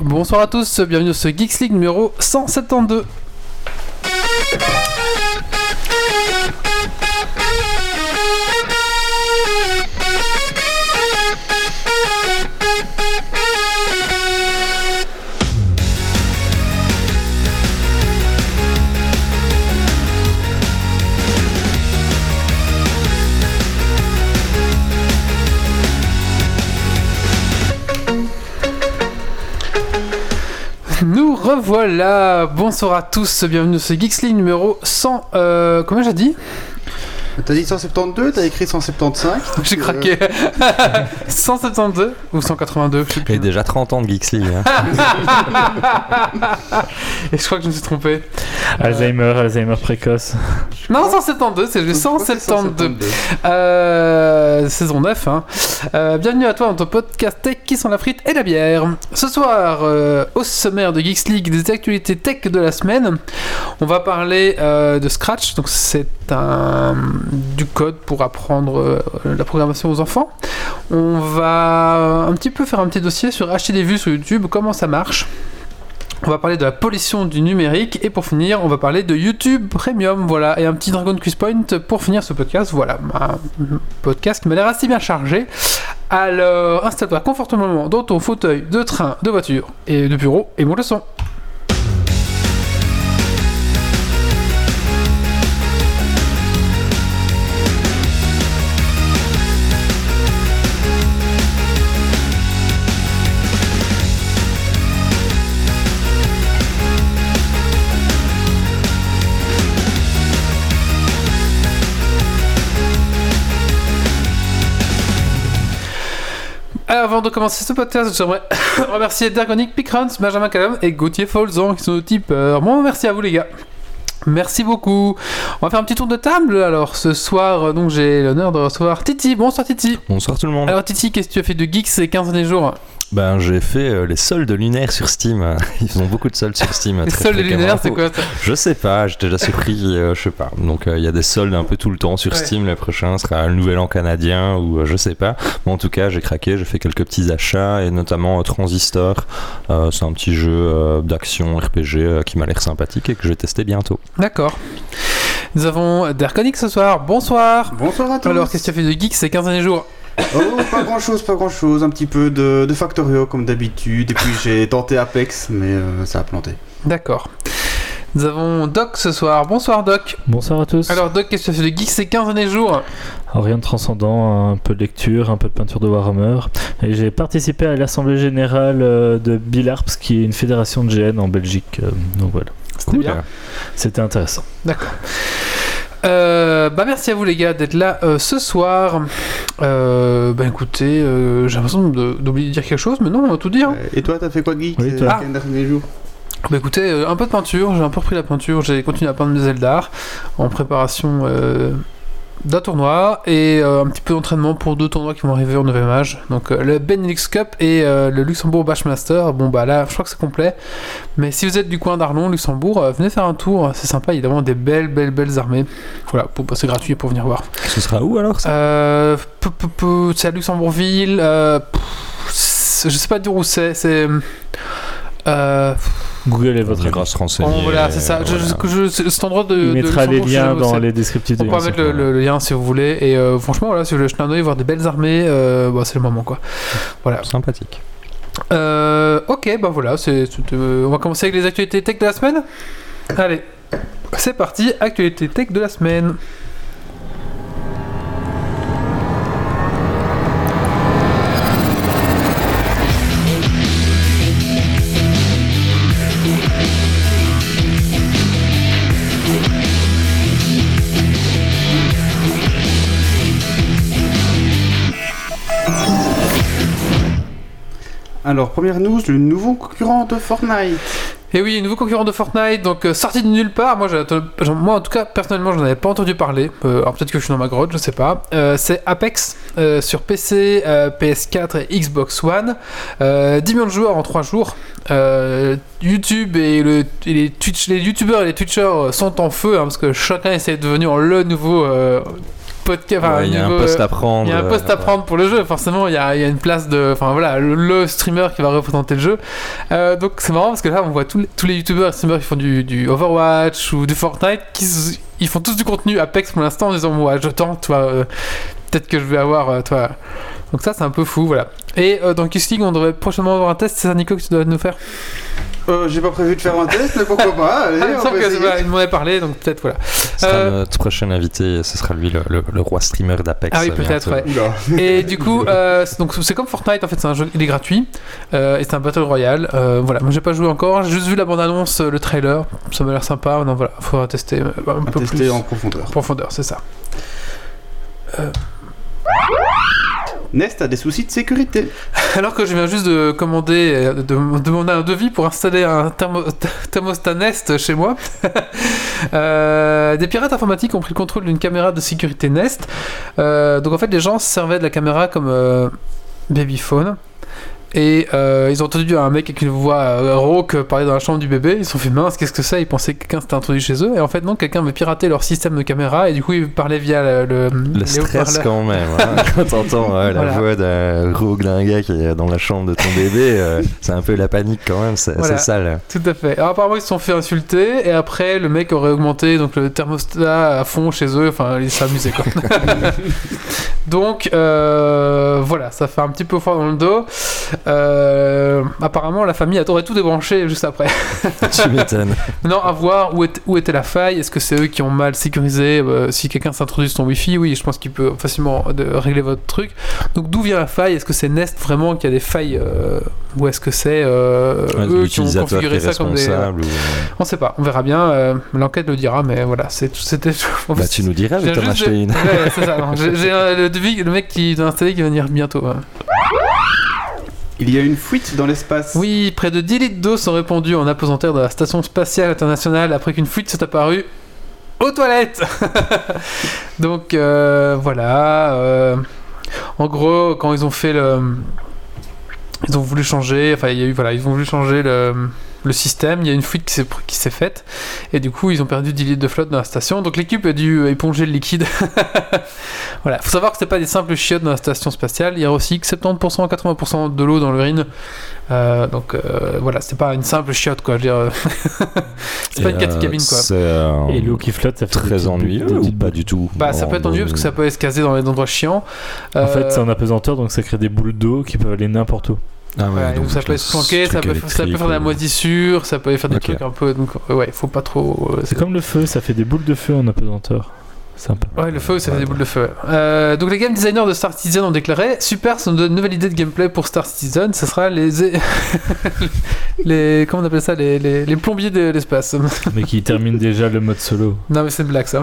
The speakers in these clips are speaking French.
Bonsoir à tous, bienvenue sur ce Geeks League numéro 172. Nous revoilà, bonsoir à tous, bienvenue sur ce Geeks League numéro 100... Combien j'ai dit ? T'as dit 172, t'as écrit 175. J'ai craqué. 172 ou 182, je sais plus. Et déjà 30 ans de Geeks League. Hein. Et je crois que je me suis trompé. Alzheimer précoce. Non, 172, c'est juste 172. Saison 9. Hein. Bienvenue à toi dans ton podcast tech qui sent la frite et la bière. Ce soir, au sommaire de Geeks League, des actualités tech de la semaine. On va parler de Scratch, donc c'est du code pour apprendre la programmation aux enfants. On va un petit peu faire un petit dossier sur acheter des vues sur YouTube, comment ça marche. On va parler de la pollution du numérique et pour finir, on va parler de YouTube Premium, voilà, et un petit Dragon Quiz Point pour finir ce podcast. Voilà, un podcast qui m'a l'air assez bien chargé. Alors, installe-toi confortablement dans ton fauteuil de train, de voiture et de bureau et monte le son. Avant de commencer ce podcast, j'aimerais remercier Dergonic, Picruns, Benjamin Callum et Gauthier Folzon qui sont nos tipeurs. Bon, merci à vous les gars. Merci beaucoup. On va faire un petit tour de table. Alors ce soir, donc j'ai l'honneur de recevoir Titi. Bonsoir Titi. Bonsoir tout le monde. Alors Titi, qu'est-ce que tu as fait de geeks ces 15 derniers jours ? Ben, j'ai fait les soldes lunaires sur Steam. Ils ont beaucoup de soldes sur Steam. Les soldes lunaires, c'est quoi ça ? Je sais pas, j'étais déjà surpris, je sais pas. Donc il y a des soldes un peu tout le temps sur Steam. Le prochain sera le Nouvel An canadien ou je sais pas. Mais en tout cas, j'ai craqué, j'ai fait quelques petits achats et notamment Transistor. C'est un petit jeu d'action RPG qui m'a l'air sympathique et que je vais tester bientôt. D'accord. Nous avons Dergonic ce soir. Bonsoir. Bonsoir à tous. Alors, qu'est-ce que tu as fait de geeks ces 15 derniers jours ? Oh, pas grand chose, un petit peu de Factorio comme d'habitude, et puis j'ai tenté Apex, mais ça a planté. D'accord. Nous avons Doc ce soir. Bonsoir Doc. Bonsoir à tous. Alors Doc, qu'est-ce que tu as fait de geeks ces 15 derniers jours ? Alors, rien de transcendant, un peu de lecture, un peu de peinture de Warhammer. Et j'ai participé à l'Assemblée Générale de Billarps, qui est une fédération de GN en Belgique. Donc voilà. C'était cool, bien. C'était intéressant. D'accord. Merci à vous les gars d'être là ce soir. Écoutez, j'ai l'impression d'oublier de dire quelque chose, mais non, on va tout dire. Et toi, t'as fait quoi de geek oui, ces derniers jours ? Écoutez, un peu de peinture, j'ai un peu repris la peinture, j'ai continué à peindre mes Eldar en préparation d'un tournoi et un petit peu d'entraînement pour 2 tournois qui vont arriver au 9e âge. Donc le Benelux Cup et le Luxembourg Bashmaster. Bon bah là je crois que c'est complet. Mais si vous êtes du coin d'Arlon, Luxembourg, venez faire un tour, c'est sympa, il y a vraiment des belles armées. Voilà, c'est gratuit pour venir voir. Ce sera où alors ça c'est à Luxembourgville. Je sais pas dire où c'est. Google est votre grâce grâce renseigné. Voilà, c'est ça. Voilà. Cet endroit de. Il mettra de les liens dans les descriptifs de l'émission. On peut mettre le lien si vous voulez. Et franchement, voilà, si vous voulez jeter un oeil, voir des belles armées, c'est le moment quoi. Voilà. Sympathique. Ok, voilà, on va commencer avec les actualités tech de la semaine. Allez, c'est parti, actualités tech de la semaine. Alors, première news, le nouveau concurrent de Fortnite. Et oui, nouveau concurrent de Fortnite, donc sorti de nulle part. Moi en tout cas, personnellement, j'en avais pas entendu parler. Alors peut-être que je suis dans ma grotte, je sais pas. C'est Apex sur PC, PS4 et Xbox One. 10 millions de joueurs en 3 jours. YouTube et les youtubeurs et les twitchers sont en feu, hein, parce que chacun essaie de devenir le nouveau podcast. Il y a un poste à prendre. Il y a un poste à prendre pour le jeu, forcément. Il y a une place de. Enfin voilà, le streamer qui va représenter le jeu. Donc c'est marrant parce que là, on voit tous les youtubeurs et streamers qui font du Overwatch ou du Fortnite ils font tous du contenu Apex pour l'instant en disant ouais, je tente, toi, peut-être que je vais avoir, toi. Donc ça, c'est un peu fou, voilà. Et dans Geeks League, on devrait prochainement avoir un test. C'est ça, Nico, que tu dois nous faire? J'ai pas prévu de faire un test, mais pourquoi pas. Allez, il me semble qu'il m'en avait parlé, donc peut-être, voilà. Ce sera notre prochain invité, ce sera lui, le roi streamer d'Apex. Ah oui, peut-être, ouais. Et du coup, donc, c'est comme Fortnite, en fait, c'est un jeu, il est gratuit, et c'est un Battle Royale. Voilà, moi j'ai pas joué encore, j'ai juste vu la bande-annonce, le trailer, ça m'a l'air sympa. Non, voilà, faudra tester un peu plus. En profondeur. En profondeur, c'est ça. Nest a des soucis de sécurité. Alors que je viens juste de commander, de demander un devis pour installer un thermostat Nest chez moi. Des pirates informatiques ont pris le contrôle d'une caméra de sécurité Nest. Donc en fait, les gens servaient de la caméra comme babyphone. Et ils ont entendu un mec avec une voix rauque parler dans la chambre du bébé. Ils se sont fait mince, qu'est-ce que c'est? Ils pensaient que quelqu'un s'était introduit chez eux. Et en fait, non, quelqu'un avait piraté leur système de caméra. Et du coup, ils parlaient via le stress quand même. Hein. Quand t'entends la voix d'un gros glinga qui est dans la chambre de ton bébé, c'est un peu la panique quand même. C'est sale. Tout à fait. Alors, apparemment, ils se sont fait insulter. Et après, le mec aurait augmenté donc, le thermostat à fond chez eux. Enfin, ils s'amusaient quoi. Donc, voilà, ça fait un petit peu froid dans le dos. Apparemment la famille aurait tout débranché juste après. Tu m'étonnes. Non, à voir où était la faille. Est-ce que c'est eux qui ont mal sécurisé? Si quelqu'un s'introduit sur ton wifi, oui, je pense qu'il peut facilement régler votre truc. Donc d'où vient la faille? Est-ce que c'est Nest vraiment qui a des failles, ou est-ce que c'est eux qui ont configuré ça comme des... On sait pas, on verra bien, l'enquête le dira, mais voilà, c'était... Bah tu nous diras, mais t'en as acheté une. Ouais, c'est ça, non, j'ai le mec qui doit installer qui va venir bientôt. Il y a une fuite dans l'espace. Oui, près de 10 litres d'eau sont répandus en apesanteur de la Station Spatiale Internationale après qu'une fuite s'est apparue aux toilettes. Donc voilà. En gros, quand ils ont fait ils ont voulu changer. Enfin, il y a eu ils ont voulu changer le système. Il y a une fuite qui s'est faite et du coup, ils ont perdu 10 litres de flotte dans la station. Donc l'équipe a dû éponger le liquide. Voilà, faut savoir que c'est pas des simples chiottes dans la station spatiale. Il y a aussi que 70% à 80% de l'eau dans l'urine. Donc voilà, c'est pas une simple chiotte quoi. Je veux dire, c'est pas une cabine quoi. Et l'eau qui flotte, ça fait très ennuyeux ou pas du tout? Bah ça peut être ennuyeux parce que ça peut se caser dans les endroits chiants. En fait, c'est en apesanteur, donc ça crée des boules d'eau qui peuvent aller n'importe où. Ah ouais, donc ça peut se planquer, ça peut faire de la moisissure, ça peut faire des trucs un peu. Donc ouais, faut pas trop. C'est comme le feu, ça fait des boules de feu en apesanteur. Sympa. Ouais, le feu, ça fait des boules de feu. Ouais. Donc les game designers de Star Citizen ont déclaré Super, ça nous donne une nouvelle idée de gameplay pour Star Citizen. Ça sera les comment on appelle ça, les plombiers de l'espace. Mais qui terminent déjà le mode solo. Non mais c'est une blague ça.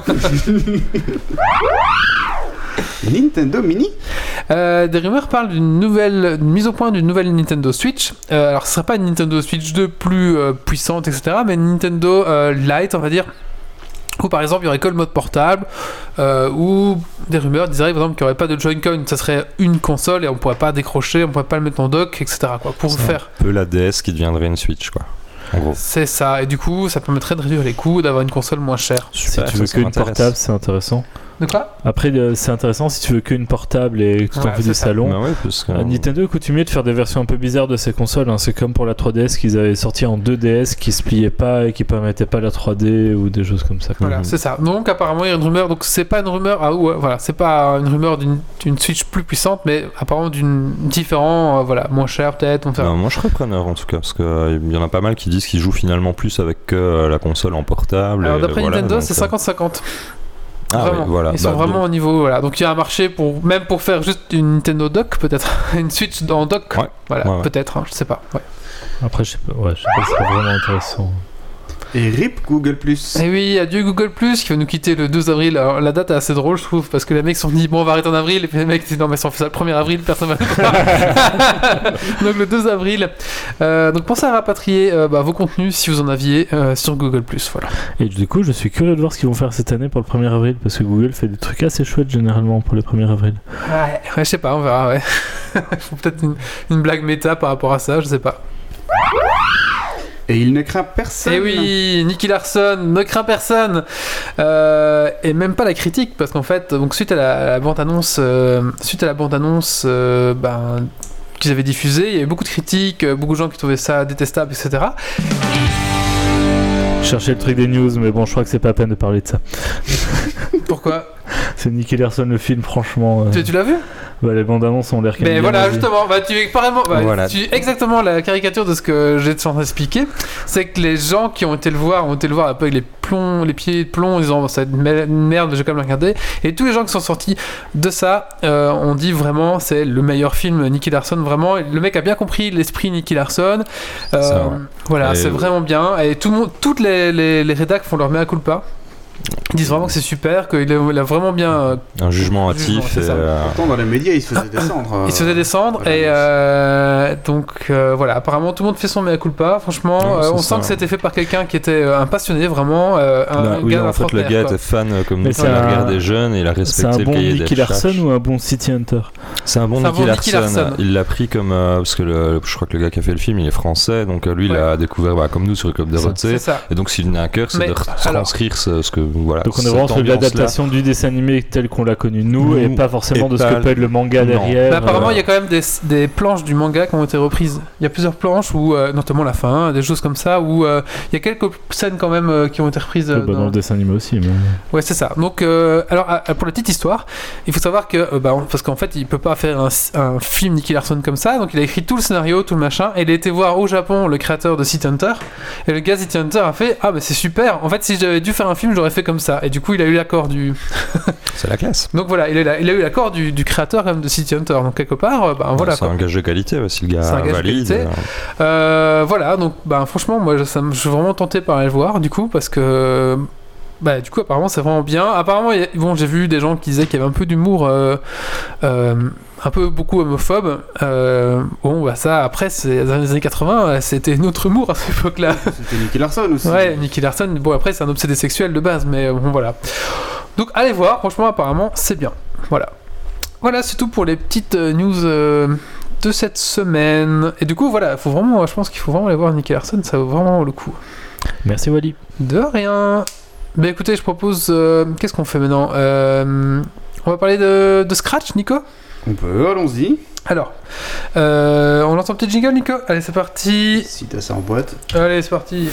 Nintendo Mini. Des rumeurs parlent d'une mise au point d'une nouvelle Nintendo Switch. Alors ce serait pas une Nintendo Switch 2 plus puissante, etc. Mais une Nintendo Lite, on va dire. Ou par exemple il y aurait que le mode portable, ou des rumeurs diraient par exemple qu'il n'y aurait pas de Joy-Con, ça serait une console et on pourrait pas décrocher, on pourrait pas le mettre en dock, etc. quoi, pour faire. Un peu la DS qui deviendrait une Switch quoi. En gros. C'est ça, et du coup ça permettrait de réduire les coûts, d'avoir une console moins chère. Super, si tu veux qu'une portable, c'est intéressant. De quoi? Après, c'est intéressant si tu veux qu'une portable et que tu t'en fais du salon. Bah ouais, parce que... Nintendo coutumier de faire des versions un peu bizarres de ces consoles. Hein. C'est comme pour la 3DS qu'ils avaient sorti en 2DS qui se pliaient pas et qui permettaient pas la 3D ou des choses comme ça. Voilà, c'est ça. Donc apparemment il y a une rumeur. Donc c'est pas une rumeur. Voilà, c'est pas une rumeur d'une Switch plus puissante, mais apparemment d'une différent, moins cher peut-être. Moi je serais preneur en tout cas parce que il y en a pas mal qui disent qu'ils jouent finalement plus avec la console en portable. Alors d'après Nintendo, c'est 50-50. Ah vraiment. Ouais, voilà. Ils sont vraiment au niveau, voilà. Donc il y a un marché même pour faire juste une Nintendo dock peut-être, une Switch en dock, peut-être, je sais pas. Ouais. Après je sais pas si c'est vraiment intéressant. Et RIP Google+. Et oui, adieu Google+, qui va nous quitter le 12 avril. Alors, la date est assez drôle, je trouve, parce que les mecs se sont dit, bon, on va arrêter en avril, et puis les mecs disent, non, mais si on fait ça le 1er avril, personne va le croire. Donc le 2 avril. Donc pensez à rapatrier vos contenus, si vous en aviez, sur Google+. Voilà. Et du coup, je suis curieux de voir ce qu'ils vont faire cette année pour le 1er avril, parce que Google fait des trucs assez chouettes, généralement, pour le 1er avril. Ouais, je sais pas, on verra, ouais. Il faut peut-être une blague méta par rapport à ça, je sais pas. Et il ne craint personne. Et oui, Nicky Larson ne craint personne, et même pas la critique, parce qu'en fait, donc suite à la bande-annonce, qu'ils avaient diffusée, il y avait beaucoup de critiques, beaucoup de gens qui trouvaient ça détestable, etc. Je cherchais le truc des news, mais bon, je crois que c'est pas la peine de parler de ça. Pourquoi ? C'est Nicky Larson le film, franchement. Tu l'as vu ? Bah, les bandes annonces ont l'air quand même Mais bien voilà, moisies. justement, tu es exactement la caricature de ce que j'ai en train d'expliquer. C'est que les gens qui ont été le voir un peu avec les pieds de plomb, en disant c'est une merde, je vais quand même le regarder. Et tous les gens qui sont sortis de ça ont dit vraiment c'est le meilleur film Nicky Larson, vraiment. Le mec a bien compris l'esprit Nicky Larson. Voilà, et c'est vraiment bien. Et tout le monde, toutes les rédacs font leur mea culpa. Ils disent vraiment que c'est super, qu'il a vraiment bien... un jugement hâtif. c'est ça. Pourtant, dans les médias, il se faisait descendre. Il se faisait descendre, voilà, et donc voilà, apparemment tout le monde fait son mea culpa. Franchement, on sent que c'était fait par quelqu'un qui était un passionné, vraiment. Oui, en fait, le gars était fan comme nous, il a regardé jeune et il a respecté le cahier des charges. C'est un bon Nicky Larson ou un bon City Hunter? C'est un bon Nicky Larson. Il l'a pris comme. Parce que je crois que le gars qui a fait le film, il est français, donc lui, il a découvert comme nous sur le Club de Rotsey. Et donc, s'il venait à cœur, c'est de retranscrire ce que. Voilà, donc, on est vraiment sur l'adaptation du dessin animé tel qu'on l'a connu nous, et pas forcément de ce que peut être le manga derrière. Mais apparemment, il y a quand même des planches du manga qui ont été reprises. Il y a plusieurs planches, où, notamment la fin, des choses comme ça, où il y a quelques scènes quand même qui ont été reprises. Dans le dessin animé aussi. Mais... Ouais, c'est ça. Donc, alors, pour la petite histoire, il faut savoir que, parce qu'en fait, il peut pas faire un film Nicky Larson comme ça, donc il a écrit tout le scénario, tout le machin, et il a été voir au Japon le créateur de City Hunter, et le gars City Hunter a fait mais c'est super, en fait, si j'avais dû faire un film, j'aurais fait comme ça, et du coup, il a eu l'accord du. C'est la classe. Donc voilà, il a eu l'accord du créateur quand même de City Hunter, donc quelque part, voilà. C'est un gage de qualité, si le gars valide. Voilà, donc franchement, moi, je suis vraiment tenté par aller le voir, du coup, parce que. Du coup, apparemment, c'est vraiment bien. Apparemment, j'ai vu des gens qui disaient qu'il y avait un peu d'humour, un peu beaucoup homophobe. Ça, après, c'est dans les années 80, c'était une autre humour à cette époque-là. C'était Nicky Larson aussi. Ouais, Nicky Larson. Bon, après, c'est un obsédé sexuel de base, mais bon, voilà. Donc, allez voir. Franchement, apparemment, c'est bien. Voilà. Voilà, c'est tout pour les petites news de cette semaine. Et du coup, voilà, je pense qu'il faut vraiment aller voir Nicky Larson. Ça vaut vraiment le coup. Merci, Wally. De rien. Écoutez, je propose... qu'est-ce qu'on fait maintenant on va parler de Scratch, Nico? On peut, allons-y. Alors, on lance un petit jingle, Nico? Allez, c'est parti. Si t'as ça en boîte. Allez, c'est parti.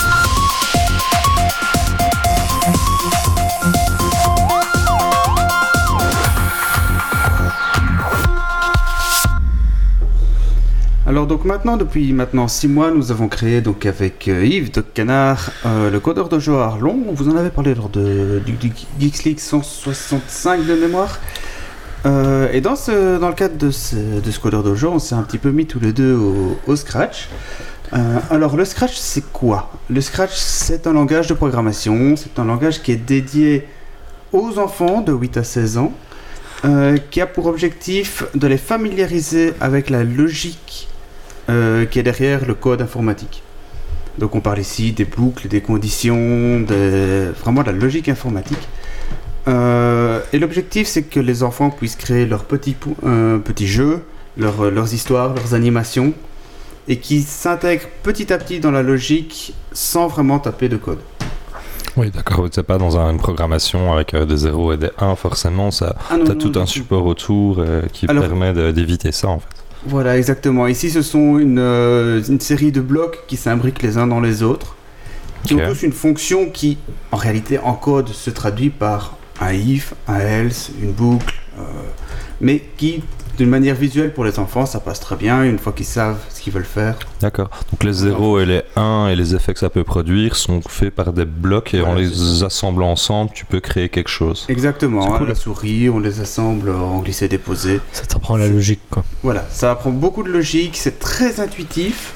Alors donc depuis 6 mois, nous avons créé donc avec Yves de Canard le codeur Dojo à Arlon. On vous en avait parlé lors du Geeks League 165 de mémoire. Et dans le cadre de ce codeur Dojo, on s'est un petit peu mis tous les deux au Scratch. Alors le Scratch, c'est quoi? Le Scratch, c'est un langage de programmation. C'est un langage qui est dédié aux enfants de 8 à 16 ans, qui a pour objectif de les familiariser avec la logique qui est derrière le code informatique. Donc on parle ici des boucles, des conditions, vraiment de la logique informatique. Et l'objectif, c'est que les enfants puissent créer leurs petits jeux, leurs histoires, leurs animations, et qui s'intègrent petit à petit dans la logique sans vraiment taper de code. Oui, d'accord, c'est pas dans une programmation avec des 0 et des 1 forcément, t'as tout un support autour qui permet d'éviter ça en fait. Voilà, exactement. Ici, ce sont une série de blocs qui s'imbriquent les uns dans les autres, qui ont tous une fonction qui, en réalité, en code, se traduit par un if, un else, une boucle, mais qui, d'une manière visuelle pour les enfants, ça passe très bien, une fois qu'ils savent ce qu'ils veulent faire. D'accord. Donc les 0 et les 1 et les effets que ça peut produire sont faits par des blocs et en les assemblant ensemble, tu peux créer quelque chose. Exactement. Cool. La souris, on les assemble en glisser-déposer. Ça t'apprend la logique, quoi. Voilà, ça apprend beaucoup de logique, c'est très intuitif.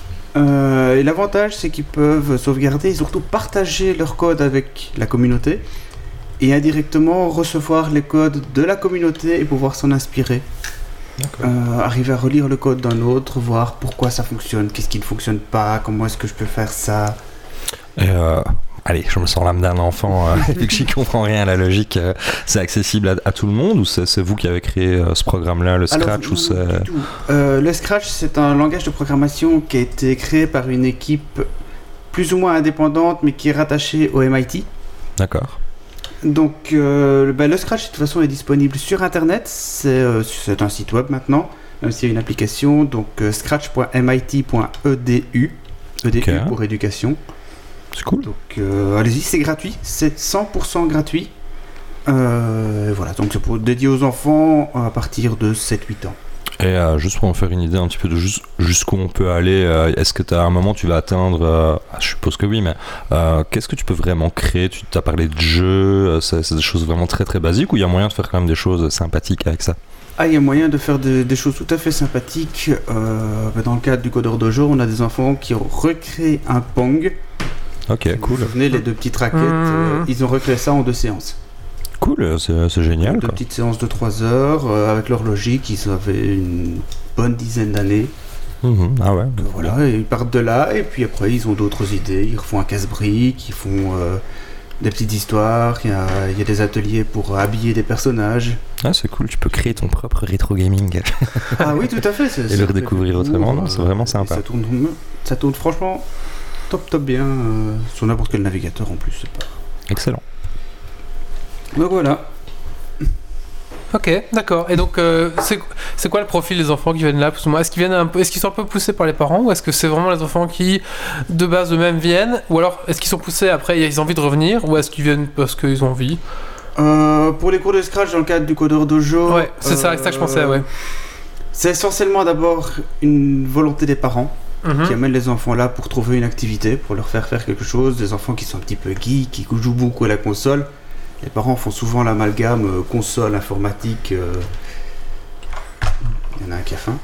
Et l'avantage, c'est qu'ils peuvent sauvegarder et surtout partager leur code avec la communauté et indirectement recevoir les codes de la communauté et pouvoir s'en inspirer. Arriver à relire le code d'un autre, voir pourquoi ça fonctionne, qu'est-ce qui ne fonctionne pas, comment est-ce que je peux faire ça. Et allez, je me sens l'âme d'un enfant, vu que j'y comprends rien à la logique, c'est accessible à tout le monde ou c'est vous qui avez créé ce programme-là, le Scratch? Alors, du tout. Le Scratch, c'est un langage de programmation qui a été créé par une équipe plus ou moins indépendante, mais qui est rattachée au MIT. D'accord. Donc, le Scratch, de toute façon, est disponible sur Internet. C'est un site web maintenant, même s'il y a une application. Donc, scratch.mit.edu. EDU pour éducation. C'est cool. Donc, allez-y, c'est gratuit. C'est 100% gratuit. Voilà, donc c'est pour dédié aux enfants à partir de 7-8 ans. Et juste pour me faire une idée un petit peu de jusqu'où on peut aller, est-ce que à un moment tu vas atteindre, je suppose que oui, mais qu'est-ce que tu peux vraiment créer? Tu t'as parlé de jeux, c'est des choses vraiment très très basiques, ou il y a moyen de faire quand même des choses sympathiques avec ça? Il y a moyen de faire des choses tout à fait sympathiques. Dans le cadre du Codeur Dojo, on a des enfants qui ont recréé un Pong. Ok, cool. Vous vous souvenez, les deux petites raquettes, ils ont recréé ça en 2 séances. Cool, c'est génial. 2 petites séances de 3 heures, avec leur logique, ils avaient une bonne dizaine d'années. Ah ouais. Voilà, et ils partent de là, et puis après ils ont d'autres idées, ils refont un casse-brique, ils font des petites histoires, il y a des ateliers pour habiller des personnages. Ah, c'est cool, tu peux créer ton propre rétro gaming. Ah oui, tout à fait. Et le redécouvrir autrement, non, c'est vraiment sympa. Ça tourne franchement top bien sur n'importe quel navigateur en plus. C'est pas... Excellent. Donc voilà. Ok, d'accord. Et donc, c'est quoi le profil des enfants qui viennent là, plus ou moins? Est-ce qu'ils sont un peu poussés par les parents, ou est-ce que c'est vraiment les enfants qui, de base, eux-mêmes viennent? Ou alors, est-ce qu'ils sont poussés après, ils ont envie de revenir, ou est-ce qu'ils viennent parce qu'ils ont envie? Pour les cours de Scratch, dans le cadre du Codeur Dojo... Ouais, c'est ça que je pensais, ouais. C'est essentiellement d'abord une volonté des parents qui amènent les enfants là pour trouver une activité, pour leur faire quelque chose. Des enfants qui sont un petit peu geeks, qui jouent beaucoup à la console. Les parents font souvent l'amalgame console, informatique. Il y en a un qui a faim.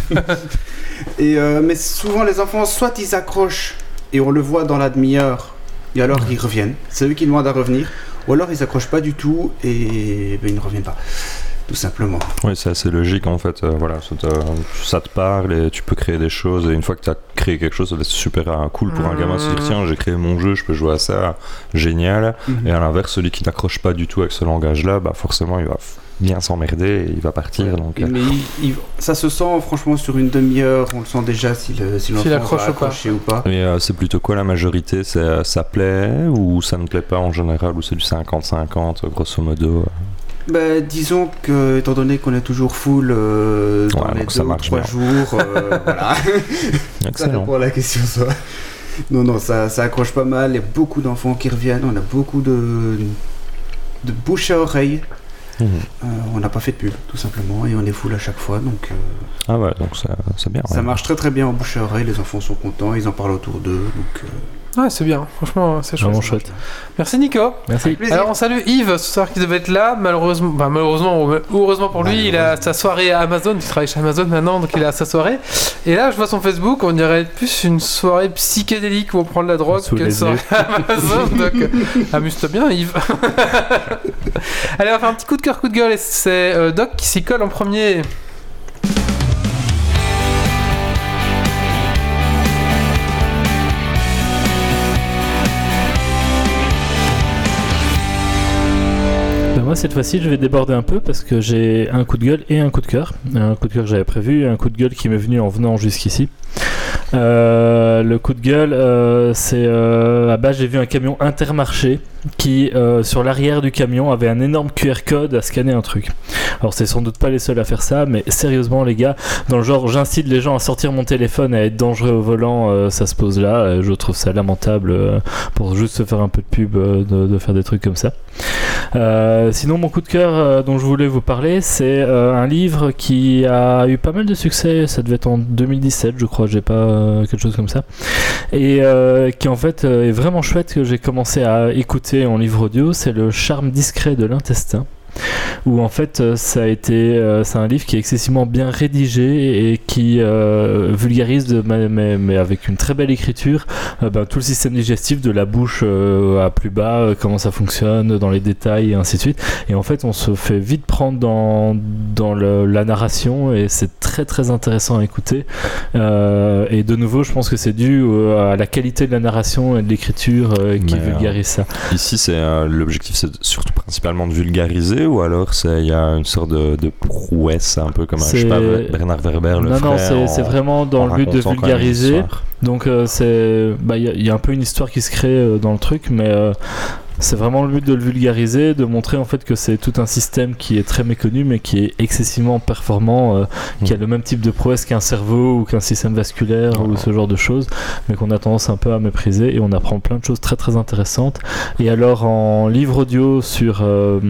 Mais souvent les enfants, soit ils accrochent et on le voit dans la demi-heure, et alors ils reviennent. C'est eux qui demandent à revenir. Ou alors ils accrochent pas du tout et ils ne reviennent pas. Tout simplement. Oui, c'est assez logique en fait. Voilà, ça te parle et tu peux créer des choses. Et une fois que tu as créé quelque chose, c'est super cool pour un gamin de se dire tiens, j'ai créé mon jeu, je peux jouer à ça, génial. Et à l'inverse, celui qui n'accroche pas du tout avec ce langage-là, bah forcément, il va bien s'emmerder et il va partir. Donc, mais ça se sent franchement sur une demi-heure, on le sent déjà si l'enfant va accrocher ou pas. Et c'est plutôt quoi la majorité? Ça plaît ou ça ne plaît pas en général, ou c'est du 50-50 grosso modo? Disons que, étant donné qu'on est toujours full dans les 2 ou 3 jours, voilà. Ça répond à la question, ça. Non, ça accroche pas mal. Il y a beaucoup d'enfants qui reviennent. On a beaucoup de bouche à oreille. On n'a pas fait de pub, tout simplement, et on est full à chaque fois. Donc, ah ouais, donc c'est bien. Ça marche très très bien en bouche à oreille. Les enfants sont contents, ils en parlent autour d'eux. Donc, ouais, c'est bien, franchement, c'est chouette. Vraiment chouette. Merci Nico. Merci. Alors on salue Yves ce soir qui devait être là, malheureusement ou heureusement pour lui, il a sa soirée à Amazon, il travaille chez Amazon maintenant, donc il a sa soirée. Et là je vois son Facebook, on dirait plus une soirée psychédélique où on prend de la drogue qu'une soirée à Amazon, donc amuse-toi bien Yves. Allez, on va faire un petit coup de cœur, coup de gueule, et c'est Doc qui s'y colle en premier. Moi cette fois-ci je vais déborder un peu parce que j'ai un coup de gueule et un coup de cœur. Un coup de cœur que j'avais prévu, un coup de gueule qui m'est venu en venant jusqu'ici. Le coup de gueule, c'est à base j'ai vu un camion Intermarché qui sur l'arrière du camion avait un énorme QR code à scanner un truc. Alors c'est sans doute pas les seuls à faire ça, mais sérieusement les gars, dans le genre j'incite les gens à sortir mon téléphone et à être dangereux au volant, ça se pose là. Je trouve ça lamentable pour juste se faire un peu de pub de faire des trucs comme ça. Sinon mon coup de cœur dont je voulais vous parler, c'est un livre qui a eu pas mal de succès. Ça devait être en 2017 je crois, j'ai pas quelque chose comme ça, et qui en fait est vraiment chouette, que j'ai commencé à écouter en livre audio. C'est Le charme discret de l'intestin. où en fait c'est un livre qui est excessivement bien rédigé et qui vulgarise mais avec une très belle écriture tout le système digestif de la bouche à plus bas, comment ça fonctionne dans les détails et ainsi de suite. Et en fait on se fait vite prendre dans la narration et c'est très très intéressant à écouter. Et de nouveau je pense que c'est dû à la qualité de la narration et de l'écriture qui vulgarise ça. Ici l'objectif c'est surtout principalement de vulgariser, ou alors il y a une sorte de prouesse un peu comme Bernard Werber le ferait. Non, c'est vraiment dans le but de vulgariser. Donc il y a un peu une histoire qui se crée dans le truc, mais c'est vraiment le but de le vulgariser, de montrer en fait que c'est tout un système qui est très méconnu mais qui est excessivement performant, qui a le même type de prouesse qu'un cerveau ou qu'un système vasculaire ou ce genre de choses, mais qu'on a tendance un peu à mépriser, et on apprend plein de choses très très intéressantes. Et alors en livre audio sur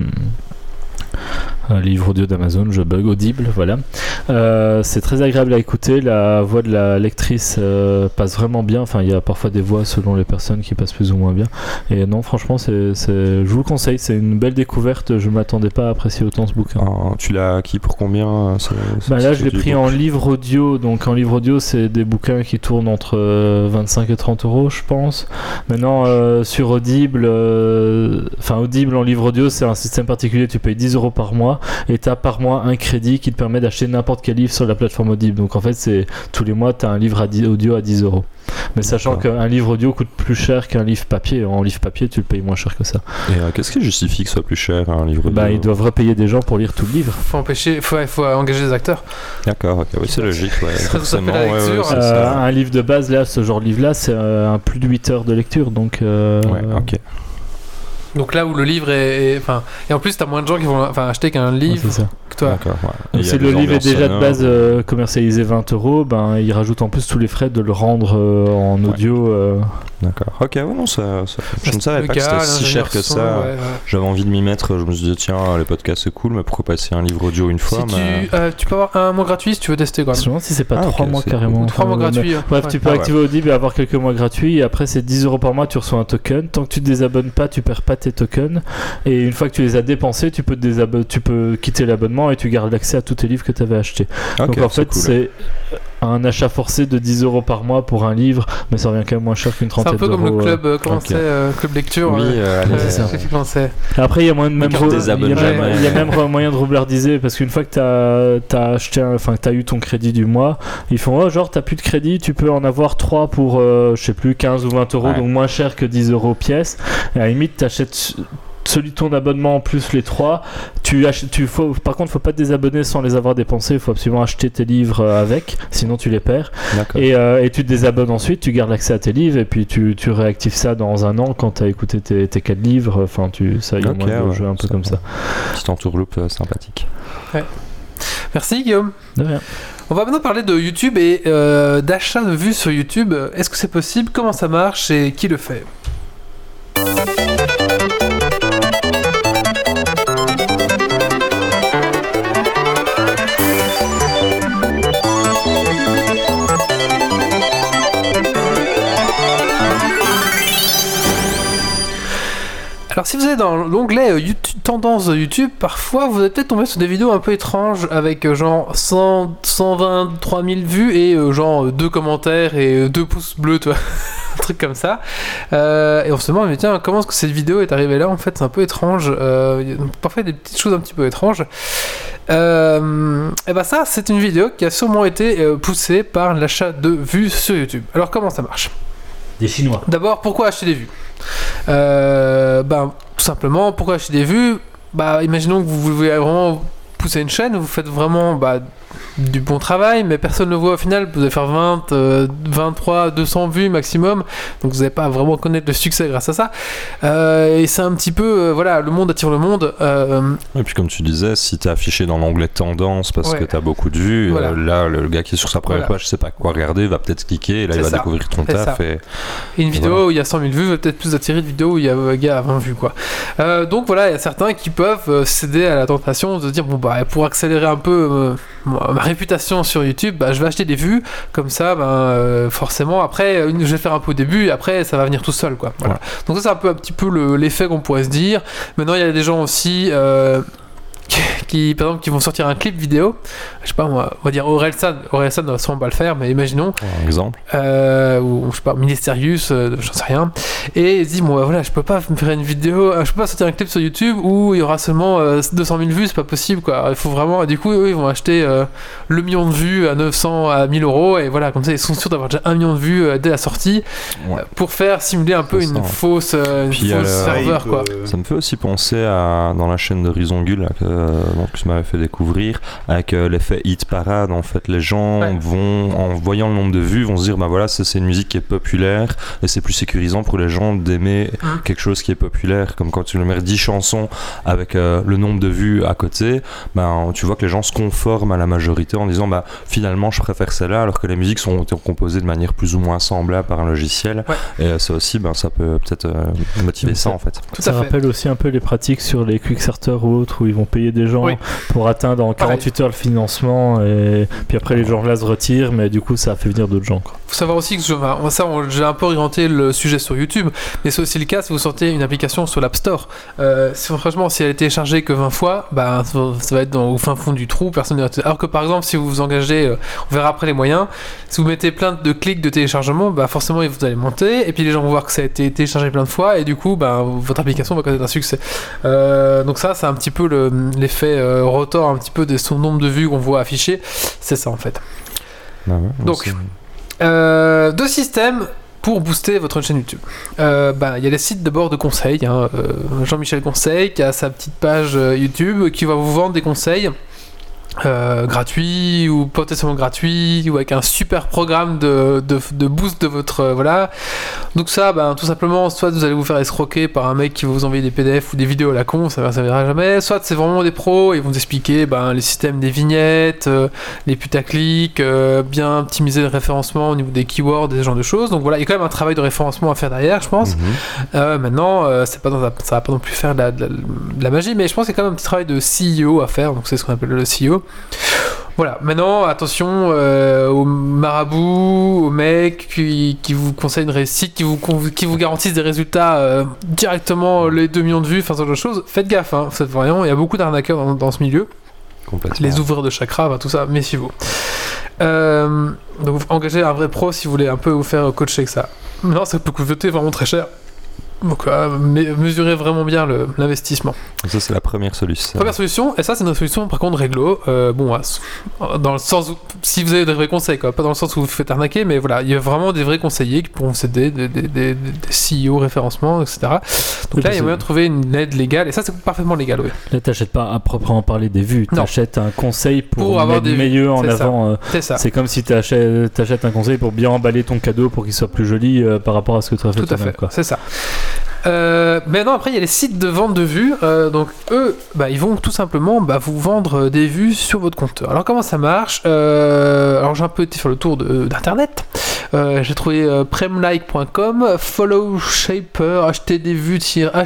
un livre audio d'Amazon, je bug, Audible, voilà. C'est très agréable à écouter, la voix de la lectrice passe vraiment bien, enfin il y a parfois des voix selon les personnes qui passent plus ou moins bien, et non franchement je vous le conseille, c'est une belle découverte, je m'attendais pas à apprécier autant ce bouquin. Tu l'as acquis pour combien là je l'ai pris en livre audio, donc en livre audio c'est des bouquins qui tournent entre 25 et 30 euros je pense. Maintenant sur Audible, Audible en livre audio c'est un système particulier, tu payes 10 euros par mois et tu as par mois un crédit qui te permet d'acheter n'importe quel livre sur la plateforme Audible. Donc en fait, c'est tous les mois, tu as un livre audio à 10 euros. Mais sachant qu'un livre audio coûte plus cher qu'un livre papier. En livre papier, tu le payes moins cher que ça. Et qu'est-ce qui justifie que ce soit plus cher un livre audio? Ils doivent repayer des gens pour lire tout le livre. Faut engager des acteurs. D'accord, oui, c'est logique. Ouais. Forcément, un livre de base, là, ce genre de livre-là, c'est un plus de 8 heures de lecture. Donc, ok. Donc là où le livre et en plus t'as moins de gens qui vont acheter qu'un livre que toi. Donc si le livre est déjà de base commercialisé 20 euros, ils rajoutent en plus tous les frais de le rendre en audio. D'accord. Ok, non, je ne savais pas que c'était si cher que ça. J'avais envie de m'y mettre. Je me suis dit tiens, les podcasts c'est cool, mais pourquoi passer un livre audio une fois? Tu peux avoir un mois gratuit si tu veux tester quoi. Je me demande si c'est pas 3 mois carrément. 3 mois gratuits. Bref, tu peux activer Audible et avoir quelques mois gratuits. Et après c'est 10 euros par mois, tu reçois un token. Tant que tu te désabonnes pas, tu perds pas tes tokens, et une fois que tu les as dépensés, tu peux quitter l'abonnement et tu gardes l'accès à tous tes livres que tu avais achetés. Donc en fait cool. C'est un achat forcé de 10 euros par mois pour un livre, mais ça revient quand même moins cher qu'une trentaine d'euros. C'est un peu comme le club, club lecture. Oui, c'est ça. Après il y a moyen de moyen de roubllardiser, parce qu'une fois que t'as acheté t'as eu ton crédit du mois, ils font t'as plus de crédit, tu peux en avoir 3 pour je sais plus 15 ou 20 euros, donc moins cher que 10 euros pièce, et à la limite t'achètes celui de ton abonnement en plus les 3. Par contre, faut pas te désabonner sans les avoir dépensés. Il faut absolument acheter tes livres avec, sinon tu les perds. Et tu te désabonnes ensuite, tu gardes l'accès à tes livres, et puis tu réactives ça dans un an quand tu as écouté tes 4 livres. Enfin, ça y a moyen de jouer un peu comme ça. Petit entourloupe sympathique. Ouais. Merci Guillaume. De rien. On va maintenant parler de YouTube et d'achat de vues sur YouTube. Est-ce que c'est possible? Comment ça marche et qui le fait? Alors si vous êtes dans l'onglet YouTube, tendance YouTube, parfois vous allez peut-être tomber sur des vidéos un peu étranges avec genre 123 000 vues et genre 2 commentaires et 2 pouces bleus, tu vois. Un truc comme ça. Et on se demande, mais tiens, comment est-ce que cette vidéo est arrivée là? En fait, c'est un peu étrange. Parfois, il y a des petites choses un petit peu étranges. Et ben ça, c'est une vidéo qui a sûrement été poussée par l'achat de vues sur YouTube. Alors, comment ça marche? Des Chinois. D'abord, pourquoi acheter des vues? Tout simplement, pourquoi acheter des vues? Imaginons que vous voulez vraiment pousser une chaîne, vous faites vraiment du bon travail, mais personne ne le voit au final. Vous allez faire 20, 23, 200 vues maximum, donc vous n'allez pas vraiment connaître le succès grâce à ça. Et c'est un petit peu, le monde attire le monde. Et puis comme tu disais, si tu es affiché dans l'onglet tendance parce que tu as beaucoup de vues, là le gars qui est sur sa première page, je sais pas quoi regarder, va peut-être cliquer, et là il va découvrir ton taf. Et une vidéo où il y a 100 000 vues va peut-être plus attirer de vidéos où il y a un gars à 20 vues, quoi. Donc voilà, il y a certains qui peuvent céder à la tentation de dire pour accélérer un peu ma réputation sur YouTube, je vais acheter des vues, comme ça forcément après je vais faire un peu au début et après ça va venir tout seul, quoi. Voilà. Donc ça c'est un petit peu l'effet qu'on pourrait se dire. Maintenant il y a des gens aussi par exemple, qui vont sortir un clip vidéo. Je sais pas, on va dire Orelsan ne va sûrement pas le faire, mais imaginons. Par exemple. Ou je sais pas, Ministerius, j'en sais rien. Et il se dit, bon, voilà, je peux pas me faire une vidéo, je peux pas sortir un clip sur YouTube où il y aura seulement 200 000 vues, c'est pas possible, quoi. Il faut vraiment, du coup, eux, ils vont acheter le million de vues à 900, à 1000 euros, et voilà, comme ça, ils sont sûrs d'avoir déjà 1 million de vues dès la sortie, pour faire simuler un peu une fausse serveur, quoi. Ça me fait aussi penser à, dans la chaîne d'Horizon Gull, donc, que tu m'avais fait découvrir, avec l'effet hit parade. En fait, les gens vont, en voyant le nombre de vues, vont se dire, bah voilà, c'est une musique qui est populaire, et c'est plus sécurisant pour les gens d'aimer quelque chose qui est populaire. Comme quand tu le mets 10 chansons avec le nombre de vues à côté, ben, tu vois que les gens se conforment à la majorité en disant, bah finalement, je préfère celle-là, alors que les musiques sont composées de manière plus ou moins semblable par un logiciel. Et ça aussi, ben, ça peut peut-être motiver ça, en fait. Ça rappelle aussi un peu les pratiques sur les Quickstarter ou autres, où ils vont payer des gens pour atteindre en 48 heures le financement, et puis après les gens là se retirent, mais du coup ça a fait venir d'autres gens, quoi. Faut savoir aussi que j'ai un peu orienté le sujet sur YouTube, mais c'est aussi le cas si vous sortez une application sur l'App Store. Franchement, si elle est téléchargée que 20 fois, bah, ça va être au fin fond du trou, personne ne va. Alors que par exemple, si vous vous engagez, on verra après les moyens, si vous mettez plein de clics de téléchargement, bah forcément vous allez monter, et puis les gens vont voir que ça a été téléchargé plein de fois, et du coup, bah, votre application va connaître un succès. Donc ça, c'est un petit peu l'effet rotor, un petit peu de son nombre de vues qu'on voit affiché. C'est ça en fait. Donc, deux systèmes pour booster votre chaîne YouTube. Il y a les sites d'abord de conseils. Jean-Michel Conseil qui a sa petite page YouTube qui va vous vendre des conseils gratuits ou potentiellement gratuits ou avec un super programme de boost de votre voilà. Donc ça, tout simplement, soit vous allez vous faire escroquer par un mec qui va vous envoyer des PDF ou des vidéos à la con, ça ne servira jamais. Soit c'est vraiment des pros, ils vont vous expliquer les systèmes des vignettes, les putaclics, bien optimiser le référencement au niveau des keywords, des genres de choses. Donc voilà, il y a quand même un travail de référencement à faire derrière, je pense. Maintenant, ça va pas non plus faire de la magie, mais je pense qu'il y a quand même un petit travail de CEO à faire. Donc c'est ce qu'on appelle le CEO. Voilà, maintenant attention aux marabouts, aux mecs qui vous conseillent une réussite, qui vous garantissent des résultats directement les 2 millions de vues, enfin ce genre de choses. Faites gaffe, faites vraiment, il y a beaucoup d'arnaqueurs dans ce milieu. Les ouvreurs de chakras, tout ça, méfiez-vous. Donc engagez un vrai pro si vous voulez un peu vous faire coacher avec ça. Non, ça peut coûter vraiment très cher. Donc mesurez vraiment bien l'investissement. Ça c'est la première solution. Première solution, et ça c'est une solution par contre réglo. Dans le sens où, si vous avez des vrais conseils, pas dans le sens où vous vous faites arnaquer, mais voilà, il y a vraiment des vrais conseillers qui pourront vous aider, des CEO, référencement, etc. Donc là il y a moyen de trouver une aide légale, et ça c'est parfaitement légal, oui. Là t'achètes pas à proprement parler des vues, t'achètes un conseil pour avoir des meilleurs en avant. C'est ça. C'est comme si t'achètes un conseil pour bien emballer ton cadeau pour qu'il soit plus joli par rapport à ce que tu as fait. Tout à fait, quoi. c'est ça. Mais non, après il y a les sites de vente de vues, donc eux ils vont tout simplement vous vendre des vues sur votre compteur. Alors comment ça marche? Alors j'ai un peu été faire le tour d'internet, j'ai trouvé premlike.com, follow shaper, acheter des vues,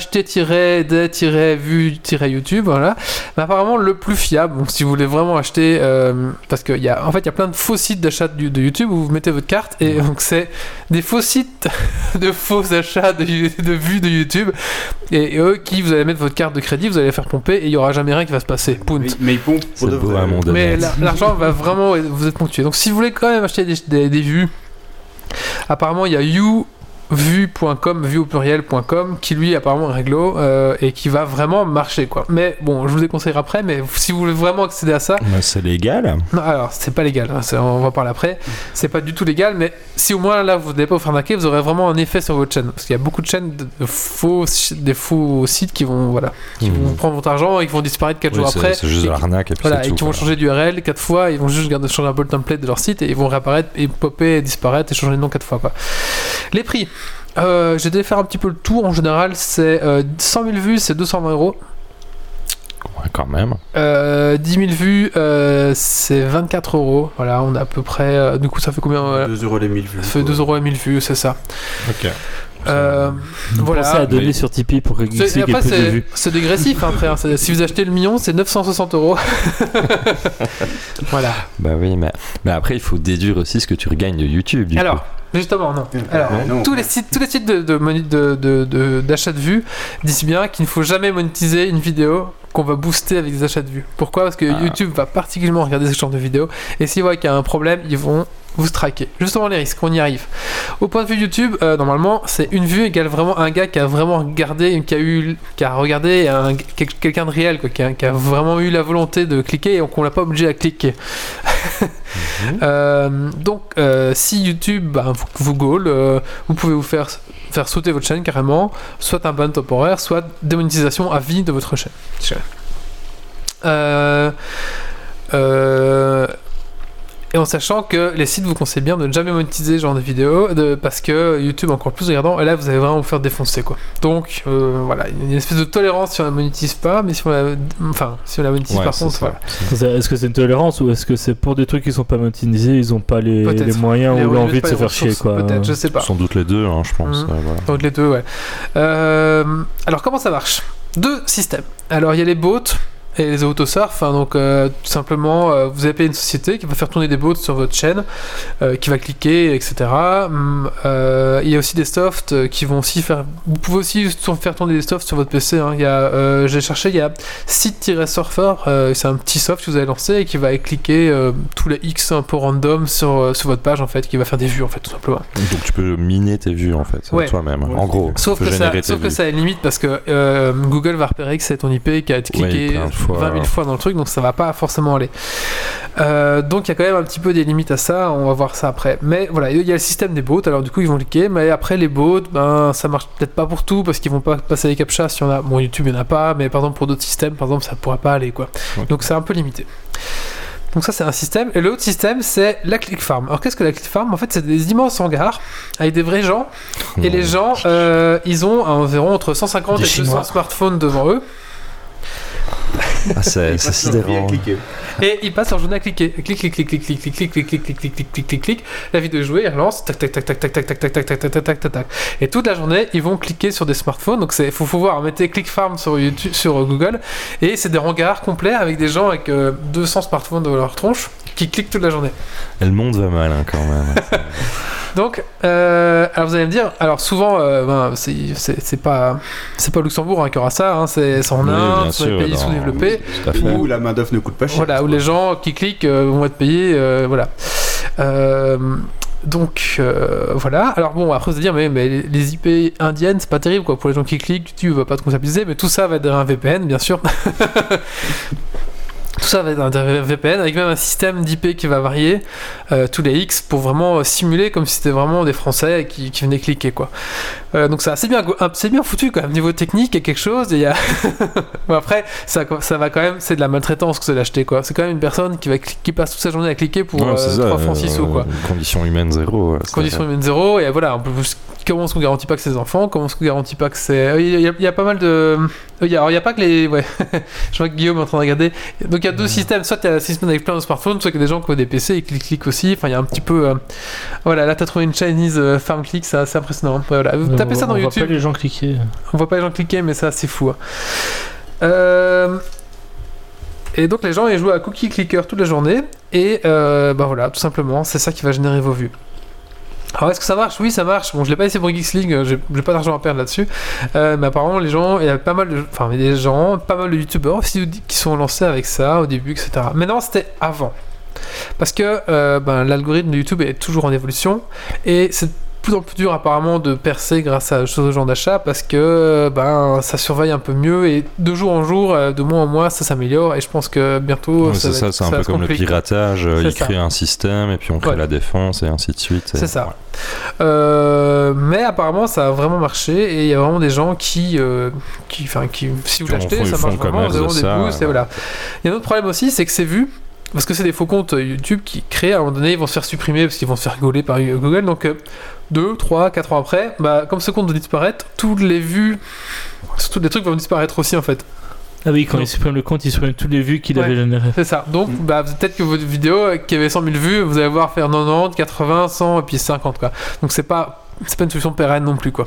acheter-des-vues-YouTube, voilà. Mais apparemment le plus fiable, donc si vous voulez vraiment acheter, parce qu'il y a plein de faux sites d'achat de YouTube où vous mettez votre carte, et donc c'est des faux sites de faux achats de vues de YouTube, et eux vous allez mettre votre carte de crédit, vous allez faire pomper, et il n'y aura jamais rien qui va se passer. Mais ils pompent pour de vrai. Mais l'argent va vraiment vous être ponctué. Donc si vous voulez quand même acheter des vues, apparemment il y a vue.com, vue au pluriel.com, qui lui apparemment est réglo et qui va vraiment marcher, quoi. Mais bon, je vous les conseillerai après, mais si vous voulez vraiment accéder à ça, c'est légal. Non, alors c'est pas légal, on va parler après, c'est pas du tout légal, mais si au moins là vous n'allez pas vous faire arnaquer, vous aurez vraiment un effet sur votre chaîne, parce qu'il y a beaucoup de chaînes des faux sites qui vont vont prendre votre argent et qui vont disparaître 4 jours après. C'est juste de l'arnaque, et puis voilà, et qui vont changer d'URL 4 fois, ils vont juste changer un peu le template de leur site, et ils vont réapparaître et popper et disparaître et changer de nom 4 fois, quoi. Les prix, j'ai dû faire un petit peu le tour. En général, c'est 100 000 vues, c'est 220 €. Ouais, quand même. 10 000 vues, c'est 24 €. Voilà, on a à peu près. Du coup, ça fait combien 2 € les 1000 vues. Ça fait 2 € les 1000 vues, c'est ça. Ok. Voilà. Pensez à donner sur Tipeee pour que Geeks League ait plus de vues. C'est dégressif après. Si vous achetez le million, c'est 960 €. Voilà. Bah oui, mais après, il faut déduire aussi ce que tu regagnes de YouTube. Alors. Justement, non. Alors, non. Tous les sites d'achat de vues disent bien qu'il ne faut jamais monétiser une vidéo qu'on va booster avec des achats de vues. Pourquoi ? Parce que YouTube va particulièrement regarder ce genre de vidéos, et s'ils voient qu'il y a un problème, ils vont vous traquer. Justement les risques, on y arrive. Au point de vue YouTube, normalement, c'est une vue égale vraiment un gars qui a vraiment regardé, qui a regardé quelqu'un de réel, quoi, qui a vraiment eu la volonté de cliquer et qu'on l'a pas obligé à cliquer. Donc, si YouTube vous goal, vous pouvez vous faire sauter votre chaîne carrément, soit un ban temporaire, soit démonétisation à vie de votre chaîne. Et en sachant que les sites vous conseillent bien de ne jamais monétiser ce genre de vidéos, parce que YouTube est encore plus regardant, et là vous allez vraiment vous faire défoncer, quoi. Donc voilà, il y a une espèce de tolérance si on la monétise pas, mais si on la monétise par contre, voilà. Est-ce que c'est une tolérance ou est-ce que c'est pour des trucs qui sont pas monétisés, ils ont pas les moyens ou l'envie de se faire chier, quoi. Peut-être, je sais pas. Sans doute les deux, hein, je pense. Voilà. Sans doute les deux, ouais. Alors comment ça marche ? 2 systèmes. Alors il y a les bots et les autosurf, hein, donc tout simplement vous avez payé une société qui va faire tourner des bots sur votre chaîne, qui va cliquer, etc. Il y a aussi des softs qui vont aussi faire, vous pouvez aussi faire tourner des softs sur votre PC, hein. J'ai cherché, il y a Site-Surfer, c'est un petit soft que vous avez lancé et qui va cliquer tous les X un peu random sur votre page, en fait, qui va faire des vues, en fait, tout simplement. Donc tu peux miner tes vues, en fait, toi-même, en gros. Sauf que ça a une limite, parce que Google va repérer que c'est ton IP qui a été cliqué 20 000 fois dans le truc, donc ça va pas forcément aller. Donc il y a quand même un petit peu des limites à ça, on va voir ça après. Mais voilà, il y a le système des bots, alors du coup ils vont cliquer, mais après les bots, ça marche peut-être pas pour tout, parce qu'ils vont pas passer les captchas si on a. Bon, YouTube il y en a pas, mais par exemple pour d'autres systèmes, par exemple, ça pourra pas aller, quoi. Okay. Donc c'est un peu limité. Donc ça c'est un système, et l'autre système c'est la click farm. Alors qu'est-ce que la click farm ? En fait c'est des immenses hangars avec des vrais gens, et les gens ils ont environ entre 150 et 200 smartphones devant eux. C'est sidérant. Et ils passent leur journée à cliquer. Clic. La vidéo est jouée, elle relance. Tac. Et toute la journée, ils vont cliquer sur des smartphones. Donc faut voir, mettez Click Farm sur YouTube, sur Google. Et c'est des hangars complets avec des gens avec 200 smartphones dans leur tronche qui cliquent toute la journée. Et le monde va mal, hein, quand même. Donc, alors vous allez me dire, alors souvent, c'est pas au Luxembourg qui aura ça, hein, c'est en Inde, sur les pays sous-développés, où la main d'œuvre ne coûte pas cher. Voilà, où les gens qui cliquent vont être payés, voilà. Donc voilà. Alors bon, après vous allez dire, mais les IP indiennes, c'est pas terrible, quoi. Pour les gens qui cliquent, YouTube va pas te comptabiliser, mais tout ça va être un VPN, bien sûr. Tout ça va être un VPN avec même un système d'IP qui va varier tous les X pour vraiment simuler comme si c'était vraiment des Français qui venaient cliquer, quoi. Donc c'est assez bien foutu quand même. Niveau technique, il y a quelque chose. Et il y a bon, après, ça va quand même, c'est de la maltraitance que c'est d'acheter, quoi. C'est quand même une personne qui passe toute sa journée à cliquer pour 3 francs 6 sous, quoi. Condition humaine zéro. Condition humaine zéro, et voilà. Comment est-ce qu'on garantit pas que c'est des enfants ? Comment est-ce qu'on garantit pas que c'est. Il y a pas mal de. Alors il y a pas que les. Ouais. Je vois que Guillaume est en train de regarder. Donc il y a 2 systèmes. Soit il y a un système avec plein de smartphones, soit il y a des gens qui ont des PC et qui cliquent aussi. Enfin, il y a un petit peu. Voilà, là t'as trouvé une Chinese farm click, c'est assez impressionnant. Voilà. Tapez ça dans YouTube. On voit pas les gens cliquer. On voit pas les gens cliquer, mais ça c'est fou. Hein. Et donc les gens ils jouent à Cookie Clicker toute la journée. Et voilà, tout simplement, c'est ça qui va générer vos vues. Alors est-ce que ça marche ? Oui, ça marche. Bon, je l'ai pas essayé pour Geeks League, j'ai pas d'argent à perdre là-dessus. Mais apparemment, les gens, il y a pas mal de youtubeurs aussi qui sont lancés avec ça au début, etc. Mais non, c'était avant. Parce que l'algorithme de YouTube est toujours en évolution et c'est de plus en plus dur apparemment de percer grâce à ce genre d'achat, parce que ça surveille un peu mieux et de jour en jour, de mois en mois, ça s'améliore, et je pense que bientôt c'est un peu comme le piratage, ils créent un système et puis on crée la défense et ainsi de suite. C'est ça. Mais apparemment ça a vraiment marché et il y a vraiment des gens qui si vous l'achetez, ça marche vraiment, vous avez des boosts, et voilà. Il y a un autre problème aussi, c'est que c'est vu. Parce que c'est des faux comptes YouTube qui créent, à un moment donné, ils vont se faire supprimer parce qu'ils vont se faire gauler par Google. Donc 2, 3, 4 ans après, comme ce compte doit disparaître, toutes les vues, tous les trucs vont disparaître aussi, en fait. Ah oui, quand ils suppriment le compte, ils suppriment toutes les vues qu'il avait générées. C'est ça. Donc peut-être que votre vidéo qui avait 100 000 vues, vous allez voir faire 90, 80, 100 et puis 50, quoi. Donc c'est pas une solution pérenne non plus, quoi.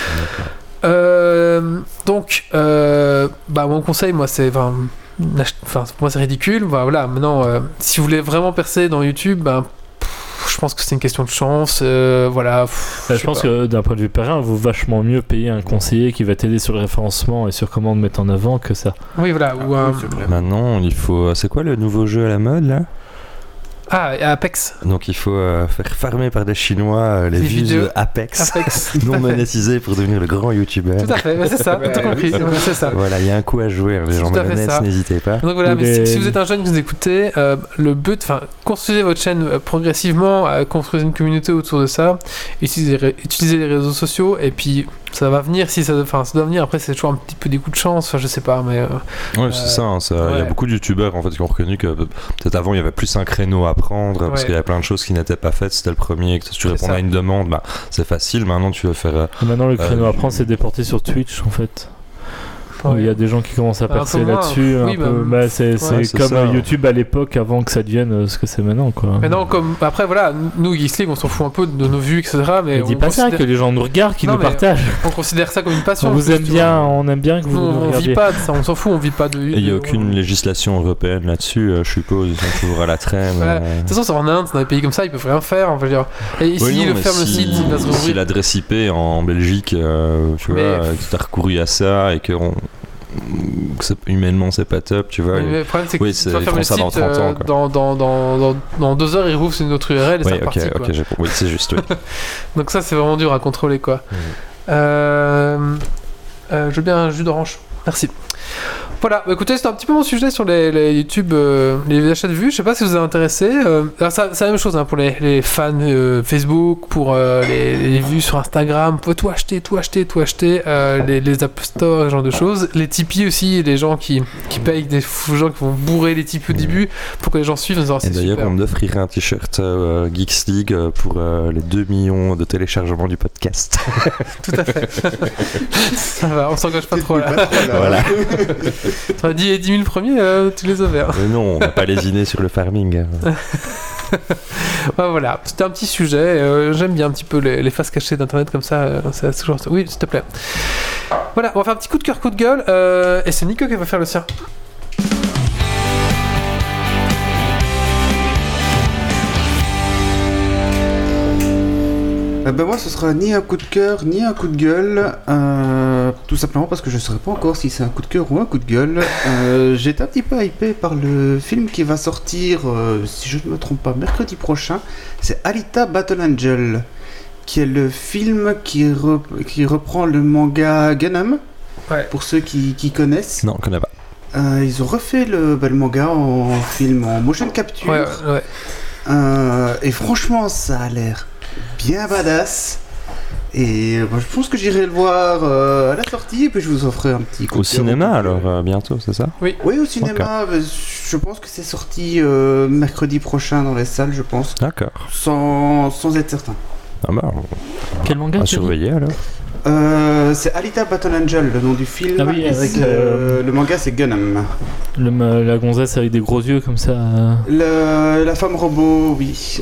Donc mon conseil, moi, c'est... pour moi c'est ridicule. Voilà, maintenant si vous voulez vraiment percer dans YouTube, je pense que c'est une question de chance. Voilà. Je pense que d'un point de vue pérenne, vaut vachement mieux payer un conseiller qui va t'aider sur le référencement et sur comment te mettre en avant que ça. Oui, voilà. Maintenant, il faut. C'est quoi le nouveau jeu à la mode là? Ah, Apex. Donc il faut faire farmer par des Chinois les vues de Apex non monétisées pour devenir le grand youtubeur. Tout à fait, c'est ça, tout compris. C'est ça. Voilà, il y a un coup à jouer, les gens malhonnêtes, n'hésitez pas. Donc voilà, mais si vous êtes un jeune qui nous écoutez, le but, construisez votre chaîne progressivement, construisez une communauté autour de ça, utilisez les réseaux sociaux, et puis ça va venir, ça doit venir. Après, c'est toujours un petit peu des coups de chance, je sais pas, mais. Ouais, c'est ça, il y a beaucoup de youtubeurs en fait qui ont reconnu que peut-être avant il y avait plus un créneau à prendre parce qu'il y a plein de choses qui n'étaient pas faites. C'était le premier, que tu répondais à une demande, c'est facile. Maintenant, tu veux faire. Maintenant, le créneau à prendre, c'est déporté sur Twitch en fait. Il y a des gens qui commencent à percer là-dessus. C'est comme ça, YouTube à l'époque, avant que ça devienne ce que c'est maintenant, quoi. Mais non, comme après voilà, nous Geeks League, on s'en fout un peu de nos vues, etc. Mais on dit pas ça, que les gens nous regardent, qu'ils nous partagent. On considère ça comme une passion. On vous aime bien, on aime bien que vous nous regardiez. On vit pas de ça, on s'en fout, on vit pas de. Il y a aucune législation européenne là-dessus, je suppose. Ils sont toujours à la traîne. De toute façon, c'est en Inde, dans des pays comme ça, ils peuvent rien faire. On va dire. Et ici, le site, il va se rouvrir. Si l'adresse IP en Belgique, tu vois, que t'as recouru à ça et que humainement c'est pas top, tu vois. Mais le problème c'est que tu vas fermer le site dans 30 ans, dans 2 heures, ils rouvrent sur une autre URL et c'est reparti. Oui, c'est juste. Oui. Donc ça, c'est vraiment dur à contrôler, quoi. Je veux bien un jus d'orange. Merci. Voilà, écoutez, c'était un petit peu mon sujet sur les YouTube, les achats de vues. Je sais pas si vous êtes intéressé. Alors c'est la même chose pour les fans Facebook, pour les vues sur Instagram. Vous pouvez tout acheter. Les App Store, ce genre de choses. Les Tipeee aussi, les gens qui payent des gens qui vont bourrer les Tipeee au début pour que les gens suivent. Et d'ailleurs, on m'offrirait un t-shirt Geeks League pour les 2 millions de téléchargements du podcast. Tout à fait. Ça va, on s'engage pas trop là. Voilà. Tu as dit les 10 000 premiers, tu les as verts. Mais non, on va pas lésiner sur le farming. Voilà, c'était un petit sujet. J'aime bien un petit peu les faces cachées d'internet comme ça. C'est toujours... Oui, s'il te plaît. Voilà, on va faire un petit coup de cœur, coup de gueule. Et c'est Nico qui va faire le sien. Moi ce sera ni un coup de cœur ni un coup de gueule, tout simplement parce que je ne saurais pas encore si c'est un coup de cœur ou un coup de gueule. J'étais un petit peu hypé par le film qui va sortir, si je ne me trompe pas, mercredi prochain. C'est Alita Battle Angel, qui est le film qui reprend le manga Gundam, pour ceux qui connaissent. Non, on ne connaît pas. Ils ont refait le manga en film en motion capture. Et franchement ça a l'air bien badass, et moi, je pense que j'irai le voir à la sortie, et puis je vous offrirai un petit coup au cinéma alors bientôt, c'est ça? Oui, au cinéma. Okay. Je pense que c'est sorti mercredi prochain dans les salles, je pense. D'accord. Sans être certain. Ah bah, quel manga à surveiller alors? C'est Alita Battle Angel, le nom du film. Ah oui, avec le manga c'est Gundam. La gonzesse avec des gros yeux comme ça. La femme robot, oui.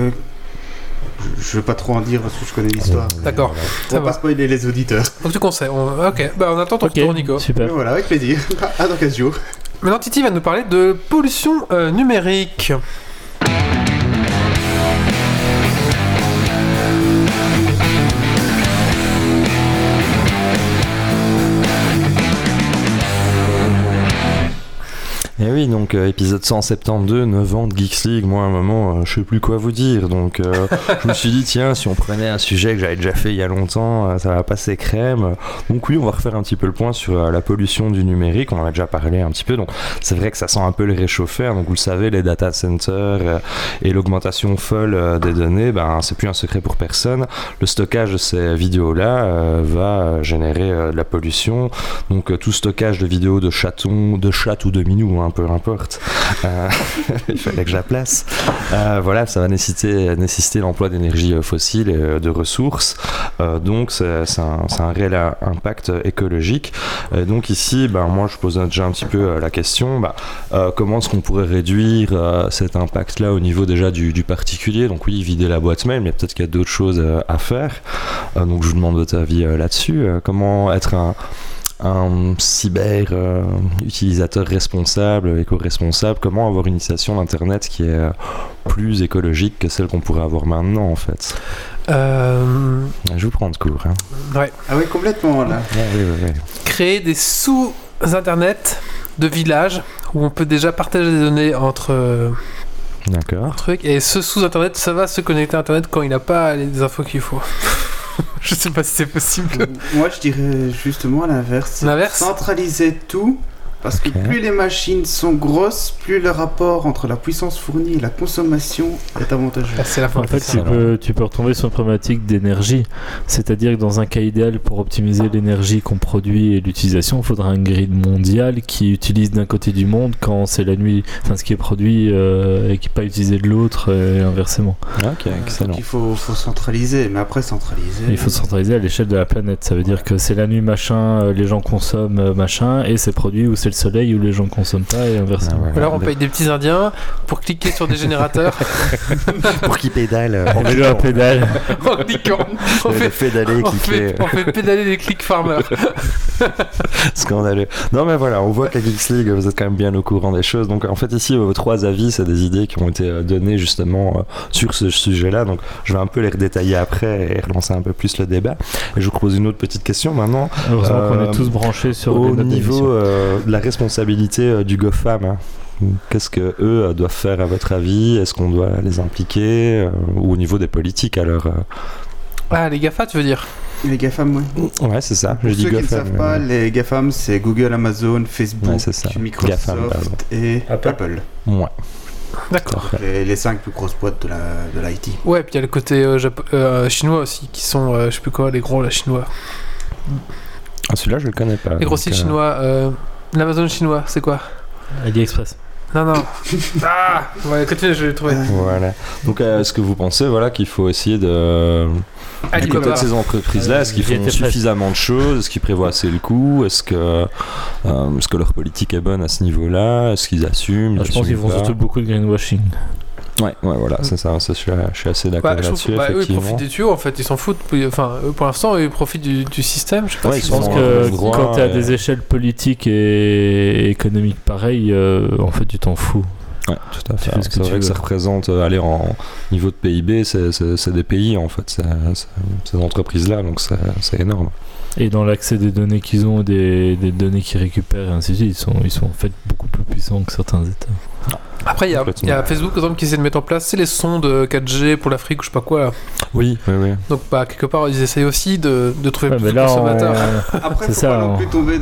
Je veux pas trop en dire parce que je connais l'histoire. D'accord. On va pas spoiler les auditeurs. Donc tu conseilles. Ok, on attend ton retour, Nico. Super. Mais voilà, avec plaisir. À l'occasion. Maintenant, Titi va nous parler de pollution numérique. Et oui, donc épisode 172, 9 ans de Geeks League. Moi à un moment je sais plus quoi vous dire, donc je me suis dit tiens, si on prenait un sujet que j'avais déjà fait il y a longtemps, ça va passer crème. Donc oui, on va refaire un petit peu le point sur la pollution du numérique. On en a déjà parlé un petit peu, donc c'est vrai que ça sent un peu le réchauffer, donc vous le savez, les data centers et l'augmentation folle des données, c'est plus un secret pour personne. Le stockage de ces vidéos là va générer de la pollution, donc tout stockage de vidéos de chatons, de chats ou de minous, peu importe, il fallait que je la place. Voilà, ça va nécessiter l'emploi d'énergie fossile et de ressources, donc c'est un réel impact écologique. Donc ici, moi je pose déjà un petit peu la question, comment est-ce qu'on pourrait réduire cet impact-là au niveau déjà du particulier? Donc oui, vider la boîte mail, mais peut-être qu'il y a d'autres choses à faire. Donc je vous demande votre avis là-dessus. Comment être un cyber utilisateur responsable, éco-responsable, comment avoir une utilisation d'Internet qui est plus écologique que celle qu'on pourrait avoir maintenant en fait. Je vous prends de court. Hein. Ouais. Ah oui, complètement là. Oui. Créer des sous-internet de villages où on peut déjà partager des données entre D'accord. trucs, et ce sous-internet, ça va se connecter à Internet quand il n'a pas les infos qu'il faut. Je sais pas si c'est possible. Moi, je dirais justement l'inverse. L'inverse ? Centraliser tout, parce que plus les machines sont grosses, plus le rapport entre la puissance fournie et la consommation est avantageux. C'est la fin. En fait, tu peux retomber sur une problématique d'énergie. C'est-à-dire que dans un cas idéal, pour optimiser l'énergie qu'on produit et l'utilisation, il faudra un grid mondial qui utilise d'un côté du monde quand c'est la nuit, enfin ce qui est produit et qui n'est pas utilisé de l'autre et inversement. Ok, excellent. Donc il faut centraliser, mais après centraliser... Il faut centraliser à l'échelle de la planète. Ça veut dire que c'est la nuit machin, les gens consomment machin, et c'est produit où c'est le soleil où les gens consomment pas et inversement. Ah ouais. Alors on paye des petits indiens pour cliquer sur des générateurs. Pour qu'ils pédalent. En vélo à pédale. En cliquant. On fait pédaler les click farmers. Scandaleux. Non mais voilà, on voit qu'à Geeks League vous êtes quand même bien au courant des choses. Donc en fait ici vos 3 avis, c'est des idées qui ont été données justement sur ce sujet-là. Donc je vais un peu les redétailler après et relancer un peu plus le débat. Et je vous pose une autre petite question maintenant. Heureusement qu'on est tous branchés sur au les notes niveau d'émission. de la responsabilité du GoFam. Hein. Qu'est-ce que eux doivent faire à votre avis? Est-ce qu'on doit les impliquer ou au niveau des politiques alors Ah, les GAFA, tu veux dire? Les GAFAM, oui. Ouais, c'est ça. Pour Je dis ceux qui ne GoFam. savent pas, les GAFAM, c'est Google, Amazon, Facebook, Ouais, c'est ça. Microsoft GAFAM, pardon. et Apple. Apple. Ouais. D'accord. Les 5 plus grosses boîtes de l'IT. Ouais, puis il y a le côté chinois aussi, qui sont, je sais plus quoi, les gros, là, chinois. Ah, celui-là, je le connais pas. Les gros sites chinois. L'Amazon chinois, c'est quoi? AliExpress. Non. Ah, ouais, continue, je vais le trouver. Voilà. Donc, est-ce que vous pensez qu'il faut essayer de... Du côté de ces entreprises-là, est-ce qu'ils font suffisamment de choses? Est-ce qu'ils prévoient assez le coup? Est-ce que leur politique est bonne à ce niveau-là? Est-ce qu'ils assument? Je pense qu'ils font surtout beaucoup de greenwashing. Ouais, voilà, c'est ça. Je suis assez d'accord là-dessus. Eux, ils effectivement. profitent des tuyaux en fait, ils s'en foutent. Enfin, eux, pour l'instant, ils profitent du système. Je sais pas Ouais, si ils Je pense sont que droit, quand tu as des échelles politiques et économiques pareilles, en fait, tu t'en fous. Ouais, tout à fait. fais ce que C'est tu vrai que veux. ça représente, en niveau de PIB, c'est des pays en fait, ces entreprises-là, donc c'est énorme. Et dans l'accès des données qu'ils ont et des données qu'ils récupèrent et ainsi de suite, ils sont en fait beaucoup plus puissants que certains États. Après, il y a Facebook, par exemple, qui essaie de mettre en place les sondes 4G pour l'Afrique ou je sais pas quoi. Là. Oui. Donc, quelque part, ils essayent aussi de trouver Ouais, plus mais de là, consommateurs. Après, C'est faut ça, pas non hein. plus tomber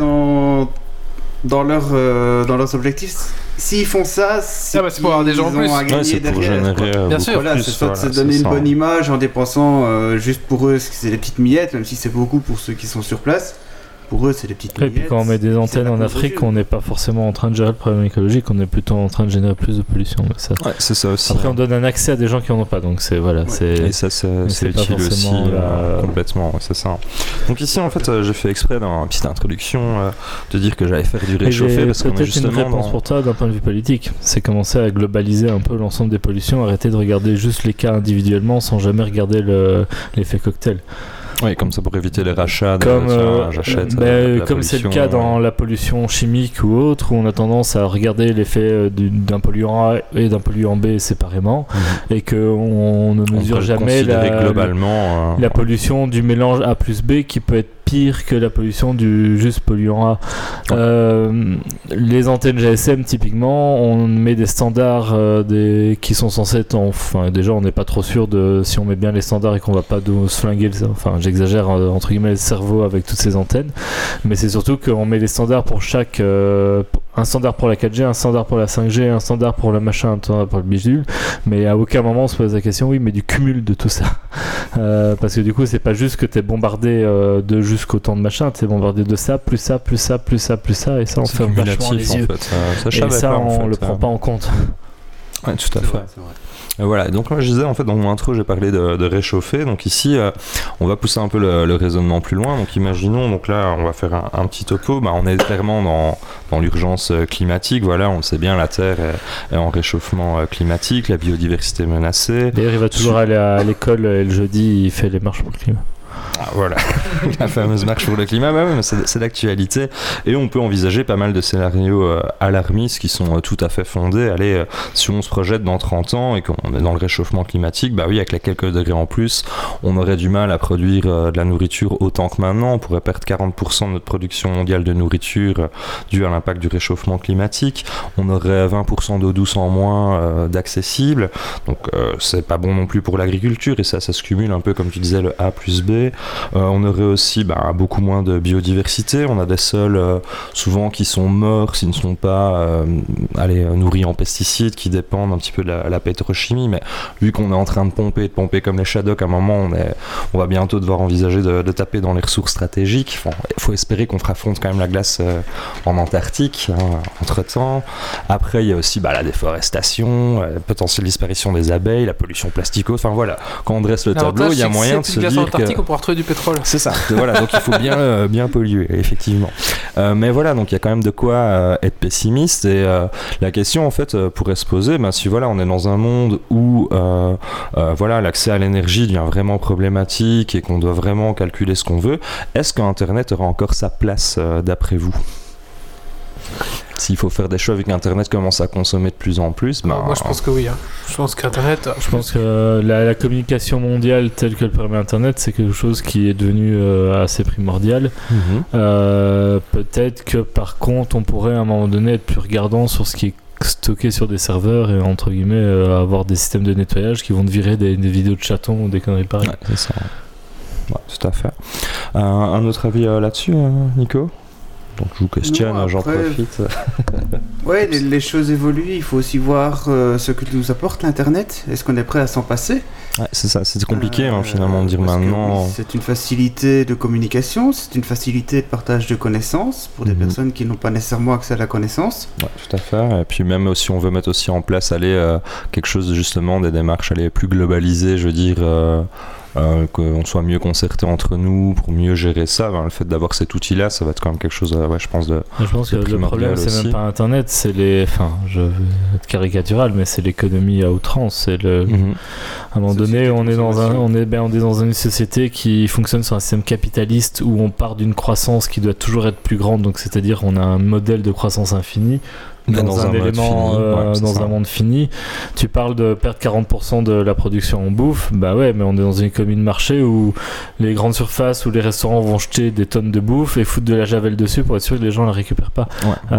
dans leurs objectifs. S'ils font ça, c'est c'est pour avoir des gens en plus. à Ouais, gagner c'est pour derrière, générer quoi. Bien beaucoup sûr. Voilà, plus. c'est soit de se Voilà, donner c'est une ça. bonne image en dépensant juste pour eux, c'est des petites miettes, même si c'est beaucoup pour ceux qui sont sur place. Pour eux, c'est des petites Et miettes. puis quand on met des antennes en Afrique, on n'est pas forcément en train de gérer le problème écologique, on est plutôt en train de générer plus de pollution. Mais ça... Ouais, c'est ça aussi. Après, on donne un accès à des gens qui en ont pas, donc c'est voilà, c'est. Et ça, c'est c'est pas utile aussi, forcément complètement, ouais, c'est ça. Donc ici, en fait, j'ai fait exprès dans une petite introduction de dire que j'allais faire du réchauffé parce qu'on est peut-être justement une réponse pour toi d'un point de vue politique. C'est commencer à globaliser un peu l'ensemble des pollutions, arrêter de regarder juste les cas individuellement sans jamais regarder l'effet cocktail. Oui, comme ça pour éviter les rachats. Comme J'achète. comme c'est le cas dans la pollution chimique ou autre, où on a tendance à regarder l'effet d'un polluant A et d'un polluant B séparément, et qu'on ne mesure jamais globalement la pollution du mélange A plus B qui peut être pire que la pollution du juste polluant A. Les antennes GSM, typiquement, on met des standards qui sont censés être déjà, on n'est pas trop sûr de si on met bien les standards et qu'on va pas se flinguer, j'exagère entre guillemets, le cerveau avec toutes ces antennes, mais c'est surtout qu'on met les standards pour chaque un standard pour la 4G, un standard pour la 5G, un standard pour le machin, un standard pour le bidule, mais à aucun moment on se pose la question, oui, mais du cumul de tout ça. Parce que du coup, c'est pas juste que t'es bombardé de jusqu'au temps de machin, t'es bombardé de ça, plus ça, plus ça, plus ça, plus ça, et ça on se ferme vachement les yeux. Et ça, on le prend pas en compte. Ouais, tout à fait. C'est vrai. Voilà, donc moi je disais en fait dans mon intro j'ai parlé de réchauffer, donc ici on va pousser un peu le raisonnement plus loin, donc imaginons, donc là on va faire un petit topo, on est clairement dans l'urgence climatique, voilà, on le sait bien, la Terre est en réchauffement climatique, la biodiversité est menacée. D'ailleurs il va toujours aller à l'école et le jeudi il fait les marches pour le climat. Voilà, la fameuse marche pour le climat, ouais, mais c'est d'actualité. Et on peut envisager pas mal de scénarios alarmistes qui sont tout à fait fondés. Allez, si on se projette dans 30 ans et qu'on est dans le réchauffement climatique, bah oui, avec les quelques degrés en plus, on aurait du mal à produire de la nourriture autant que maintenant. On pourrait perdre 40% de notre production mondiale de nourriture due à l'impact du réchauffement climatique. On aurait 20% d'eau douce en moins d'accessible. Donc c'est pas bon non plus pour l'agriculture, et ça se cumule un peu comme tu disais, le A plus B. On aurait aussi beaucoup moins de biodiversité. On a des sols souvent qui sont morts s'ils ne sont pas nourris en pesticides, qui dépendent un petit peu de la pétrochimie. Mais vu qu'on est en train de pomper comme les Shadocks, à un moment on va bientôt devoir envisager de taper dans les ressources stratégiques. Bon, il faut espérer qu'on fera fondre quand même la glace en Antarctique entre temps. Après il y a aussi la déforestation, la potentielle disparition des abeilles, la pollution plastique. Enfin voilà, quand on dresse le tableau, il y a moyen de se dire que on pourra retrouver du pétrole. C'est ça. Voilà, donc il faut bien polluer, effectivement. Mais voilà, donc il y a quand même de quoi être pessimiste, et la question en fait pourrait se poser, si voilà, on est dans un monde où l'accès à l'énergie devient vraiment problématique et qu'on doit vraiment calculer ce qu'on veut, est-ce qu'Internet aura encore sa place d'après vous ? S'il faut faire des choix vu qu'Internet commence à consommer de plus en plus, moi je pense que oui. Je pense qu'Internet... Je pense que la communication mondiale telle que le permet Internet, c'est quelque chose qui est devenu assez primordial. Peut-être que par contre, on pourrait à un moment donné être plus regardant sur ce qui est stocké sur des serveurs et entre guillemets avoir des systèmes de nettoyage qui vont te virer des vidéos de chatons ou des conneries pareilles. Ouais, c'est ça. Ouais, tout à fait. Un autre avis là-dessus, Nico ? Donc je vous questionne, j'en profite. Ouais, les choses évoluent, il faut aussi voir ce que nous apporte l'Internet. Est-ce qu'on est prêt à s'en passer ? Ouais, c'est ça, c'est compliqué finalement de dire maintenant. Oui, c'est une facilité de communication, c'est une facilité de partage de connaissances pour des personnes qui n'ont pas nécessairement accès à la connaissance. Ouais, tout à fait. Et puis même si on veut mettre aussi en place quelque chose justement, des démarches plus globalisées, je veux dire... qu'on soit mieux concerté entre nous pour mieux gérer ça, le fait d'avoir cet outil là, ça va être quand même quelque chose je pense que le problème c'est aussi. Même pas Internet, c'est je vais être caricatural, mais c'est l'économie à outrance, c'est à un moment donné on est dans une société qui fonctionne sur un système capitaliste où on part d'une croissance qui doit toujours être plus grande, donc c'est-à-dire on a un modèle de croissance infinie dans un élément dans un monde fini. Tu parles de perdre 40% de la production en bouffe, mais on est dans une économie de marché où les grandes surfaces ou les restaurants vont jeter des tonnes de bouffe et foutre de la javel dessus pour être sûr que les gens la récupèrent pas.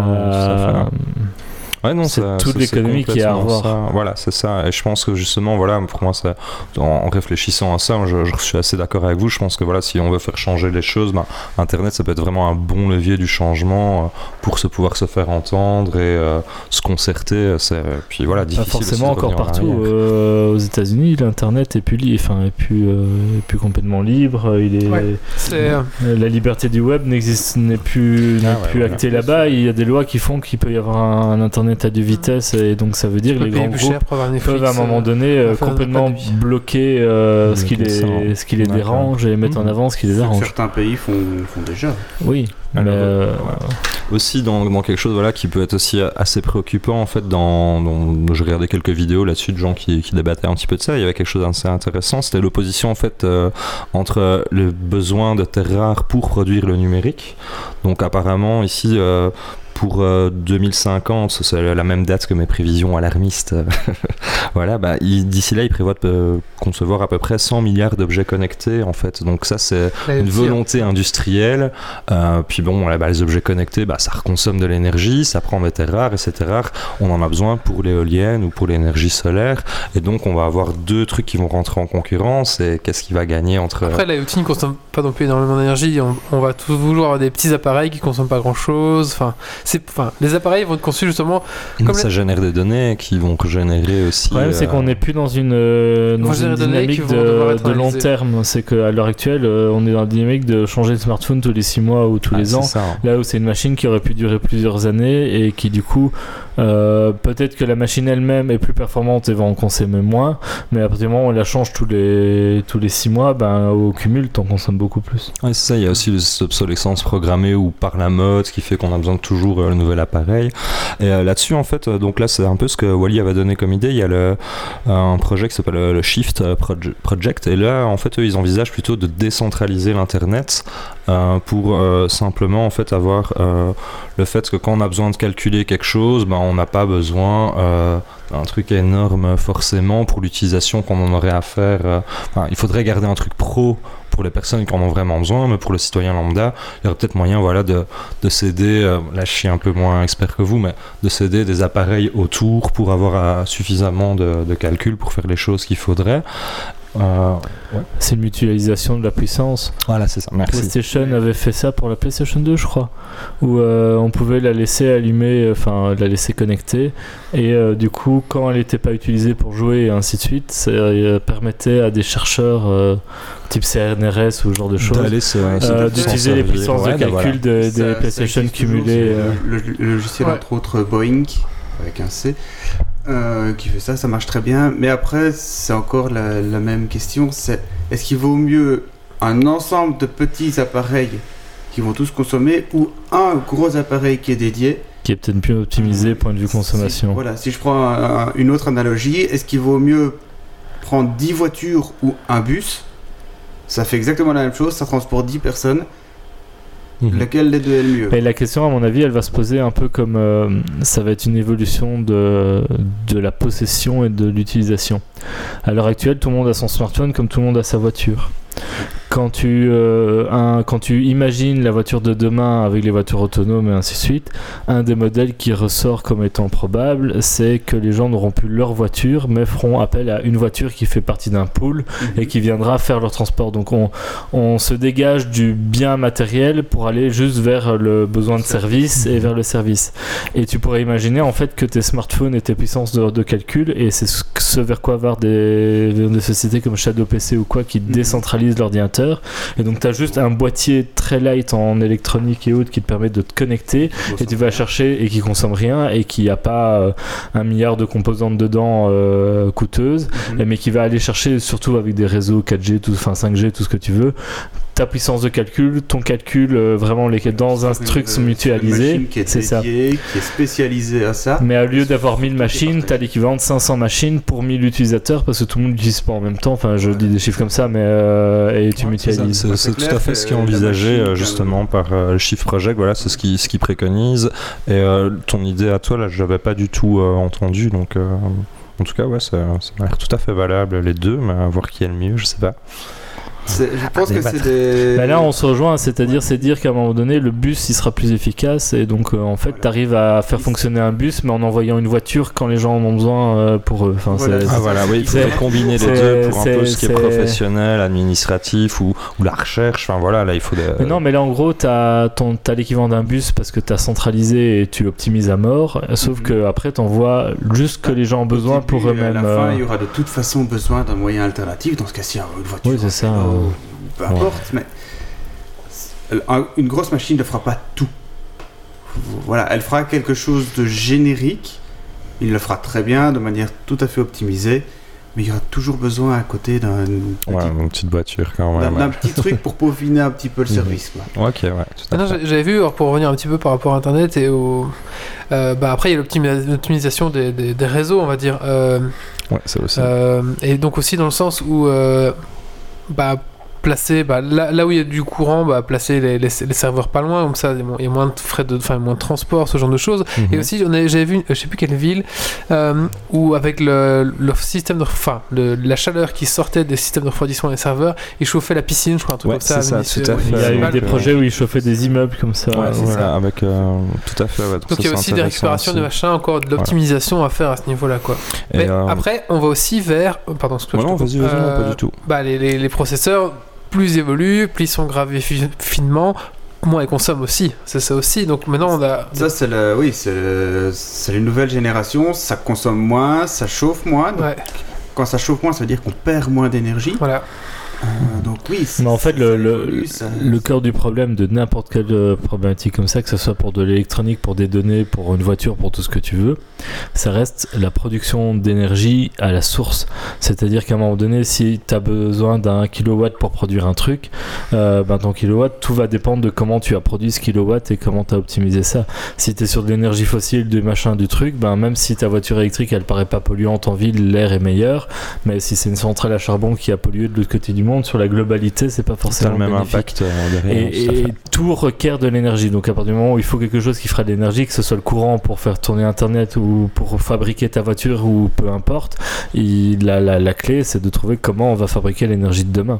Ouais, non, c'est toute l'économie qui est à revoir. Ça. Voilà, c'est ça. Et je pense que justement, pour moi, en réfléchissant à ça, je suis assez d'accord avec vous. Je pense que si on veut faire changer les choses, Internet, ça peut être vraiment un bon levier du changement pour pouvoir se faire entendre et se concerter. Puis voilà, difficile. Pas forcément encore partout. Aux États-Unis, l'Internet est plus complètement libre. La liberté du web n'est plus actée là-bas. Il y a des lois qui font qu'il peut y avoir un Internet à deux vitesses, et donc ça veut dire que les grands groupes peuvent à un moment donné complètement bloquer ce qui les dérange et mettre en avant ce qui les arrange. Certains pays font déjà. Oui. Aussi dans quelque chose qui peut être aussi assez préoccupant en fait, je regardais quelques vidéos là-dessus de gens qui débattaient un petit peu de ça. Il y avait quelque chose d'assez intéressant, c'était l'opposition en fait entre le besoin de terres rares pour produire le numérique. Donc apparemment ici pour 2050, c'est la même date que mes prévisions alarmistes. D'ici là, ils prévoient de concevoir à peu près 100 milliards d'objets connectés, en fait. Donc ça, c'est une volonté industrielle. Puis les objets connectés, ça reconsomme de l'énergie, ça prend des terres rares, et ces terres rares, on en a besoin pour l'éolienne ou pour l'énergie solaire. Et donc, on va avoir deux trucs qui vont rentrer en concurrence. Et qu'est-ce qui va gagner entre... Après, l'IoT ne consomme pas non plus énormément d'énergie. On va toujours avoir des petits appareils qui ne consomment pas grand-chose. Les appareils vont être conçus justement comme ça génère des données qui vont générer aussi. Le problème, c'est qu'on n'est plus dans une dynamique de long terme. C'est qu'à l'heure actuelle, on est dans la dynamique de changer de smartphone tous les 6 mois ou tous les ans. Là où c'est une machine qui aurait pu durer plusieurs années et qui du coup peut-être que la machine elle-même est plus performante et va en consommer moins, mais à partir du moment où on la change tous les 6 mois, au cumul t'en consommes beaucoup plus. Ouais, c'est ça. Il y a aussi cette obsolescence programmée ou par la mode, ce qui fait qu'on a besoin de toujours jour le nouvel appareil. Et là-dessus, en fait, donc là, c'est un peu ce que Wally avait donné comme idée. Il y a un projet qui s'appelle le Shift Project. Et là, en fait, eux, ils envisagent plutôt de décentraliser l'Internet pour simplement, en fait, avoir le fait que quand on a besoin de calculer quelque chose, on n'a pas besoin d'un truc énorme forcément pour l'utilisation qu'on en aurait à faire. Il faudrait garder un truc pro pour les personnes qui en ont vraiment besoin, mais pour le citoyen lambda, il y aurait peut-être moyen de céder, là je suis un peu moins expert que vous, mais de céder des appareils autour pour avoir suffisamment de calculs pour faire les choses qu'il faudrait. Ouais. C'est une mutualisation de la puissance. Voilà, c'est ça. Merci. PlayStation avait fait ça pour la PlayStation 2, je crois, où on pouvait la laisser allumer, enfin la laisser connecter, et du coup, quand elle n'était pas utilisée pour jouer et ainsi de suite, ça permettait à des chercheurs type CNRS ou ce genre de choses d'utiliser les puissances de calcul des PlayStation cumulées. Le logiciel, entre autres, Boeing, avec un C. Qui fait ça marche très bien. Mais après, c'est encore la même question. Est-ce qu'il vaut mieux un ensemble de petits appareils qui vont tous consommer ou un gros appareil qui est dédié, qui est peut-être plus optimisé point de vue consommation. Si je prends une autre analogie, est-ce qu'il vaut mieux prendre 10 voitures ou un bus? Ça fait exactement la même chose, ça transporte 10 personnes. Lequel des deux est le mieux? Et la question, à mon avis, elle va se poser un peu comme ça va être une évolution de la possession et de l'utilisation. À l'heure actuelle, tout le monde a son smartphone comme tout le monde a sa voiture. Quand tu imagines la voiture de demain avec les voitures autonomes et ainsi de suite, un des modèles qui ressort comme étant probable, c'est que les gens n'auront plus leur voiture, mais feront appel à une voiture qui fait partie d'un pool et qui viendra faire leur transport. Donc on se dégage du bien matériel pour aller juste vers le besoin de service et vers le service. Et tu pourrais imaginer en fait que tes smartphones et tes puissances de calcul, et c'est ce vers quoi avoir des sociétés comme Shadow PC ou quoi qui décentralisent l'ordinateur. Et donc tu as juste un boîtier très light en électronique et autres qui te permet de te connecter et tu vas chercher et qui consomme rien et qui a pas 1 milliard de composantes dedans coûteuses, mais qui va aller chercher surtout avec des réseaux 4G, 5G, tout ce que tu veux, ta puissance de calcul, ton calcul vraiment dans un truc mutualisé, c'est ça. Qui est spécialisé à ça. Mais au lieu d'avoir 1000 machines, tu as l'équivalent de 500 machines pour 1000 utilisateurs parce que tout le monde n'utilise pas en même temps. Enfin, je dis des chiffres comme ça, mais et tu mutualises. C'est tout à fait ce qui est envisagé justement par le Shift Project. Voilà, c'est ce qui préconise. Et ton idée à toi, là, je l'avais pas du tout entendu. Donc, en tout cas, ouais, ça a l'air tout à fait valable les deux, mais à voir qui est le mieux, je sais pas. Je pense que c'est des... là on se rejoint, c'est-à-dire c'est dire qu'à un moment donné le bus il sera plus efficace et donc en fait tu arrives à faire fonctionner un bus mais en envoyant une voiture quand les gens en ont besoin pour eux. Enfin, il faudrait combiner les deux pour un peu ce qui est professionnel, administratif ou la recherche. Enfin voilà, là il faut mais non, mais là en gros t'as l'équivalent d'un bus parce que t'as centralisé et tu l'optimises à mort, sauf que après t'envoies juste que les gens ont besoin pour eux-mêmes. À la fin il y aura de toute façon besoin d'un moyen alternatif, dans ce cas-ci une voiture. Oui, c'est ça. Peu importe, mais une grosse machine ne fera pas tout. Voilà, elle fera quelque chose de générique, il le fera très bien, de manière tout à fait optimisée, mais il y aura toujours besoin à côté une petite voiture quand même. D'un petit truc pour peaufiner un petit peu le service. Quoi. Ok, ouais, tout à fait. J'avais vu, pour revenir un petit peu par rapport à Internet, et après il y a l'optimisation des réseaux, on va dire. Ouais, ça aussi. Et donc aussi dans le sens où... placer là où il y a du courant, placer les serveurs pas loin, comme ça il y a moins de frais moins de transport, ce genre de choses. Et aussi j'avais vu je sais plus quelle ville où avec le système la chaleur qui sortait des systèmes de refroidissement des serveurs, ils chauffaient la piscine, je crois, un truc comme ça. Tout à fait. Il y a eu des projets où ils chauffaient des immeubles comme ça. Ça. Avec tout à fait. Donc il y a aussi des récupérations de machin, encore de l'optimisation à faire à ce niveau-là, quoi. Mais après on va aussi vers vas-y, pas du tout. Les processeurs plus évoluent, plus ils sont gravés finement, moins ils consomment aussi. C'est ça aussi. Donc maintenant on a... Ça c'est c'est une nouvelle génération, ça consomme moins, ça chauffe moins. Donc, quand ça chauffe moins, ça veut dire qu'on perd moins d'énergie. Voilà. Donc Oui, Mais en fait, ça- le cœur du problème de n'importe quelle problématique comme ça, que ce soit pour de l'électronique, pour des données, pour une voiture, pour tout ce que tu veux, ça reste la production d'énergie à la source. C'est-à-dire qu'à un moment donné, si tu as besoin d'un kilowatt pour produire un truc, ton kilowatt, tout va dépendre de comment tu as produit ce kilowatt et comment tu as optimisé ça. Si tu es sur de l'énergie fossile, du machin, du truc, même si ta voiture électrique, elle paraît pas polluante en ville, l'air est meilleur, mais si c'est une centrale à charbon qui a pollué de l'autre côté du monde, sur la globalité, c'est pas forcément le même bénéfique. impact derrière. Et tout requiert de l'énergie. Donc à partir du moment où il faut quelque chose qui fera de l'énergie, que ce soit le courant pour faire tourner Internet ou pour fabriquer ta voiture ou peu importe, la clé c'est de trouver comment on va fabriquer l'énergie de demain.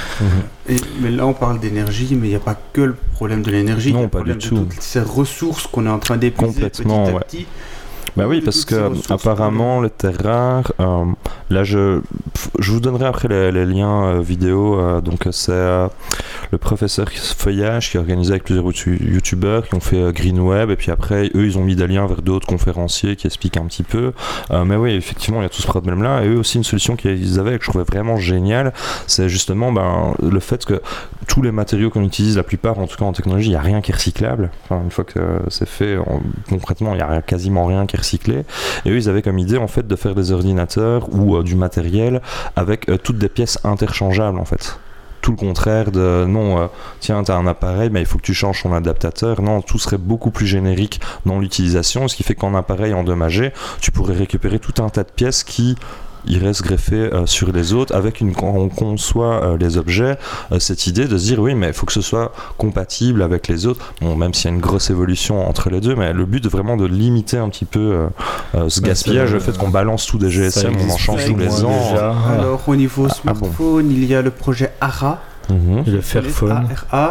Mais là on parle d'énergie, mais il n'y a pas que le problème de l'énergie, il y a Non, le pas problème du de tout. toutes ces ressources qu'on est en train d'épuiser Complètement, petit à ouais. petit. Bah oui, De parce toutes ces que ressources apparemment les terres rares, là je vous donnerai après les liens vidéo. Donc c'est le professeur Feuillage qui a organisé avec plusieurs youtubeurs qui ont fait Green Web, et puis après eux ils ont mis des liens vers d'autres conférenciers qui expliquent un petit peu. Mais oui, effectivement il y a tout ce problème là, et eux aussi une solution qu'ils avaient et que je trouvais vraiment géniale, c'est justement le fait que tous les matériaux qu'on utilise, la plupart en tout cas en technologie, il n'y a rien qui est recyclable. Enfin, une fois que c'est fait, concrètement il n'y a quasiment rien qui est recyclé, et eux ils avaient comme idée en fait de faire des ordinateurs ou du matériel avec toutes des pièces interchangeables en fait. Tout le contraire de non, tiens t'as un appareil mais il faut que tu changes ton adaptateur. Non, tout serait beaucoup plus générique dans l'utilisation, ce qui fait qu'en appareil endommagé tu pourrais récupérer tout un tas de pièces qui restent greffées sur les autres, avec quand on conçoit les objets, cette idée de se dire oui mais il faut que ce soit compatible avec les autres, bon, même s'il y a une grosse évolution entre les deux, mais le but vraiment de limiter un petit peu ce gaspillage, le fait qu'on balance tout des GSM, on en change tous les ans. Alors au niveau smartphone, il y a le projet ARA. Le Fairphone.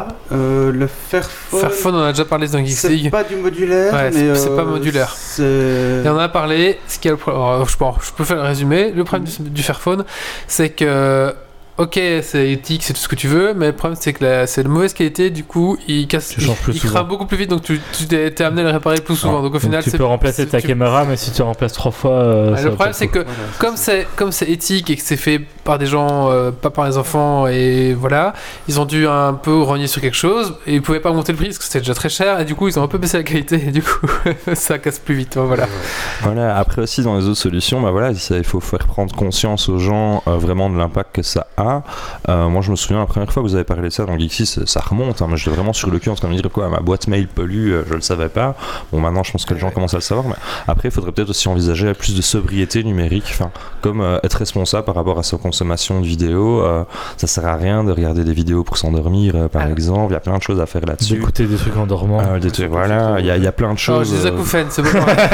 Le Fairphone. Fairphone, on a déjà parlé dans Geeks C'est League. pas du modulaire, Ouais, mais c'est pas modulaire. Et on en a parlé. Ce qui a je peux faire le résumé. Le problème du Fairphone, c'est que ok, c'est éthique, c'est tout ce que tu veux, mais le problème c'est que c'est de mauvaise qualité, du coup il crame beaucoup plus vite, donc tu t'es amené à le réparer plus souvent. Donc au final, tu peux remplacer ta caméra, mais si tu remplaces 3 fois. Le problème c'est que comme c'est éthique et que c'est fait par des gens, pas par les enfants, et voilà, ils ont dû un peu rogner sur quelque chose et ils pouvaient pas monter le prix parce que c'était déjà très cher, et du coup ils ont un peu baissé la qualité et du coup ça casse plus vite. Voilà. Voilà. Après aussi dans les autres solutions, il faut faire prendre conscience aux gens vraiment de l'impact que ça a. Moi je me souviens la première fois que vous avez parlé de ça dans Geeksy, ça remonte, mais j'étais vraiment sur le cul en train de me dire quoi, ma boîte mail pollue, je le savais pas. Bon, maintenant je pense que les gens commencent à le savoir, mais après il faudrait peut-être aussi envisager plus de sobriété numérique, comme être responsable par rapport à sa consommation de vidéos. Ça sert à rien de regarder des vidéos pour s'endormir par exemple, il y a plein de choses à faire là-dessus, d'écouter des trucs en dormant, voilà, il y a plein de choses. Des acouphènes, c'est bon.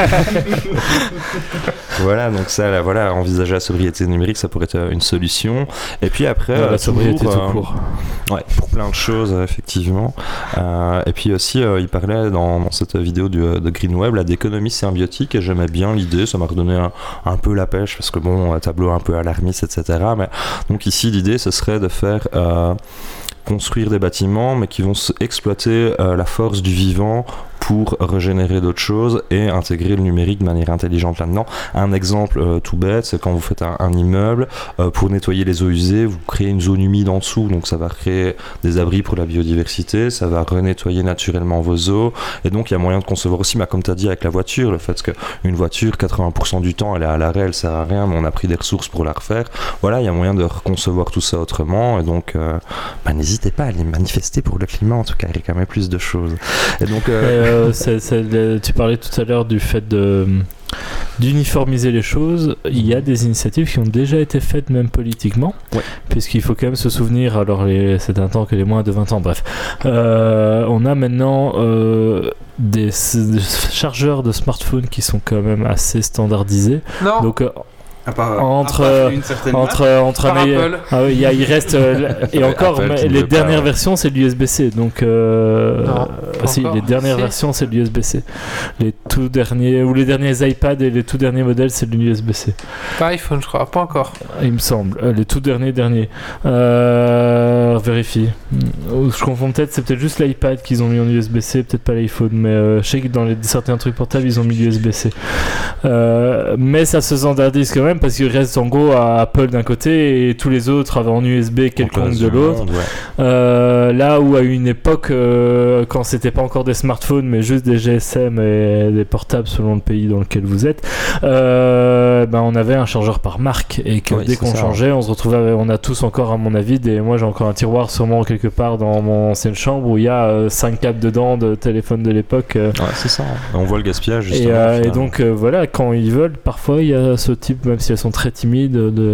Voilà, donc ça, voilà, envisager la sobriété numérique, ça pourrait être une solution. Et puis après, la sobriété tout court. Ouais, pour plein de choses, effectivement. Et puis aussi, il parlait dans cette vidéo de Green Web, d'économie symbiotique, et j'aimais bien l'idée, ça m'a redonné un peu la pêche, parce que bon, tableau un peu alarmiste, etc. Mais donc ici, l'idée, ce serait de faire construire des bâtiments, mais qui vont exploiter la force du vivant pour régénérer d'autres choses et intégrer le numérique de manière intelligente là-dedans. Un exemple tout bête, c'est quand vous faites un immeuble, pour nettoyer les eaux usées, vous créez une zone humide en dessous, donc ça va créer des abris pour la biodiversité, ça va renettoyer naturellement vos eaux, et donc il y a moyen de concevoir aussi, comme tu as dit avec la voiture, le fait qu'une voiture, 80% du temps, elle est à l'arrêt, elle sert à rien, mais on a pris des ressources pour la refaire. Voilà, il y a moyen de reconcevoir tout ça autrement, et donc n'hésitez pas à aller manifester pour le climat, en tout cas, il y a quand même plus de choses. Et donc... tu parlais tout à l'heure du fait d'uniformiser les choses. Il y a des initiatives qui ont déjà été faites même politiquement, puisqu'il faut quand même se souvenir, alors c'est un temps que les moins de 20 ans, bref, on a maintenant des chargeurs de smartphones qui sont quand même assez standardisés. Non. Donc entre Apple. il reste et encore Apple, mais les dernières versions c'est de l'USB-C, donc les dernières versions c'est de l'USB-C, les tout derniers ou les derniers iPads et les tout derniers modèles c'est de l'USB-C. Pas iPhone je crois, pas encore, il me semble, les tout derniers vérifie, je confonds peut-être, c'est peut-être juste l'iPad qu'ils ont mis en USB-C, peut-être pas l'iPhone, mais je sais que dans certains trucs portables ils ont mis l'USB-C, mais ça se standardise quand même. même parce qu'il reste en gros à Apple d'un côté et tous les autres avaient en USB quelconque de l'autre. Là où à une époque, quand c'était pas encore des smartphones mais juste des GSM et des portables selon le pays dans lequel vous êtes, on avait un chargeur par marque et que dès qu'on changeait, on se retrouvait, on a tous encore à mon avis, moi j'ai encore un tiroir sûrement quelque part dans mon ancienne chambre où il y a 5 câbles dedans de téléphone de l'époque. C'est ça. On voit le gaspillage justement. Et donc voilà, quand ils veulent, parfois il y a ce type, même si elles sont très timides,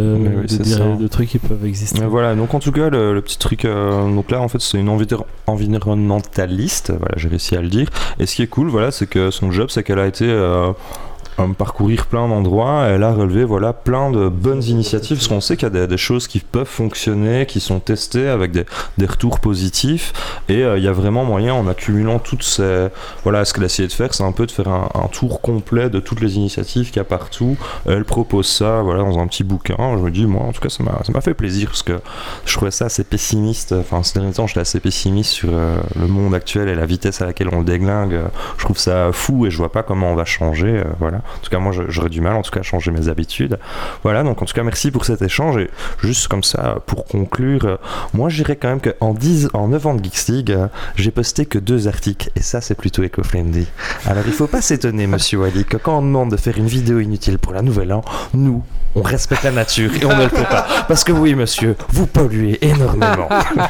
de trucs qui peuvent exister. Mais voilà, donc en tout cas le petit truc, donc là en fait c'est une environnementaliste, voilà, j'ai réussi à le dire. Et ce qui est cool, voilà, c'est que son job, c'est qu'elle a été parcourir plein d'endroits, elle a relevé plein de bonnes initiatives, parce qu'on sait qu'il y a des choses qui peuvent fonctionner, qui sont testées avec des retours positifs, et il y a vraiment moyen, en accumulant toutes ces... Voilà, ce qu'elle a essayé de faire, c'est un peu de faire un tour complet de toutes les initiatives qu'il y a partout. Elle propose ça dans un petit bouquin. Je me dis, moi en tout cas ça m'a fait plaisir, parce que je trouvais ça assez pessimiste, ces derniers temps j'étais assez pessimiste sur le monde actuel et la vitesse à laquelle on le déglingue. Je trouve ça fou et je vois pas comment on va changer, voilà. En tout cas, moi, j'aurais du mal, en tout cas, à changer mes habitudes. Voilà, donc en tout cas, merci pour cet échange. Et juste comme ça, pour conclure, moi, je dirais quand même qu'en 9 ans de Geeks League, j'ai posté que 2 articles. Et ça, c'est plutôt éco-friendly. Alors, il faut pas s'étonner, monsieur Wally, que quand on demande de faire une vidéo inutile pour la Nouvelle An, nous, on respecte la nature et on ne le fait pas. Parce que oui, monsieur, vous polluez énormément.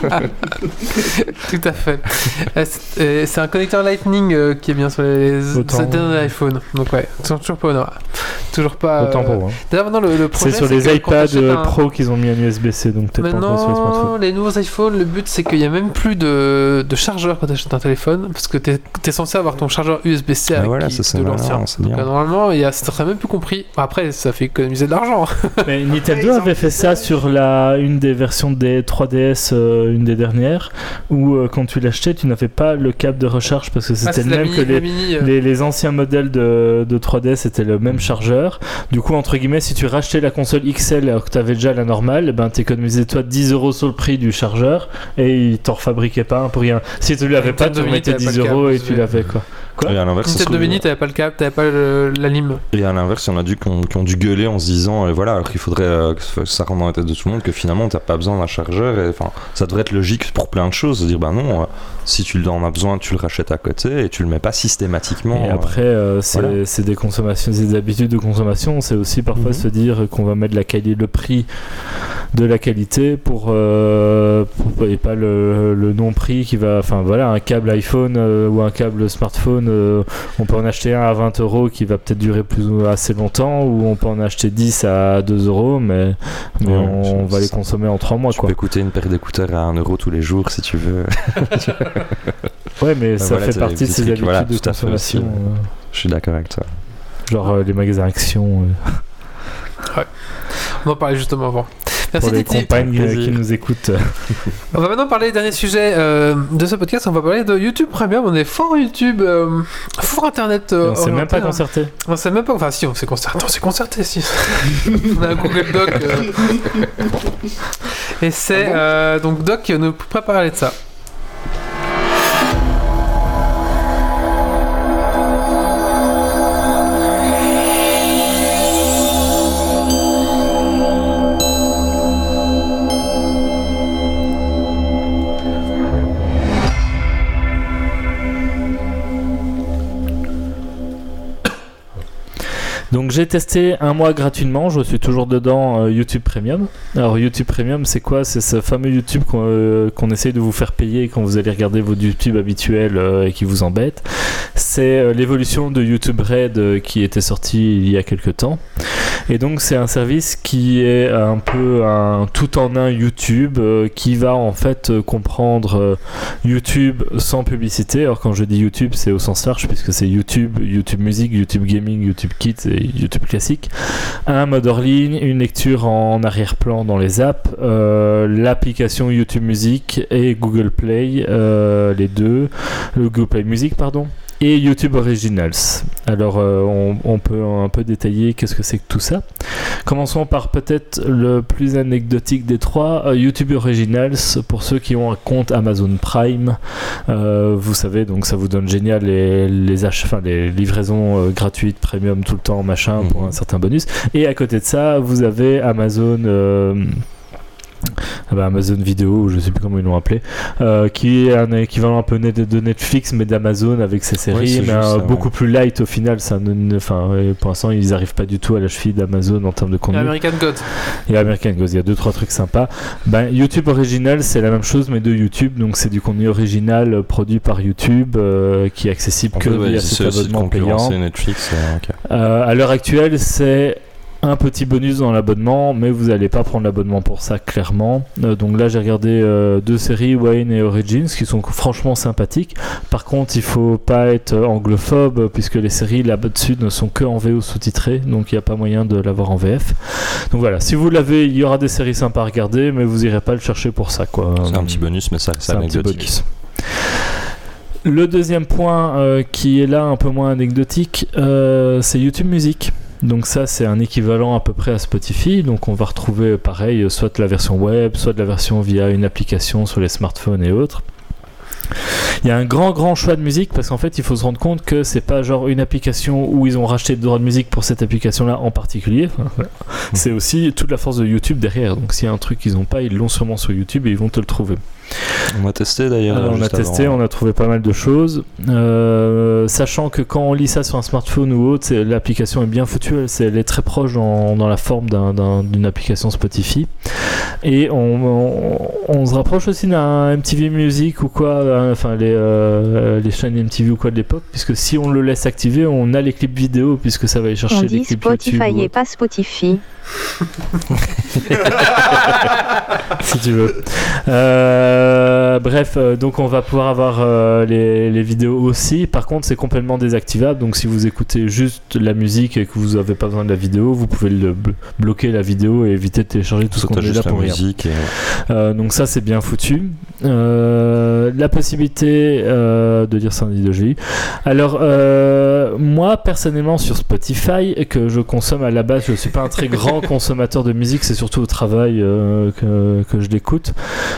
Tout à fait. C'est un connecteur Lightning qui est bien sur les antennes d'iPhone. Donc ouais, toujours pas. Autant pour moi. D'ailleurs, maintenant le projet, c'est sur les iPad Pro qu'ils ont mis un USB-C, donc peut-être pas encore sur les smartphones. Les nouveaux iPhones, le but c'est qu'il n'y a même plus de chargeur quand tu achètes un téléphone, parce que tu es censé avoir ton chargeur USB-C avec de l'ancien. Donc normalement, ça serait même plus compris. Après, ça fait économiser de l'argent. Mais Nintendo avait fait ça sur une des versions des 3DS, une des dernières, où quand tu l'achetais, tu n'avais pas le câble de recharge parce que c'était le même que les anciens modèles de 3DS, c'était le même chargeur. Du coup, entre guillemets, si tu rachetais la console XL alors que tu avais déjà la normale, t'économisais toi 10€ sur le prix du chargeur et ils t'en refabriquaient pas un pour rien. Si tu l'avais pas, tu remettais 10€ et tu l'avais quoi. Et à l'inverse, Nintendo Mini, t'avais pas le câble, t'avais pas la lime. Et à l'inverse, il y en a qui ont dû gueuler en se disant, alors qu'il faudrait que ça rentre dans la tête de tout le monde, que finalement t'as pas besoin d'un chargeur. Ça devrait être logique pour plein de choses, de dire non, si tu en as besoin, tu le rachètes à côté et tu le mets pas systématiquement. Et après, c'est des consommations, des habitudes de consommation. C'est aussi parfois se dire qu'on va mettre le prix de la qualité pour et pas le non-prix qui va. Enfin voilà, un câble iPhone ou un câble smartphone. On peut en acheter un à 20€ qui va peut-être durer assez longtemps, ou on peut en acheter 10 à 2€, mais on va les consommer en 3 mois. Tu peux écouter une paire d'écouteurs à 1€ tous les jours si tu veux. Ouais, mais ça fait partie de ces habitudes de consommation. Je suis d'accord avec toi. Genre les magasins Action. Ouais. On en parlait justement avant. Merci pour les Titi. compagnes qui nous écoutent. On va maintenant parler, dernier sujet de ce podcast, on va parler de YouTube Premium. On est fort YouTube, fort Internet. On s'est même pas concerté. On s'est même pas, enfin si, on s'est concerté, si. On a un Google Doc. Et c'est donc Doc qui nous prépare à parler de ça. Donc j'ai testé un mois gratuitement, je suis toujours dedans YouTube Premium. Alors YouTube Premium c'est quoi ? C'est ce fameux YouTube qu'on essaye de vous faire payer quand vous allez regarder vos YouTube habituels et qui vous embêtent. C'est l'évolution de YouTube Red qui était sorti il y a quelques temps. Et donc c'est un service qui est un peu un tout en un YouTube qui va en fait comprendre YouTube sans publicité. Alors quand je dis YouTube c'est au sens large puisque c'est YouTube, YouTube Musique, YouTube Gaming, YouTube Kids et YouTube classique. Un mode hors ligne, une lecture en arrière-plan dans les apps, l'application YouTube Music et Google Play, les deux, le Google Play Music pardon. et YouTube Originals. Alors on peut un peu détailler qu'est-ce que c'est que tout ça. Commençons par peut-être le plus anecdotique des trois, YouTube Originals, pour ceux qui ont un compte Amazon Prime, vous savez, donc ça vous donne génial les livraisons gratuites, premium tout le temps, machin, pour un certain bonus. Et à côté de ça, vous avez Amazon Vidéo, je sais plus comment ils l'ont appelé, qui est un équivalent un peu de Netflix mais d'Amazon avec ses séries, mais beaucoup plus light au final. Pour l'instant ils n'arrivent pas du tout à la cheville d'Amazon en termes de contenu. American Gods, il y a 2-3 trucs sympas. YouTube Original, c'est la même chose mais de YouTube, donc c'est du contenu original produit par YouTube qui est accessible que via cet abonnement payant. Netflix, à l'heure actuelle, c'est un petit bonus dans l'abonnement, mais vous n'allez pas prendre l'abonnement pour ça, clairement. Donc là, j'ai regardé 2 séries, Wayne et Origins, qui sont franchement sympathiques. Par contre, il faut pas être anglophobe, puisque les séries là-dessus ne sont que en VO sous-titré, donc il n'y a pas moyen de l'avoir en VF. Donc voilà, si vous l'avez, il y aura des séries sympas à regarder, mais vous irez pas le chercher pour ça, quoi. C'est un petit bonus, mais ça, c'est anecdotique. Le deuxième point qui est là un peu moins anecdotique, c'est YouTube Music. Donc ça, c'est un équivalent à peu près à Spotify. Donc on va retrouver pareil, soit la version web, soit de la version via une application sur les smartphones et autres. Il y a un grand choix de musique, parce qu'en fait il faut se rendre compte que c'est pas genre une application où ils ont racheté le droit de musique pour cette application là en particulier. C'est aussi toute la force de YouTube derrière. Donc s'il y a un truc qu'ils n'ont pas, ils l'ont sûrement sur YouTube et ils vont te le trouver. On a testé d'ailleurs. On a trouvé pas mal de choses. Sachant que quand on lit ça sur un smartphone ou autre, l'application est bien foutue. Elle est très proche dans la forme d'une application Spotify. Et on se rapproche aussi d'un MTV Music ou quoi, les chaînes MTV ou quoi de l'époque, puisque si on le laisse activer, on a les clips vidéo, puisque ça va aller chercher les clips Spotify YouTube. et pas Spotify. Si tu veux. Bref, donc on va pouvoir avoir les vidéos aussi. Par contre, c'est complètement désactivable. Donc si vous écoutez juste la musique et que vous n'avez pas besoin de la vidéo, vous pouvez bloquer la vidéo et éviter de télécharger tout ce qu'on est là pour rien. Donc ça, c'est bien foutu. La possibilité de dire ça en idéologie. Alors, moi, personnellement, sur Spotify, que je consomme à la base, je ne suis pas un très grand consommateur de musique, c'est surtout au travail que je l'écoute.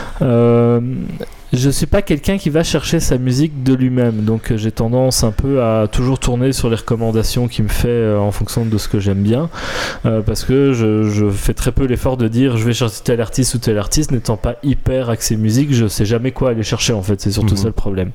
Je suis pas quelqu'un qui va chercher sa musique de lui-même, donc j'ai tendance un peu à toujours tourner sur les recommandations qu'il me fait en fonction de ce que j'aime bien, parce que je fais très peu l'effort de dire je vais chercher tel artiste ou tel artiste, n'étant pas hyper axé musique, je sais jamais quoi aller chercher en fait, c'est surtout ça le problème.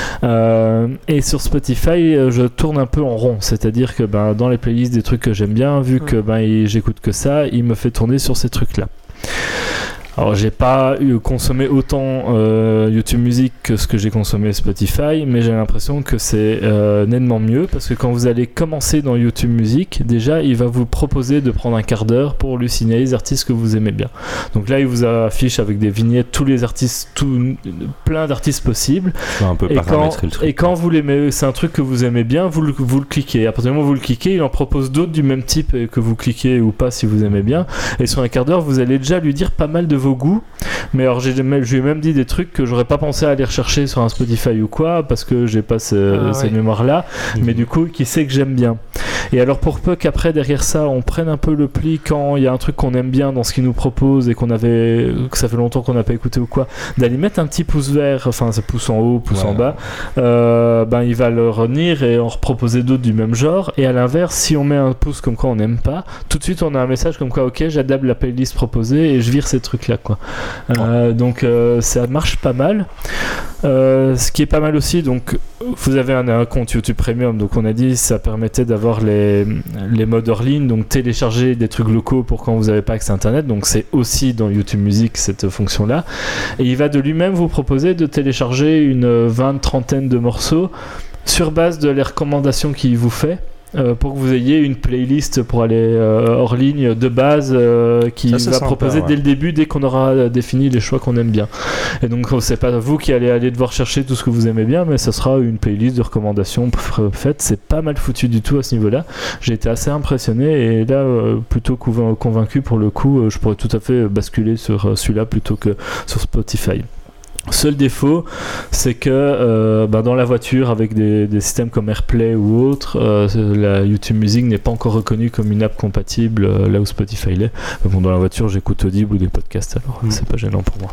Et sur Spotify, je tourne un peu en rond, c'est-à-dire que dans les playlists des trucs que j'aime bien, vu que j'écoute que ça, il me fait tourner sur ces trucs-là. Alors j'ai pas consommé autant YouTube Music que ce que j'ai consommé Spotify, mais j'ai l'impression que c'est nettement mieux, parce que quand vous allez commencer dans YouTube Music, déjà il va vous proposer de prendre un quart d'heure pour lui signaler les artistes que vous aimez bien. Donc là il vous affiche avec des vignettes tous les artistes, plein d'artistes possibles. Un peu paramétrer le truc. Et quand vous l'aimez, c'est un truc que vous aimez bien, vous le cliquez. À partir du moment où vous le cliquez, il en propose d'autres du même type que vous cliquez ou pas si vous aimez bien. Et sur un quart d'heure, vous allez déjà lui dire pas mal de vos goûts, mais alors je lui ai même dit des trucs que j'aurais pas pensé à aller rechercher sur un Spotify ou quoi, parce que j'ai pas ces mémoires là, mais du coup qui sait que j'aime bien. Et alors pour peu qu'après derrière ça on prenne un peu le pli quand il y a un truc qu'on aime bien dans ce qu'il nous propose et que ça fait longtemps qu'on n'a pas écouté ou quoi, d'aller mettre un petit pouce vert, enfin c'est pouce en haut, pouce en bas, il va le revenir et en reproposer d'autres du même genre. Et à l'inverse, si on met un pouce comme quoi on n'aime pas, tout de suite on a un message comme quoi ok, j'adapte la playlist proposée et je vire ces trucs là quoi. Donc ça marche pas mal. Ce qui est pas mal aussi, donc vous avez un compte YouTube Premium, donc on a dit ça permettait d'avoir les modes hors ligne, donc télécharger des trucs locaux pour quand vous n'avez pas accès à internet, donc c'est aussi dans YouTube Music cette fonction là, et il va de lui-même vous proposer de télécharger une 20-30 de morceaux sur base de les recommandations qu'il vous fait, pour que vous ayez une playlist pour aller hors ligne de base qui va sympa, proposer dès le début, dès qu'on aura défini les choix qu'on aime bien. Et donc c'est pas vous qui allez aller devoir chercher tout ce que vous aimez bien, mais ça sera une playlist de recommandations faite. C'est pas mal foutu du tout à ce niveau-là. J'ai été assez impressionné, et là plutôt convaincu pour le coup, je pourrais tout à fait basculer sur celui-là plutôt que sur Spotify. Seul défaut, c'est que dans la voiture, avec des systèmes comme AirPlay ou autres, la YouTube Music n'est pas encore reconnue comme une app compatible là où Spotify l'est. Bon, dans la voiture, j'écoute Audible ou des podcasts, alors c'est pas gênant pour moi.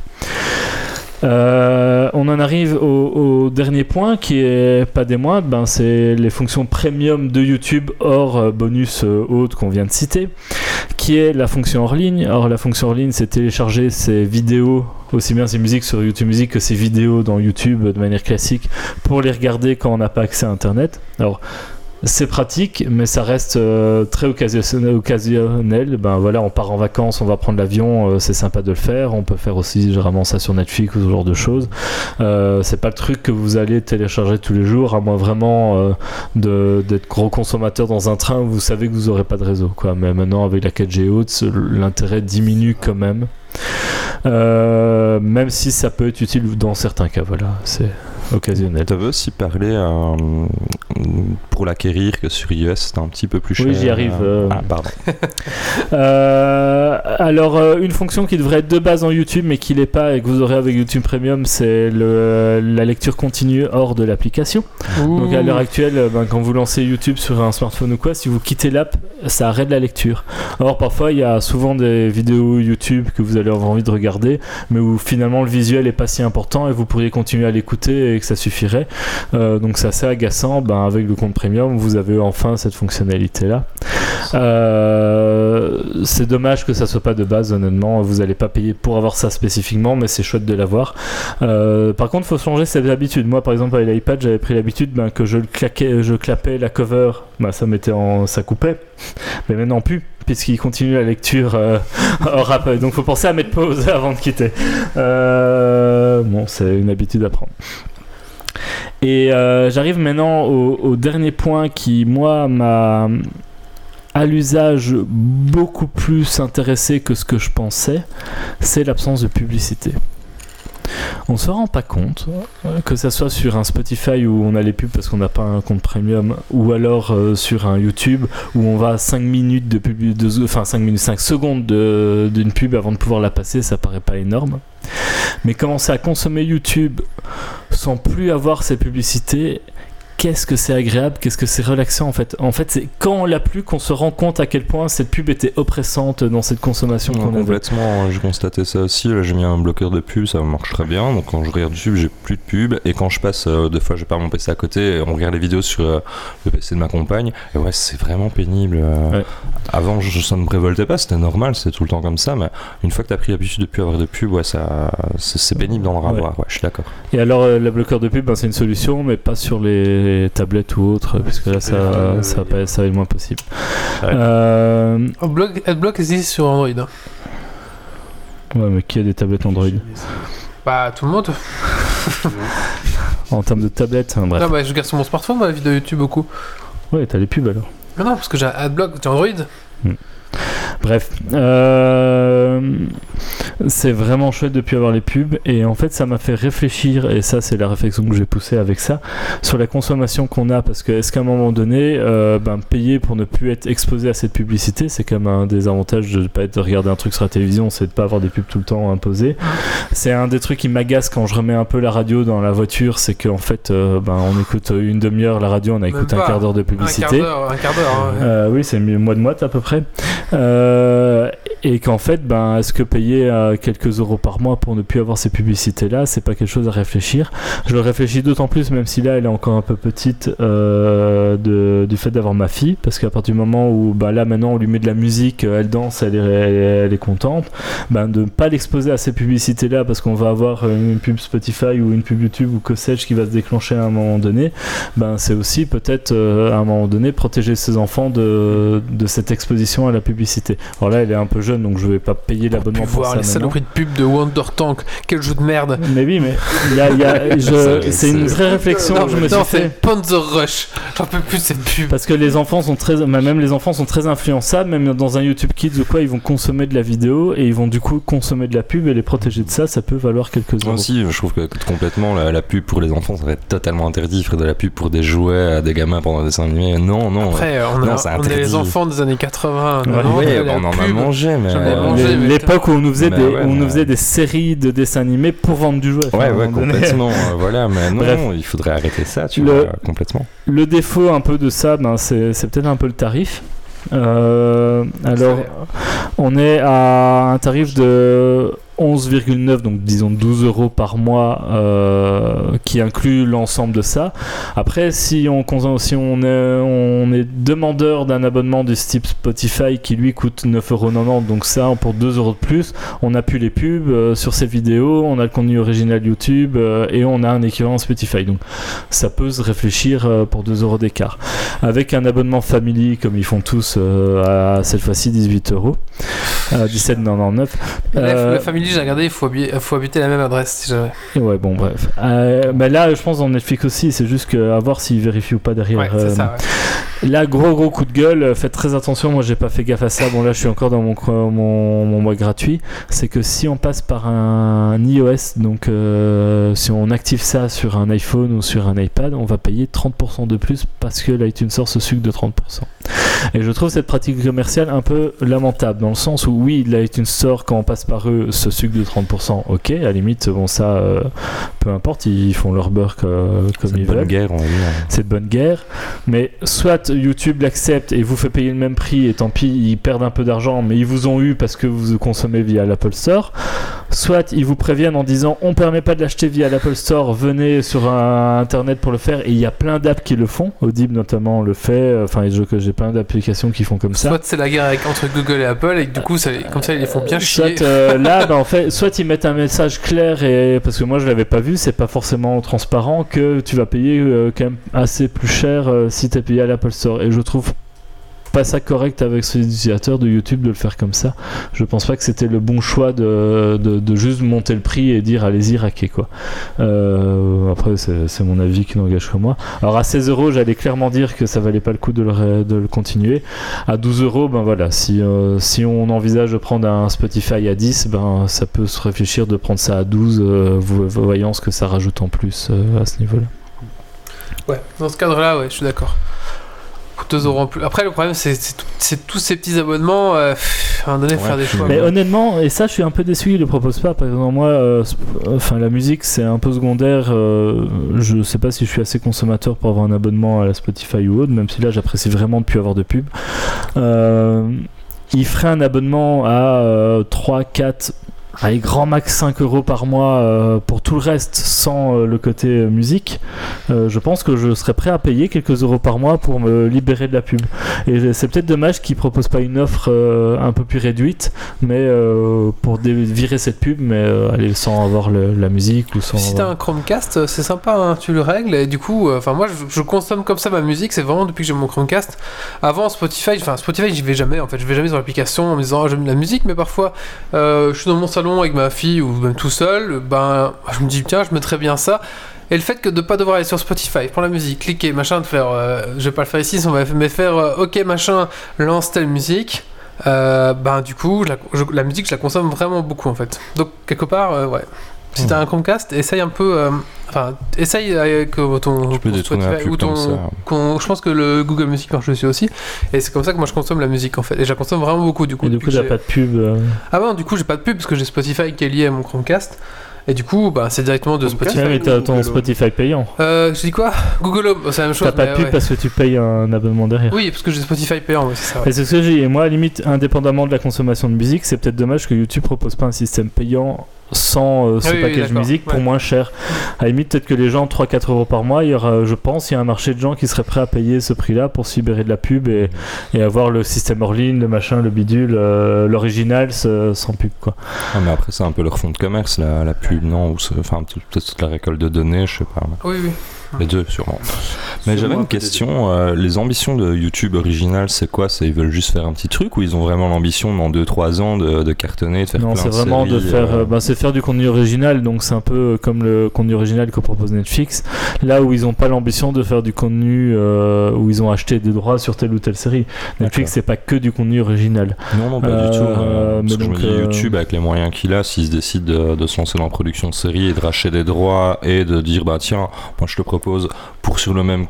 On en arrive au dernier point qui est pas des moindres, c'est les fonctions premium de YouTube hors bonus autres qu'on vient de citer, qui est la fonction hors ligne. Or la fonction hors ligne, c'est télécharger ses vidéos, aussi bien ses musiques sur YouTube Music que ses vidéos dans YouTube de manière classique, pour les regarder quand on n'a pas accès à Internet. Alors c'est pratique, mais ça reste très occasionnel. On part en vacances, on va prendre l'avion, c'est sympa de le faire. On peut faire aussi généralement ça sur Netflix ou ce genre de choses. C'est pas le truc que vous allez télécharger tous les jours, à moins vraiment d'être gros consommateur dans un train où vous savez que vous aurez pas de réseau, quoi. Mais maintenant, avec la 4G haute, l'intérêt diminue quand même. Même si ça peut être utile dans certains cas, voilà, c'est occasionnel. Tu avais aussi parlé pour l'acquérir que sur iOS c'était un petit peu plus cher. Oui, j'y arrive. Pardon. Alors, une fonction qui devrait être de base en YouTube mais qui l'est pas et que vous aurez avec YouTube Premium, c'est la lecture continue hors de l'application. Donc à l'heure actuelle, quand vous lancez YouTube sur un smartphone ou quoi, si vous quittez l'app, ça arrête la lecture. Or parfois il y a souvent des vidéos YouTube que vous allez avoir envie de regarder, mais où finalement le visuel est pas si important et vous pourriez continuer à l'écouter et que ça suffirait. Donc c'est assez agaçant. Avec le compte Premium, vous avez enfin cette fonctionnalité là. C'est dommage que ça soit pas de base, honnêtement. Vous allez pas payer pour avoir ça spécifiquement, mais c'est chouette de l'avoir. Par contre, faut changer ses habitudes. Moi, par exemple, avec l'iPad, j'avais pris l'habitude que je clapais la cover, ça coupait, mais maintenant plus, puisqu'il continue la lecture hors app. Donc faut penser à mettre pause avant de quitter. C'est une habitude à prendre. Et j'arrive maintenant au dernier point qui, moi, m'a à l'usage beaucoup plus intéressé que ce que je pensais, c'est l'absence de publicité. On se rend pas compte que ça soit sur un Spotify où on a les pubs parce qu'on n'a pas un compte premium, ou alors sur un YouTube où on va à 5 minutes de pub, 5 secondes d'une pub avant de pouvoir la passer, ça paraît pas énorme. Mais commencer à consommer YouTube sans plus avoir ces publicités, qu'est-ce que c'est agréable, qu'est-ce que c'est relaxant en fait. En fait, c'est quand on l'a plus qu'on se rend compte à quel point cette pub était oppressante dans cette consommation qu'on avait. Complètement, j'ai constaté ça aussi. Là, j'ai mis un bloqueur de pub, ça marche très bien. Donc quand je regarde YouTube, j'ai plus de pub. Et quand je passe, deux fois, je pars mon PC à côté, et on regarde les vidéos sur le PC de ma compagne. Et ouais, c'est vraiment pénible. Ouais. Avant, ça ne me révoltait pas, c'était normal, c'était tout le temps comme ça. Mais une fois que tu as pris l'habitude de plus avoir de pub, ouais, c'est pénible d'en avoir. Ouais, je suis d'accord. Et alors, le bloqueur de pub, c'est une solution, mais pas sur les tablettes ou autres, puisque là ça va être moins possible. Adblock existe sur Android. Ouais, mais qui a des tablettes Android? Tout le monde. En termes de tablettes, bref. Non, je regarde sur mon smartphone la vidéo YouTube beaucoup. Ouais, t'as les pubs alors. Non, parce que j'ai Adblock sur Android. Bref, c'est vraiment chouette depuis avoir les pubs, et en fait ça m'a fait réfléchir, et ça c'est la réflexion que j'ai poussée avec ça, sur la consommation qu'on a, parce que est-ce qu'à un moment donné payer pour ne plus être exposé à cette publicité, c'est quand même un des avantages de ne pas regarder un truc sur la télévision, c'est de ne pas avoir des pubs tout le temps imposées. C'est un des trucs qui m'agace quand je remets un peu la radio dans la voiture, c'est qu'en fait on écoute une demi-heure la radio, on a écouté un quart d'heure de publicité, un quart d'heure. Oui, c'est mois de moite à peu près. Et qu'en fait, est-ce que payer quelques euros par mois pour ne plus avoir ces publicités-là, c'est pas quelque chose à réfléchir. Je le réfléchis d'autant plus, même si là, elle est encore un peu petite, du fait d'avoir ma fille, parce qu'à partir du moment où, là, maintenant, on lui met de la musique, elle danse, elle est contente, de ne pas l'exposer à ces publicités-là, parce qu'on va avoir une pub Spotify ou une pub YouTube ou que sais-je qui va se déclencher à un moment donné, c'est aussi peut-être, à un moment donné, protéger ses enfants de cette exposition à la publicité. Alors là, elle est un peu jeune, donc je vais pas payer l'abonnement pour ça. Les saloperies de pub de Wonder Tank, quel jeu de merde. Mais oui, mais c'est une vraie réflexion que je me suis fait. Panzer Rush, j'en peux plus de cette pub. Parce que les enfants sont même les enfants sont très influençables, même dans un YouTube Kids ou quoi, ils vont consommer de la vidéo et ils vont du coup consommer de la pub, et les protéger de ça peut valoir quelques euros. Aussi, je trouve que complètement la pub pour les enfants, ça serait totalement interdit. Faire de la pub pour des jouets à des gamins pendant des dessins animés, non. Après, on est les enfants des années 80. moment, Ouais, t'avais la on en a pub. mangé, mais. J'en ai mangé. mais L'époque où on nous faisait Bah des, ouais, où on nous mais- faisait des séries de dessins animés pour vendre du jouet. Enfin, à un Ouais, moment donné. complètement. Voilà, mais non, Bref. il faudrait arrêter ça, tu Le- vois, complètement. Le défaut un peu de ça, c'est peut-être un peu le tarif. Alors, on est à un tarif de 11,9, donc disons 12 € par mois, qui inclut l'ensemble de ça. Après, si on est demandeur d'un abonnement du type Spotify qui lui coûte 9,90 €, donc ça pour 2 € de plus, on a plus les pubs sur ces vidéos, on a le contenu original YouTube et on a un équivalent Spotify. Donc ça peut se réfléchir pour 2 € d'écart. Avec un abonnement family comme ils font tous à cette fois-ci 18 €, 17,99 €. La Family, j'ai regardé, il faut habiter la même adresse si jamais. Ouais, bon, bref. Mais là, je pense dans Netflix aussi, c'est juste à voir s'ils vérifient ou pas derrière. Ouais, c'est ça. Ouais. Là, gros coup de gueule, faites très attention, moi j'ai pas fait gaffe à ça. Bon, là je suis encore dans mon mois gratuit. C'est que si on passe par un iOS, donc si on active ça sur un iPhone ou sur un iPad, on va payer 30% de plus parce que l'iTunes Store se sucre de 30%. Et je trouve cette pratique commerciale un peu lamentable, dans le sens où oui, l'iTunes Store, quand on passe par eux, se sucre de 30%, ok, à la limite, bon ça, peu importe, ils font leur beurre comme ils veulent. Bonne guerre, on va dire. C'est de bonne guerre, mais soit YouTube l'accepte et vous fait payer le même prix et tant pis, ils perdent un peu d'argent, mais ils vous ont eu parce que vous consommez via l'Apple Store, soit ils vous préviennent en disant on permet pas de l'acheter via l'Apple Store, venez sur Internet pour le faire, et il y a plein d'apps qui le font, Audible notamment le fait, enfin j'ai plein d'applications qui font comme ça. Soit c'est la guerre entre Google et Apple, et du coup, comme ça, ils les font bien chier. Soit là, en fait, soit ils mettent un message clair, et parce que moi je l'avais pas vu, c'est pas forcément transparent, que tu vas payer quand même assez plus cher si t'es payé à l'Apple Store. Et je trouve pas ça correct avec ces utilisateurs de YouTube de le faire comme ça. Je pense pas que c'était le bon choix de juste monter le prix et dire allez-y raquer quoi. Après c'est mon avis qui n'engage que moi. Alors à 16 € j'allais clairement dire que ça valait pas le coup de le continuer. À 12 €, ben voilà, si on envisage de prendre un Spotify à 10, ben ça peut se réfléchir de prendre ça à 12, voyant ce que ça rajoute en plus à ce niveau-là. Ouais, dans ce cadre-là, ouais, je suis d'accord. 2 € en plus. Après, le problème, c'est tous ces petits abonnements. À un moment donné, faire des choix. Mais honnêtement, et ça, je suis un peu déçu, ils le proposent pas. Par exemple, moi, la musique, c'est un peu secondaire. Je sais pas si je suis assez consommateur pour avoir un abonnement à la Spotify ou autre, même si là, j'apprécie vraiment de plus avoir de pub. Il ferait un abonnement à 3, 4. Allez, grand max 5 € par mois pour tout le reste sans le côté musique. Je pense que je serais prêt à payer quelques euros par mois pour me libérer de la pub. Et c'est peut-être dommage qu'ils proposent pas une offre un peu plus réduite, mais pour virer cette pub, mais allez, sans avoir la musique ou sans. Si t'as un Chromecast, c'est sympa, hein, tu le règles. Et du coup, moi, je consomme comme ça ma musique. C'est vraiment depuis que j'ai mon Chromecast. Avant Spotify, j'y vais jamais. En fait, je vais jamais sur l'application en me disant j'aime la musique, mais parfois, je suis dans mon salon avec ma fille ou même tout seul, ben je me dis tiens, je mettrais bien ça. Et le fait que de pas devoir aller sur Spotify pour la musique, cliquer machin, de faire je vais pas le faire ici, on va faire ok machin, lance telle musique, ben du coup la musique je la consomme vraiment beaucoup en fait. Donc quelque part ouais. Si t'as un Chromecast, essaye un peu. Essaye avec ton. Tu peux détourner la pub comme ça. Je pense que le Google Music marche dessus aussi. Et c'est comme ça que moi je consomme la musique en fait. Et je la consomme vraiment beaucoup du coup. Et du coup, t'as pas de pub. Ah bon, du coup, j'ai pas de pub parce que j'ai Spotify qui est lié à mon Chromecast. Et du coup, bah, c'est directement de Spotify. Ouais, mais t'as ton Google Spotify payant. Je dis quoi? Google Home, c'est la même chose. T'as pas de pub parce que tu payes un abonnement derrière. Oui, parce que j'ai Spotify payant, ouais, c'est ça. Ouais. Et c'est ce que j'ai. Et moi, à la limite, indépendamment de la consommation de musique, c'est peut-être dommage que YouTube propose pas un système payant sans ce package musique pour moins cher. À la limite, peut-être que les gens, 3-4 € par mois, il y aura, je pense, il y a un marché de gens qui seraient prêts à payer ce prix-là pour se libérer de la pub et avoir le système hors ligne, le machin, le bidule, l'original sans pub, quoi. Ah, mais après, c'est un peu leur fond de commerce, la pub, non? Ou enfin, peut-être toute la récolte de données, je sais pas. Oui, oui. Les deux, sûrement. Mais j'avais une question. Les ambitions de YouTube Original, c'est quoi? Ils veulent juste faire un petit truc ou ils ont vraiment l'ambition dans 2-3 ans de cartonner, de faire non, plein de séries? Non, c'est vraiment de faire, c'est faire du contenu original. Donc c'est un peu comme le contenu original que propose Netflix. Là où ils n'ont pas l'ambition de faire du contenu où ils ont acheté des droits sur telle ou telle série. Netflix, c'est pas que du contenu original. Non, pas du tout. Parce que donc, je me dis, YouTube, avec les moyens qu'il a, s'il se décide de se lancer dans la production de séries et de racheter des droits et de dire, bah tiens, moi je te propose pour sur le même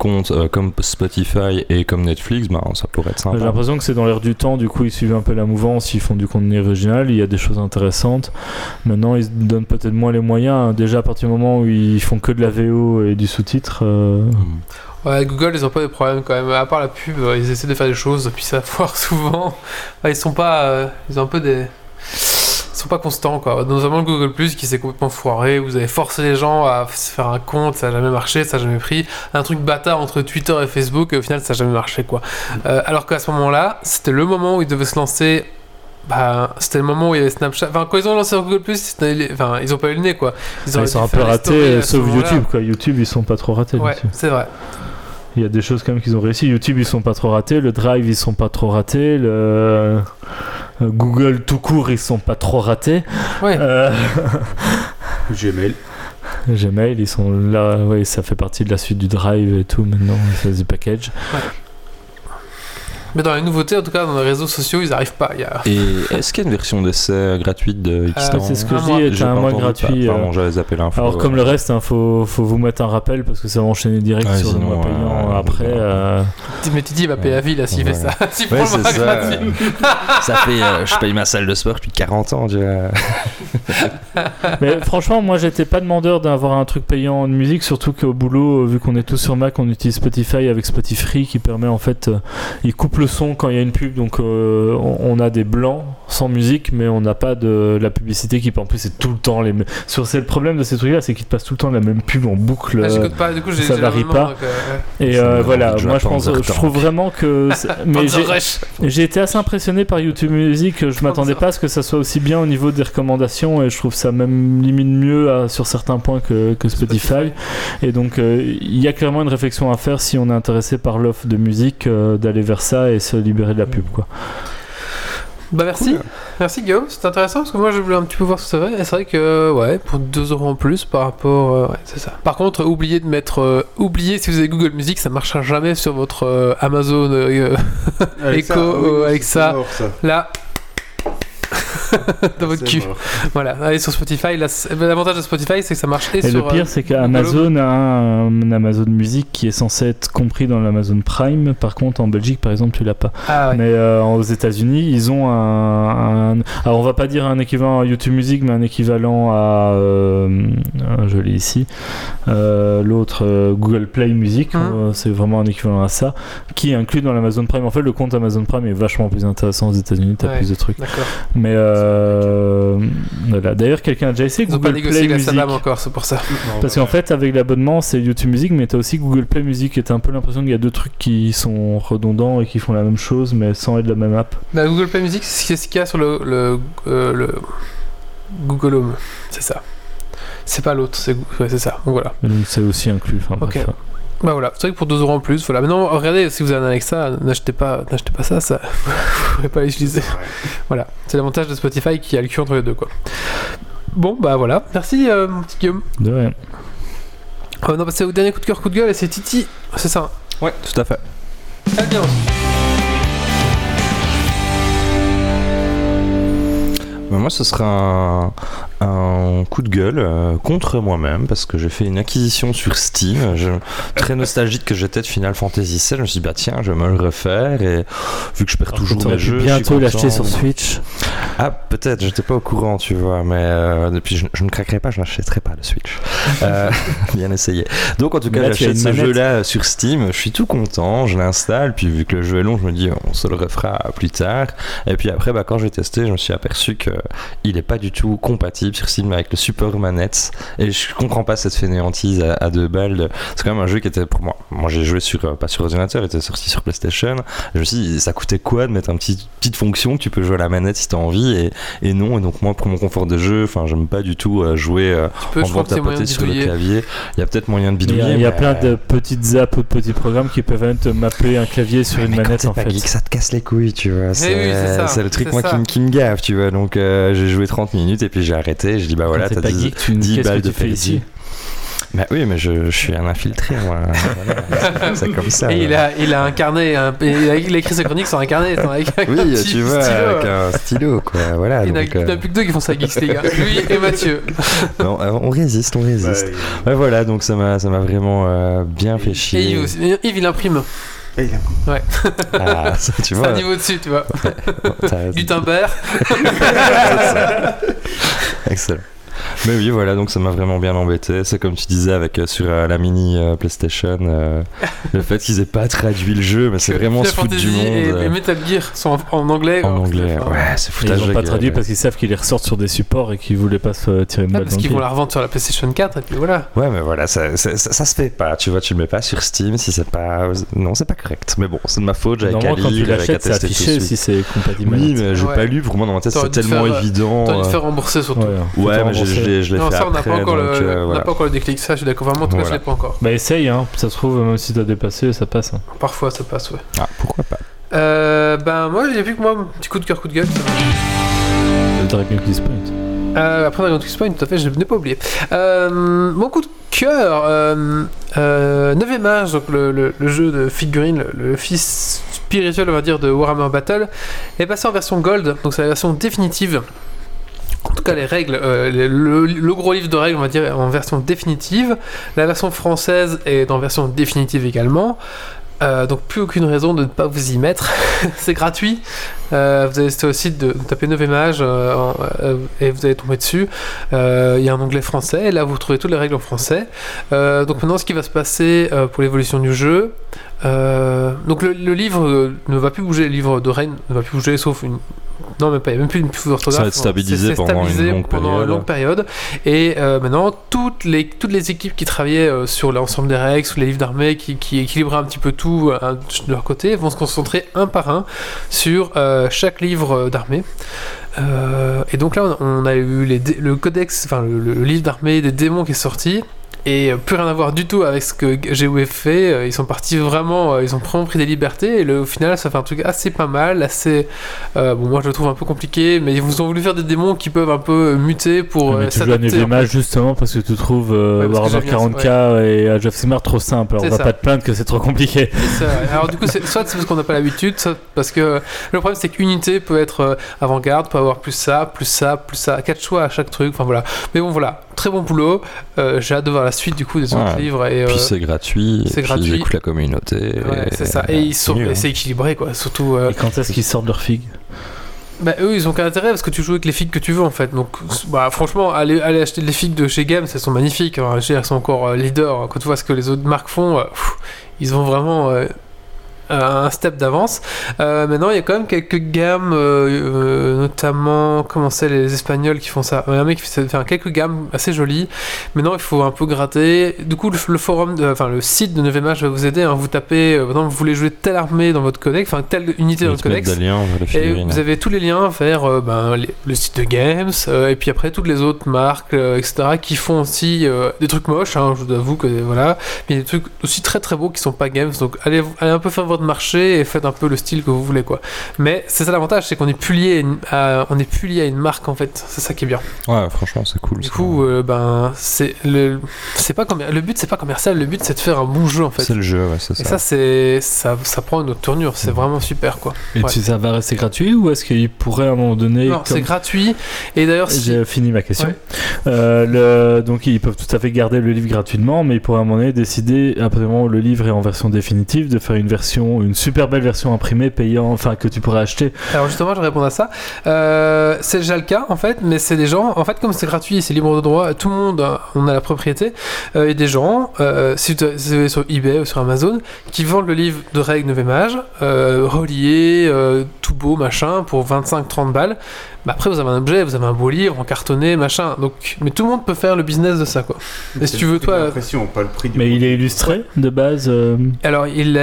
compte comme Spotify et comme Netflix, ça pourrait être sympa. J'ai l'impression que c'est dans l'air du temps, du coup ils suivent un peu la mouvance, ils font du contenu original, il y a des choses intéressantes. Maintenant ils se donnent peut-être moins les moyens, déjà à partir du moment où ils font que de la VO et du sous-titre. Ouais, Google, ils ont pas de problème quand même. À part la pub, ils essaient de faire des choses, puis ça foire souvent. Ils sont pas. Ils ont un peu des. Ils sont pas constants, quoi. Notamment Google Plus qui s'est complètement foiré. Vous avez forcé les gens à se faire un compte, ça a jamais marché, ça a jamais pris. Un truc bâtard entre Twitter et Facebook, et au final, ça a jamais marché, quoi. Alors qu'à ce moment-là, c'était le moment où ils devaient se lancer. C'était le moment où il y avait Snapchat. Enfin, quand ils ont lancé Google Plus, ils ont pas eu le nez, quoi. Ils sont un peu ratés, sauf YouTube, quoi. YouTube, ils sont pas trop ratés. Ouais, c'est vrai. Il y a des choses quand même qu'ils ont réussi. YouTube, ils sont pas trop ratés. Le Drive, ils sont pas trop ratés. Le Google tout court, ils sont pas trop ratés. Ouais. Gmail, ils sont là. Ouais, ça fait partie de la suite du Drive et tout maintenant. Ça du package. Ouais. Mais dans les nouveautés, en tout cas, dans les réseaux sociaux, ils n'arrivent pas. Et est-ce qu'il y a une version d'essai gratuite de Xstan? C'est ce que je dis, c'est un mois gratuit. J'avais zappé l'info. Alors, comme le reste, faut vous mettre un rappel parce que ça va enchaîner direct sur le mois payant après. Mais tu dis, il va payer à vie là s'il fait ça. S'il prend le mois gratuit. Ça fait. Je paye ma salle de sport depuis 40 ans, tu vois. Mais franchement, moi, j'étais pas demandeur d'avoir un truc payant de musique, surtout qu'au boulot, vu qu'on est tous sur Mac, on utilise Spotify avec Spotify qui permet en fait. Il coupe le son quand il y a une pub, donc on a des blancs sans musique, mais on n'a pas de la publicité qui en plus c'est tout le temps les mêmes. C'est le problème de ces trucs là, c'est qu'ils te passent tout le temps la même pub en boucle. J'écoute pas, du coup ça varie pas. Et voilà, moi je trouve vraiment que mais j'ai été assez impressionné par YouTube Music. Je m'attendais pas à ce que ça soit aussi bien au niveau des recommandations, et je trouve ça même limite mieux sur certains points que Spotify. Et donc il y a clairement une réflexion à faire si on est intéressé par l'offre de musique, d'aller vers ça et se libérer de la pub, quoi. Merci. Cool. Merci Guillaume, c'est intéressant parce que moi je voulais un petit peu voir ce que ça va, et c'est vrai que pour 2€ en plus par rapport c'est ça. Par contre, oubliez de mettre si vous avez Google Music, ça marchera jamais sur votre Amazon Echo Alexa. Là dans votre cul. Voilà, allez sur Spotify. L'avantage de Spotify, c'est que ça marche et sur. Le pire, c'est qu'Amazon a un Amazon Music qui est censé être compris dans l'Amazon Prime. Par contre, en Belgique, par exemple, tu l'as pas. Ah, ouais. Mais aux États-Unis, ils ont alors, on va pas dire un équivalent à YouTube Music, mais un équivalent à. Je l'ai ici. L'autre, Google Play Music. C'est vraiment un équivalent à ça, qui est inclus dans l'Amazon Prime. En fait, le compte Amazon Prime est vachement plus intéressant aux États-Unis. T'as plus de trucs. D'accord. Mais voilà. D'ailleurs, quelqu'un a déjà essayé Google Play Music encore, c'est pour ça. Parce qu'en fait, avec l'abonnement, c'est YouTube Music, mais t'as aussi Google Play Music, et t'as un peu l'impression qu'il y a deux trucs qui sont redondants et qui font la même chose, mais sans être la même app. Google Play Music, c'est ce qu'il y a sur le Google Home, c'est ça. C'est pas l'autre, c'est ça. Donc voilà. Donc c'est aussi inclus. Ok. Voilà, c'est vrai que pour 2€ en plus, voilà. Maintenant, regardez, si vous avez un Alexa, n'achetez pas ça, vous pourrez pas l'utiliser. Voilà, c'est l'avantage de Spotify qui a le cul entre les deux, quoi. Bon, voilà, merci mon petit Guillaume. De rien. On va passer au dernier coup de cœur, coup de gueule, et c'est Titi, c'est ça? Ouais, tout à fait. Très bien. Moi, ce sera un coup de gueule contre moi-même, parce que j'ai fait une acquisition sur Steam. Très nostalgique que j'étais de Final Fantasy VII, je me suis dit tiens, je vais me le refaire, et vu que je perds toujours mes jeux, bientôt l'acheter sur Switch. Ah, peut-être, j'étais pas au courant, tu vois, mais depuis je ne craquerai pas, je n'achèterai pas le Switch. Bien essayé. Donc en tout cas, j'achète ce jeu-là sur Steam, je suis tout content, je l'installe, puis vu que le jeu est long, je me dis on se le refera plus tard. Et puis après, quand j'ai testé, je me suis aperçu que il est pas du tout compatible sur Steam avec le support manette, et je comprends pas cette fainéantise à 2 balles. C'est quand même un jeu qui était pour moi j'ai joué pas sur ordinateur, il était sorti sur PlayStation. Je me suis dit, ça coûtait quoi de mettre une petite fonction que tu peux jouer à la manette si t'as envie, et non. Et donc moi, pour mon confort de jeu, j'aime pas du tout jouer en faisant tapoter sur le clavier. Il y a peut-être moyen de bidouiller. Il y a plein de petites apps ou de petits programmes qui peuvent te mapper un clavier sur une manette, en fait. Geek, ça te casse les couilles, tu vois. C'est le truc qui me gave, tu vois. Donc j'ai joué 30 minutes et puis j'ai arrêté. Je dis voilà, t'as 10 balles de PLG. Bah oui, mais je suis un infiltré, moi. Voilà, c'est comme ça. Et il a un carnet, il a écrit ses chroniques sur un carnet, avec un Oui, petit tu vois, stylo. avec un stylo, quoi. Voilà. Il n'y en a plus que deux qui font ça, Geeks League. Lui et Mathieu. Non, on résiste. Ouais, voilà, donc ça m'a vraiment bien fait Et chier. Yves aussi. Yves, il imprime. Et il a- Ah, ça, tu C'est vois. un niveau dessus, tu vois. T'as- Du timbre. Excellent. Mais oui, voilà, donc ça m'a vraiment bien embêté. C'est comme tu disais avec sur la mini PlayStation, le fait qu'ils aient pas traduit le jeu, mais c'est vraiment se foutre du monde. Et Metal Gear sont en anglais. En anglais, ouais, c'est Ils foutage l'ont de pas gueule. traduit parce qu'ils savent qu'ils les ressortent sur des supports et qu'ils voulaient pas se tirer une balle Parce dans le qu'ils pied. vont la revendre sur la PlayStation 4 et puis voilà. Ouais, mais voilà, ça se fait pas. Tu vois, tu le mets pas sur Steam si c'est pas. Non, c'est pas correct. Mais bon, c'est de ma faute, j'avais qu'à Normalement, quand tu lire, j'avais qu'à l'achètes, c'est tester tout affiché de si suite. c'est compatible. Oui, mais j'ai Ouais. pas lu. Pour moi, dans ma tête, T'aurais c'est dû tellement faire, évident. T'as dû te faire rembourser surtout. Ouais, mais je l'ai Non, fait ça, on n'a après. pas encore donc, on n'a voilà. pas encore le déclic. Ça, je suis d'accord. Vraiment, en tout cas, je Voilà. l'ai pas encore. Bah essaye, hein. Ça se trouve, même si t'as dépassé, ça passe. Hein. Parfois, ça passe, ouais. Ah, pourquoi pas. Ben, moi, j'ai vu que moi, petit coup de cœur, coup de gueule. Le Dragon Quest Point. Après Dragon Quest Point, tout à fait, je n'ai pas oublié. Mon coup de cœur, 9ème âge, donc le jeu de figurines, le fils spirituel, on va dire, de Warhammer Battle, est passé en version Gold, donc c'est la version définitive. En tout cas, les règles, le gros livre de règles, on va dire, est en version définitive. La version française est en version définitive également. Donc plus aucune raison de ne pas vous y mettre. C'est gratuit. Vous allez sur le site de taper 9ème âge et vous allez tomber dessus. Il y a un onglet français et là vous trouvez toutes les règles en français. Donc maintenant ce qui va se passer pour l'évolution du jeu. Donc le livre ne va plus bouger, le livre de règles ne va plus bouger sauf une... Non, mais pas, il n'y a même plus une faute d'orthographe. Ça va être stabilisé C'est pendant une longue période. Et maintenant, toutes les équipes qui travaillaient sur l'ensemble des règles, sur les livres d'armée, qui équilibraient un petit peu tout de leur côté, vont se concentrer un par un sur chaque livre d'armée. Et donc là, on a eu le codex, enfin le livre d'armée des démons qui est sorti. Et plus rien à voir du tout avec ce que GOF fait. Ils sont partis vraiment, ils ont vraiment pris des libertés. Et au final, ça fait un truc assez pas mal, assez. Bon, moi je le trouve un peu compliqué, mais ils vous ont voulu faire des démons qui peuvent un peu muter pour mais tu joues à s'adapter. 9ème âge justement parce que tu trouves parce que Warhammer j'aime bien 40k et Age of Sigmar trop simple. Alors, C'est on va ça. pas te plaindre que c'est trop compliqué. C'est ça. Alors du coup, soit c'est parce qu'on n'a pas l'habitude, soit parce que le problème c'est qu'unité peut être avant-garde, peut avoir plus ça, 4 choix à chaque truc. Enfin voilà. Mais bon voilà, très bon boulot. J'ai hâte de voir la suite du coup des autres livres. Et, Puis c'est gratuit. c'est et puis gratuit. ils écoutent la communauté. Ouais, c'est ça. Et ils sont, mieux, et c'est équilibré quoi. Surtout. Et quand est-ce qu'ils sortent leur figue? Bah, eux ils ont qu'un intérêt parce que tu joues avec les figues que tu veux en fait. Donc bah, franchement, aller acheter des figues de chez Games, elles sont magnifiques. Alors, elles sont encore leaders. Quand tu vois ce que les autres marques font, ils ont vraiment un step d'avance. Maintenant, il y a quand même quelques gammes, notamment, comment c'est les Espagnols qui font ça. Il y a un mec qui fait quelques gammes assez jolies. Maintenant, il faut un peu gratter. Du coup, le forum, le site de 9ème âge va vous aider. Vous tapez, maintenant, vous voulez jouer telle armée dans votre codex, enfin telle unité dans votre codex. Des liens vers les Et figurines. vous avez tous les liens vers le site de Games, et puis après toutes les autres marques, etc., qui font aussi des trucs moches, hein, je vous avoue que voilà, mais des trucs aussi très très beaux qui sont pas Games, donc allez un peu faire votre marché et faites un peu le style que vous voulez, quoi. Mais c'est ça l'avantage, c'est qu'on est plus lié à une marque en fait, c'est ça qui est bien. Ouais, franchement, c'est cool. Du ça. coup, c'est pas le but, c'est pas commercial, le but c'est de faire un bon jeu en fait. C'est le jeu, ouais, c'est Et ça. ça prend une autre tournure, c'est vraiment super quoi. Et Ouais. ça va rester gratuit ou est-ce qu'il pourrait à un moment donné. Non, c'est gratuit, et d'ailleurs si... J'ai fini ma question. Ouais. Donc ils peuvent tout à fait garder le livre gratuitement, mais ils pourraient à un moment donné décider, après le livre est en version définitive, de faire une super belle version imprimée, payant, enfin que tu pourrais acheter. Alors justement, je vais répondre à ça. C'est déjà le cas en fait, mais c'est des gens, en fait, comme c'est gratuit, c'est libre de droit, tout le monde, on a la propriété, et des gens, si vous allez sur eBay ou sur Amazon, qui vendent le livre de règles 9ème âge, relié, tout beau, machin, pour 25-30 balles. Bah après, vous avez un objet, vous avez un beau livre en cartonné, machin. Donc, mais tout le monde peut faire le business de ça, quoi. Et si tu veux, toi. L'impression, pas le prix du. Mais il est illustré de base. Alors, il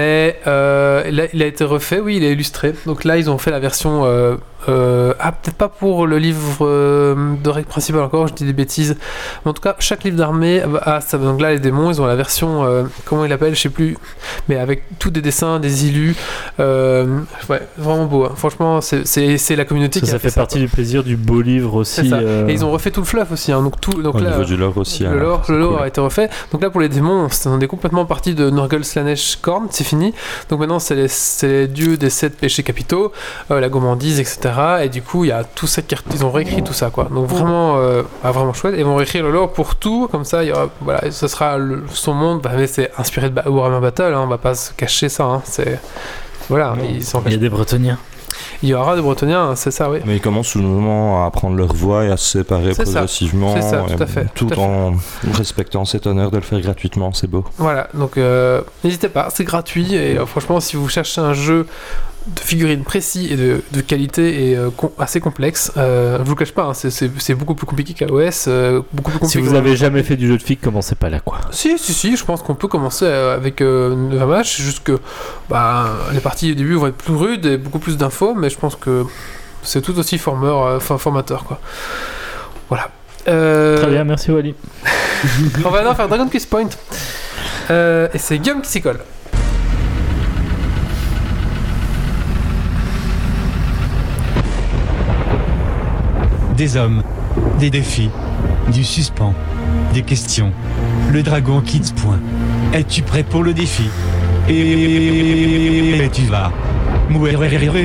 a été refait, oui, il est illustré. Donc là, ils ont fait la version. Peut-être pas pour le livre de règles principales encore, je dis des bêtises. Mais en tout cas, chaque livre d'armée a ça. Donc là, les démons, ils ont la version. Comment ils l'appellent, je sais plus. Mais avec tous des dessins, des illus. Ouais, vraiment beau. Hein. franchement, c'est la communauté qui Ça a fait partie du plaisir du beau livre aussi. C'est ça. Et ils ont refait tout le fluff aussi. Hein. Donc Au là, niveau du lore aussi. le lore a été refait. Donc là, pour les démons, on est complètement parti de Nurgle Slanesh Korn, c'est fini. Donc maintenant, c'est les dieux des 7 péchés capitaux, la gourmandise, etc. Et du coup, il y a tout cette carte. Ils ont réécrit tout ça, quoi. Donc vraiment, vraiment chouette. Et ils vont réécrire le lore pour tout. Comme ça, il y aura, voilà, ce sera son monde. Mais c'est inspiré de Warhammer Battle. Hein. On va pas se cacher ça. Hein. C'est voilà. Il y a des Bretoniens. Il y aura des Bretoniens, c'est ça, oui. Mais ils commencent soudainement à prendre leur voix et à se séparer progressivement. C'est ça, tout à fait. Tout en respectant cet honneur de le faire gratuitement, c'est beau. Voilà, donc n'hésitez pas, c'est gratuit. Et franchement, si vous cherchez un jeu de figurines précis et de qualité et assez complexe, je vous le cache pas, hein, c'est beaucoup plus compliqué qu'AOS. Beaucoup plus compliqué. Si vous avez jamais fait du jeu de filles, commencez pas là, quoi. Si, je pense qu'on peut commencer avec 20 matchs. C'est juste que les parties au début vont être plus rudes et beaucoup plus d'infos, mais je pense que c'est tout aussi formateur, quoi. Voilà. Très bien, merci Wally. On va maintenant faire Dragon Quest Point. Et c'est Guillaume qui s'y colle. Des hommes, des défis, du suspens, des questions. Le Dragon Kids Point. Es-tu prêt pour le défi? Et tu vas mourir.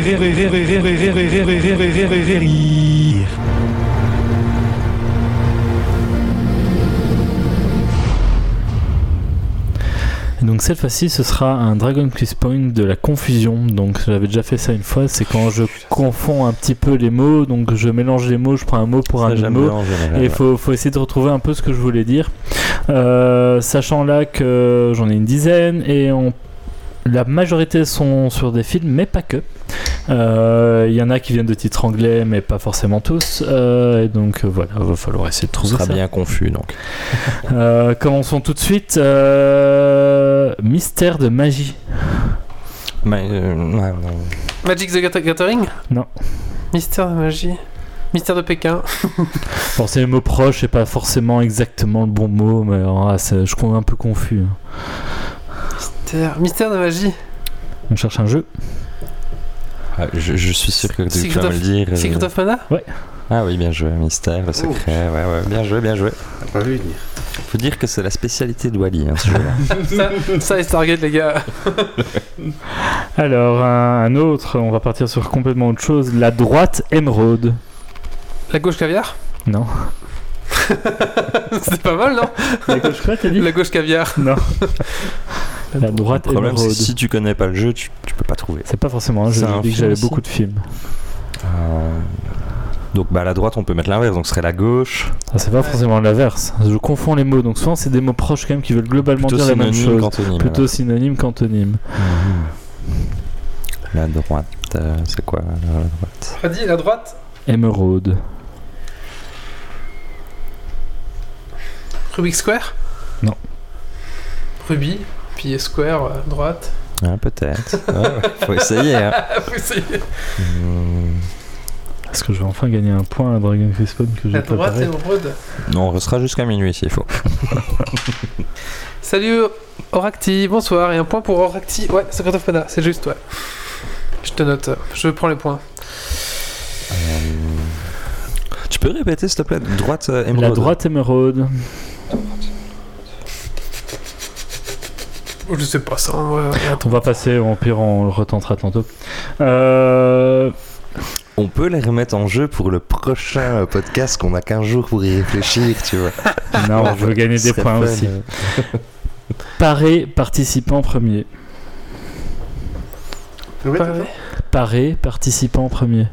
Donc cette fois-ci, ce sera un Dragon Quest Point de la confusion. Donc j'avais déjà fait ça une fois, c'est quand je confonds un petit peu les mots, donc je mélange les mots, je prends un mot pour un autre mot, et il faut essayer de retrouver un peu ce que je voulais dire. Sachant là que j'en ai une dizaine, et la majorité sont sur des films, mais pas que. Il y en a qui viennent de titres anglais, mais pas forcément tous. Et donc voilà, il va falloir essayer de trouver ça. Ça sera bien confus donc. Commençons tout de suite. Mystère de magie. Magic the Gathering? Non. Mystère de magie. Mystère de Pékin. Bon, c'est les mots proches, c'est pas forcément exactement le bon mot, mais je suis un peu confus. Mystère de magie. On cherche un jeu. Je suis sûr que tu vas me le dire. Secret of Mana? Ouais. Ah oui, bien joué, mystère, le secret, ouais, bien joué. T'as pas vu venir. Faut dire que c'est la spécialité de Wally, hein, ce jeu-là. ça et Stargate, les gars. Alors, un autre, on va partir sur complètement autre chose. La droite émeraude. La gauche caviar? Non. C'est pas mal, non? La gauche quoi, t'as dit? La gauche caviar. Non. La droite Le problème, émeraude. c'est que si tu connais pas le jeu, tu peux pas trouver. C'est pas forcément un jeu, j'ai dit que j'avais beaucoup de films. Donc à la droite on peut mettre l'inverse, donc ce serait la gauche. C'est pas forcément l'inverse, je confonds les mots, donc souvent c'est des mots proches quand même qui veulent globalement plutôt dire la même chose. Plutôt synonyme qu'antonyme. La droite, c'est quoi la droite? On dit la droite? Émeraude. Rubik Square? Non. Ruby, puis Square, droite. Ah, peut-être. Faut essayer. Hein. Faut essayer. Est-ce que je vais enfin gagner un point à Dragon Quest Point que j'ai préparé? La droite émeraude. Non, on restera jusqu'à minuit s'il faut. Salut Oracti, bonsoir. Et un point pour Oracti. Ouais, Secret of Mana, c'est juste, ouais. Je te note, je prends les points. Tu peux répéter s'il te plaît? Droite émeraude. La droite émeraude. Je sais pas ça. Ouais, on va passer, au pire on le retentera tantôt. On peut les remettre en jeu pour le prochain podcast qu'on a 15 jours pour y réfléchir, tu vois. Non, je veux gagner des points aussi. Paré, participant premier. Paré, participant premier.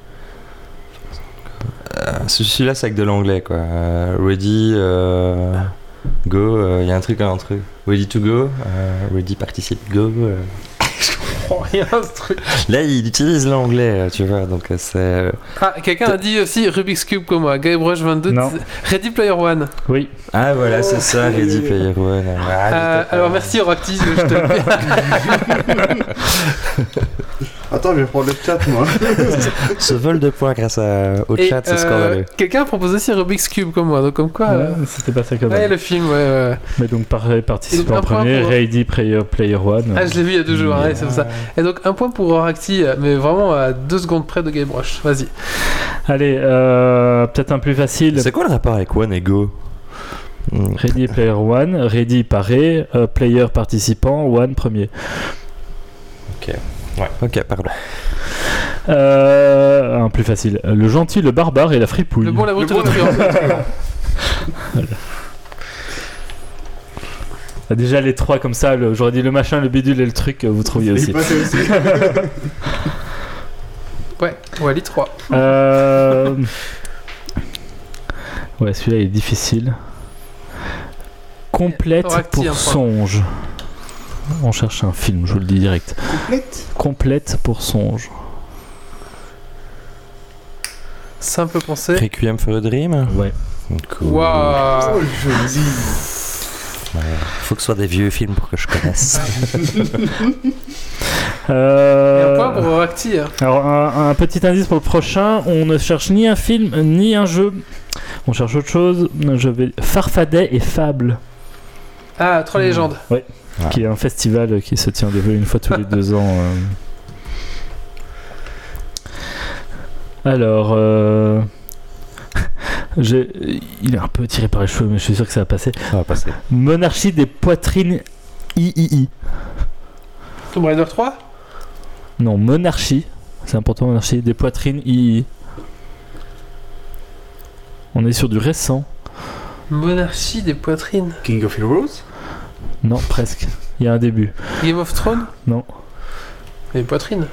Celui-là, c'est avec de l'anglais, quoi. Ready, go, il y a un truc entre eux. Ready to go, ready, participe, go. Je comprends rien ce truc. Là, il utilise l'anglais, tu vois, donc c'est... Ah, quelqu'un a dit aussi Rubik's Cube comme moi. Guybrush 22, non. Ready Player One. Oui. Ah, voilà, c'est ça, Ready Player One. Alors, merci Oractis, je te le dis. Attends, je vais prendre le chat, moi. Ce vol de points grâce au Et, chat, c'est scandaleux. quelqu'un a proposé aussi Rubik's Cube comme moi, donc comme quoi. C'était pas ça comme Ouais, le film, ouais. Mais donc, pareil, participant Et en donc, un point premier, pour- Ready Player One. Ah, je l'ai vu il y a 2 jours, ouais, c'est pour ça. Et donc, un point pour Oracti, mais vraiment à 2 secondes près de Game Rush. Vas-y. Allez, peut-être un plus facile. C'est quoi le rapport avec One et Go? Ready Player One, Ready paré, Player participant, One premier. Ouais, ok, pardon. Un plus facile. Le gentil, le barbare et la fripouille. Le bon, la brute, Le bon, le truand. Ah, déjà les trois comme ça, j'aurais dit le machin, le bidule et le truc, vous trouviez Il aussi. passait aussi. Ouais, Wally 3. Ouais, celui-là il est difficile. Complète Oracti, pour un point. songe. On cherche un film, je vous le dis direct. Complète. Complète pour songe. Simple pensée. Requiem for a Dream? Ouais. Cool. Waouh. Oh, joli. Ouais. Faut que ce soit des vieux films pour que je connaisse. Et un point pour Oracti. Hein. Alors un petit indice pour le prochain, on ne cherche ni un film ni un jeu. On cherche autre chose. Je vais Farfadet et Fable, Ah, 3 légendes. qui est un festival qui se tient une fois tous les 2 ans. Alors, il est un peu tiré par les cheveux, mais je suis sûr que ça va passer. Ça va passer. Monarchie des poitrines III. Tomb Raider 3. Non, monarchie. C'est important, monarchie des poitrines III. On est sur du récent. Monarchie des poitrines. King of Heroes. Non, presque. Il y a un début. Game of Thrones. Non. Les poitrines.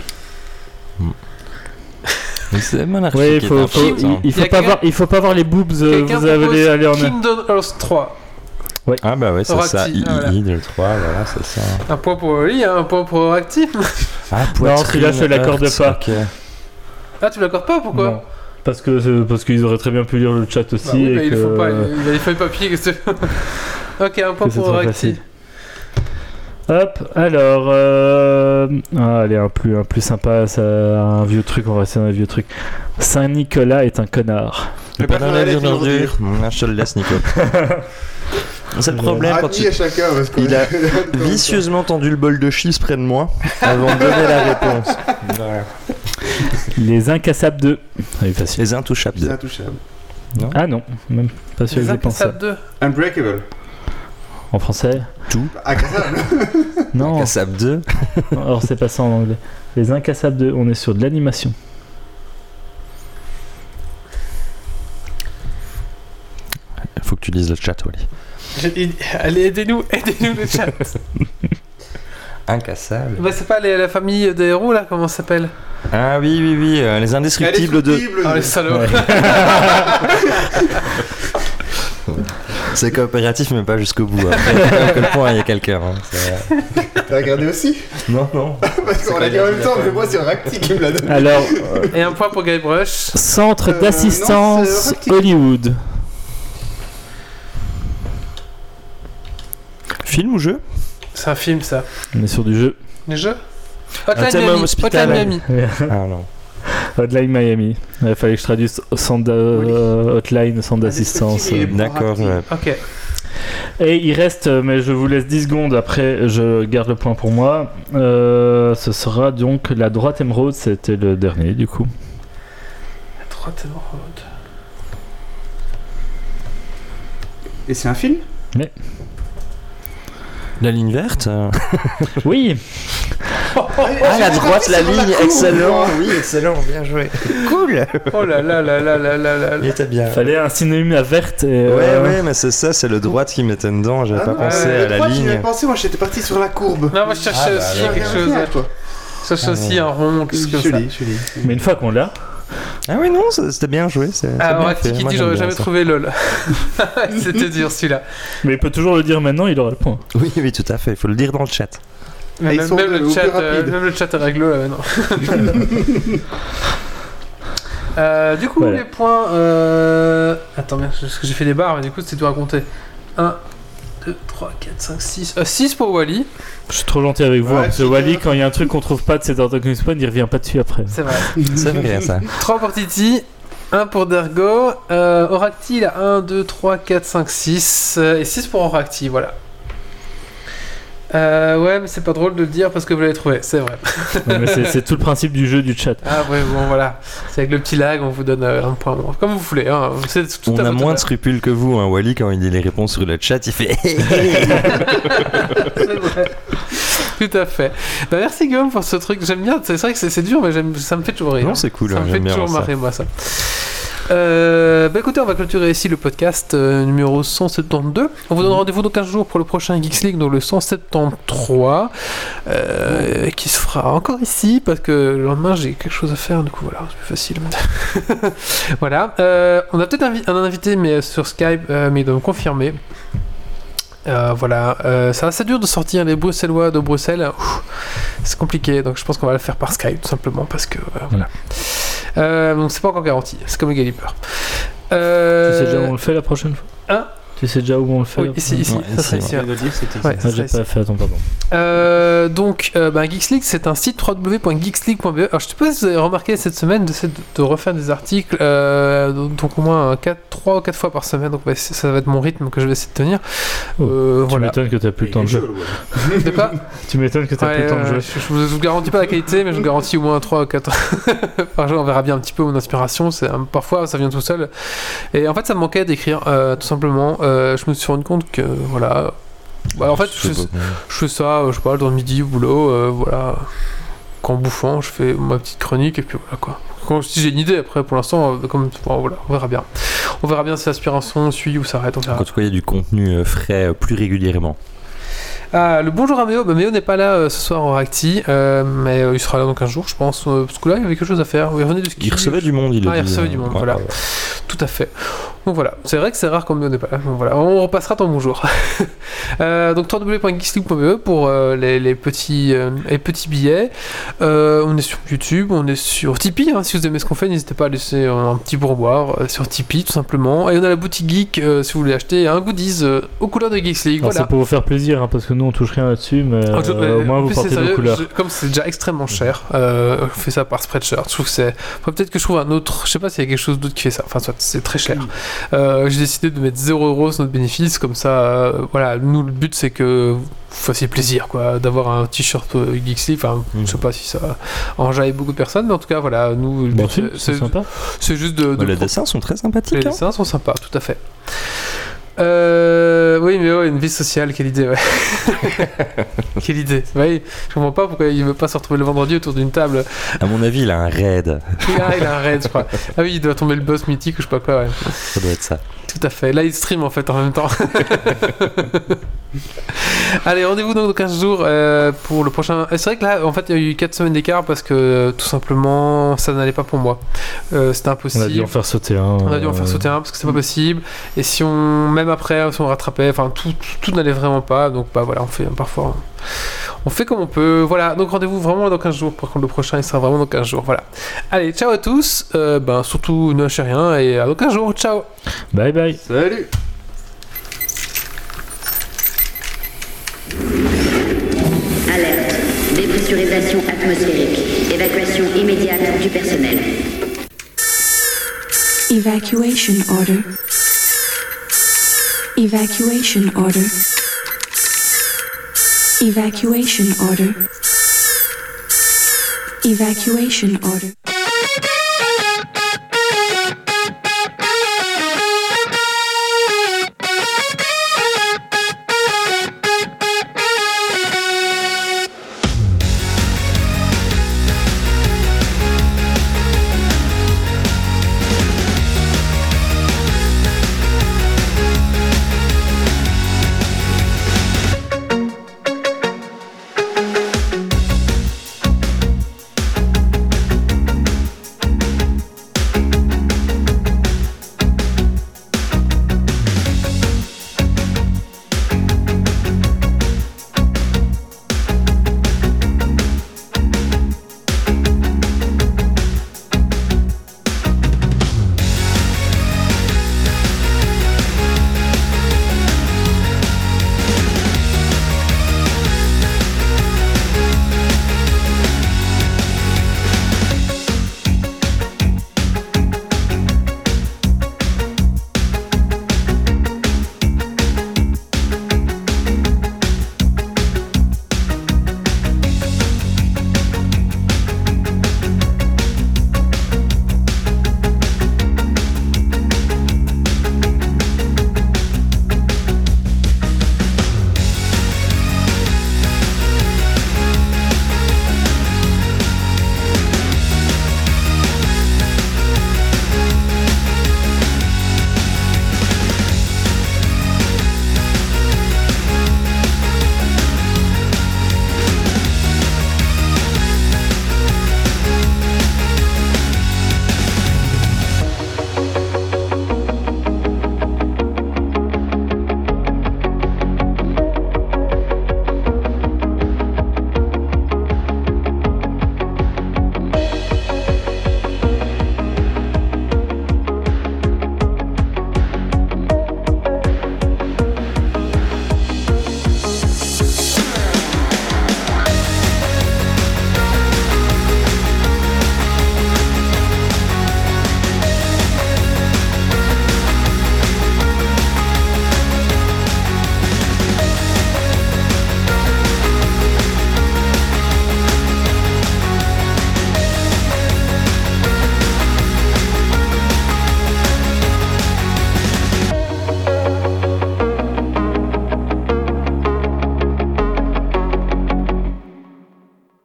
Mais c'est Monarchie Oui, qui est important. il faut Il y a pas quelqu'un- voir, il faut pas voir les boobs. Quelqu'un Vous allez aller en. Kingdom Hearts 3. Ah bah ouais, c'est Oracti, ça. ah, voilà. II, le 3, voilà, c'est ça. Un point pour Wally, un point pour Oracti. Ah, Non, celui-là, je l'accorde Hearts, pas. ok. Ah, tu l'accordes pas, pourquoi? Non. Parce qu'ils auraient très bien pu lire le chat aussi. Bah oui, et bah, il que... faut pas, il faut le papier. Qu'est-ce que tu- Ok, un point que c'est pour trop Oracti. facile. Hop, alors. Allez, un plus sympa, ça, un vieux truc, on va rester dans les vieux trucs. Saint-Nicolas est un connard. Le Père Noël est une ordure. Je te le laisse, Nico. C'est le problème quand Admis à chacun, parce que... Il a vicieusement tendu le bol de chips près de moi avant de donner la réponse. Les Incassables 2. Allez, facile. Les Intouchables. C'est intouchable. Ah non, même pas sûr que Les j'ai pensé. Incassables 2. Unbreakable. En français Incassable. Non, Cassable 2. alors c'est pas ça en anglais. Les Incassables 2, on est sur de l'animation. Faut que tu lises le chat, Wally. Allez, aidez-nous le chat. Incassable. Bah, c'est pas la famille des héros là, comment ça s'appelle? Ah oui, les Indestructibles 2. Ah, les salauds. Ouais. C'est coopératif, mais pas jusqu'au bout. À quel point il y a quelqu'un. Hein. T'as regardé aussi? Non, non. Parce qu'on l'a dit en même temps, mais moi c'est Racti qui me l'a donné. Alors, Et un point pour Guybrush. Centre non, d'assistance c'est Rocky. Hollywood. Film ou jeu? C'est un film ça. On est sur du jeu. Les jeux? Un Hotline thème Miami. hospitalier. Hotline Miami. Ah non. Hotline Miami. Il fallait que je traduise hotline, centre d'assistance. Il est bon. D'accord. Ok. Et il reste, mais je vous laisse 10 secondes, après je garde le point pour moi. Ce sera donc la droite émeraude, c'était le dernier du coup. La droite émeraude. Et c'est un film? La ligne verte. Oui. Ah, la droite, la ligne, excellent. Oui, excellent, bien joué. Cool. Oh là là là là là là là Il là. était bien. Fallait un synonyme à verte et. Ouais, mais c'est ça, c'est le droite qui m'était dedans. J'avais pas pensé à la J'y ligne. avais pensé, moi j'étais parti sur la courbe. Non, moi je cherchais aussi quelque chose. Je cherchais aussi un rond, quelque chose comme ça. Joli. Mais une fois qu'on l'a. Ah oui, non, c'était bien joué. C'est Ah, bien Oracti fait. qui Moi, dit j'aime j'aurais bien jamais ça. trouvé LOL. C'était dur celui-là. Mais il peut toujours le dire maintenant, il aura le point. Oui, oui, tout à fait. Il faut le dire dans le chat. Mais ils même, sont même au le plus chat, rapide. même le chat est réglo là maintenant. Du coup, Voilà. les points. Attends, merde, parce que j'ai fait des barres, mais du coup, c'est tout raconté. 1, 2, 3, 4, 5, 6. 6 pour Wally. Je suis trop gentil avec vous. Ouais, Parce que Wally, quand il y a un truc qu'on trouve pas de cet Order Kings Point, il revient pas dessus après. C'est vrai. C'est vrai ça. 3 pour Titi. 1 pour Dergo. Oracti, il a 1, 2, 3, 4, 5, 6. Et 6 pour Oracti, voilà. Ouais, mais c'est pas drôle de le dire parce que vous l'avez trouvé, c'est vrai. Ouais, mais c'est tout le principe du jeu du chat. Ah ouais, bon voilà. C'est avec le petit lag, on vous donne un point. Comme vous voulez. Hein. C'est tout On à a votre moins honneur. de scrupules que vous, hein. Wally, quand il dit les réponses sur le chat, il fait. C'est vrai. Tout à fait. Bah, merci Guillaume pour ce truc. J'aime bien. C'est vrai que c'est dur, mais ça me fait toujours rire. Non, c'est cool, Ça hein, me fait j'aime bien toujours ça. marrer, moi, ça. Bah écoutez, on va clôturer ici le podcast numéro 172. On vous donne rendez-vous dans 15 jours pour le prochain Geeks League, donc le 173, qui se fera encore ici parce que le lendemain j'ai quelque chose à faire, du coup voilà, c'est plus facile. Voilà. On a peut-être un invité, mais sur Skype, mais il doit me confirmer. Voilà, c'est assez dur de sortir les Bruxellois de Bruxelles. Ouf, c'est compliqué, donc je pense qu'on va le faire par Skype tout simplement parce que voilà. Donc c'est pas encore garanti, c'est comme les Galliper. Tu sais déjà où on le fait la prochaine fois Hein Tu sais déjà où on le fait Oui, la ici, prochaine ici, ça serait ici. Je viens de dire, c'était Ouais, ici. fois ça J'ai serait pas fait, attends, pardon. Donc, Geeks League, c'est un site www.geeksleague.be. Alors, je sais pas si vous avez remarqué cette semaine de refaire des articles, donc au moins 3 ou 4 fois par semaine. Donc, ça va être mon rythme que je vais essayer de tenir. Tu Voilà. m'étonnes que t'as plus le temps de jouer. De quoi Tu m'étonnes que t'as plus le temps de jouer. Je vous garantis pas la qualité, mais je vous garantis au moins 3 ou 4 par jour. On verra bien un petit peu mon inspiration. Parfois, ça vient tout seul. Et en fait, ça me manquait d'écrire, tout simplement. Je me suis rendu compte que, voilà. Bah, en fait, je fais ça, je sais pas, dans le midi au boulot, voilà. Qu'en bouffant, je fais ma petite chronique et puis voilà quoi. Si j'ai une idée après, pour l'instant, voilà, on verra bien. On verra bien si l'inspiration suit ou s'arrête, on verra. En tout cas, il y a du contenu frais plus régulièrement. Ah, le bonjour à Méo. Bah, Méo n'est pas là ce soir en Reacti, mais il sera là dans 15 jours, je pense. Parce que là, il y avait quelque chose à faire. Il revenait du ski. Il recevait du monde, il a dit. Il recevait du monde, voilà. Tout à fait. Donc voilà, c'est vrai que c'est rare quand Méo n'est pas là. Donc voilà, on repassera ton bonjour. Donc www.geeksleague.be pour les petits billets. On est sur YouTube, on est sur Tipeee. Hein, si vous aimez ce qu'on fait, n'hésitez pas à laisser un petit pourboire sur Tipeee, tout simplement. Et on a la boutique Geek, si vous voulez acheter un goodies aux couleurs de Geeks League. Alors, Voilà. c'est pour vous faire plaisir, hein, parce que nous on touche rien là-dessus, mais au moins En vous plus, portez c'est vos sérieux, couleurs. comme c'est déjà extrêmement cher, on fait ça par Spreadshirt. Je trouve que c'est. Enfin, peut-être que je trouve un autre. Je sais pas s'il y a quelque chose d'autre qui fait ça. Enfin, soit, c'est très cher. J'ai décidé de mettre 0€ sur notre bénéfice, comme ça. Voilà, nous, le but c'est que vous fassiez plaisir, quoi, d'avoir un t-shirt Geeks League. Enfin, je sais pas si ça enjaille beaucoup de personnes, mais en tout cas, voilà, nous, le Bon, but, c'est sympa. c'est juste de. Les dessins sont très sympathiques. Les hein. dessins sont sympas, tout à fait. Oui, mais ouais, une vie sociale, quelle idée, ouais. Quelle idée. Ouais, je comprends pas pourquoi il veut pas se retrouver le vendredi autour d'une table. À mon avis, il a un raid. Il a un raid, je crois. Ah oui, il doit tomber le boss mythique ou je sais pas quoi, ouais. Ça doit être ça. Tout à fait. Là, il stream en fait en même temps. Allez, rendez-vous donc dans 15 jours pour le prochain. C'est vrai que là, en fait, il y a eu 4 semaines d'écart parce que tout simplement, ça n'allait pas pour moi. C'était impossible. On a dû en faire sauter un. On a dû en faire sauter un parce que c'est pas possible. Et si on, même après, si on rattrapait, enfin tout n'allait vraiment pas. Donc bah voilà, on fait parfois, on fait comme on peut. Voilà. Donc rendez-vous vraiment dans 15 jours. Par contre, le prochain, il sera vraiment dans 15 jours. Voilà. Allez, ciao à tous. Surtout ne lâchez rien et à dans 15 jours. Ciao. Bye bye. Salut. Alerte. Dépressurisation atmosphérique. Évacuation immédiate du personnel. Evacuation order. Evacuation order. Evacuation order. Evacuation order.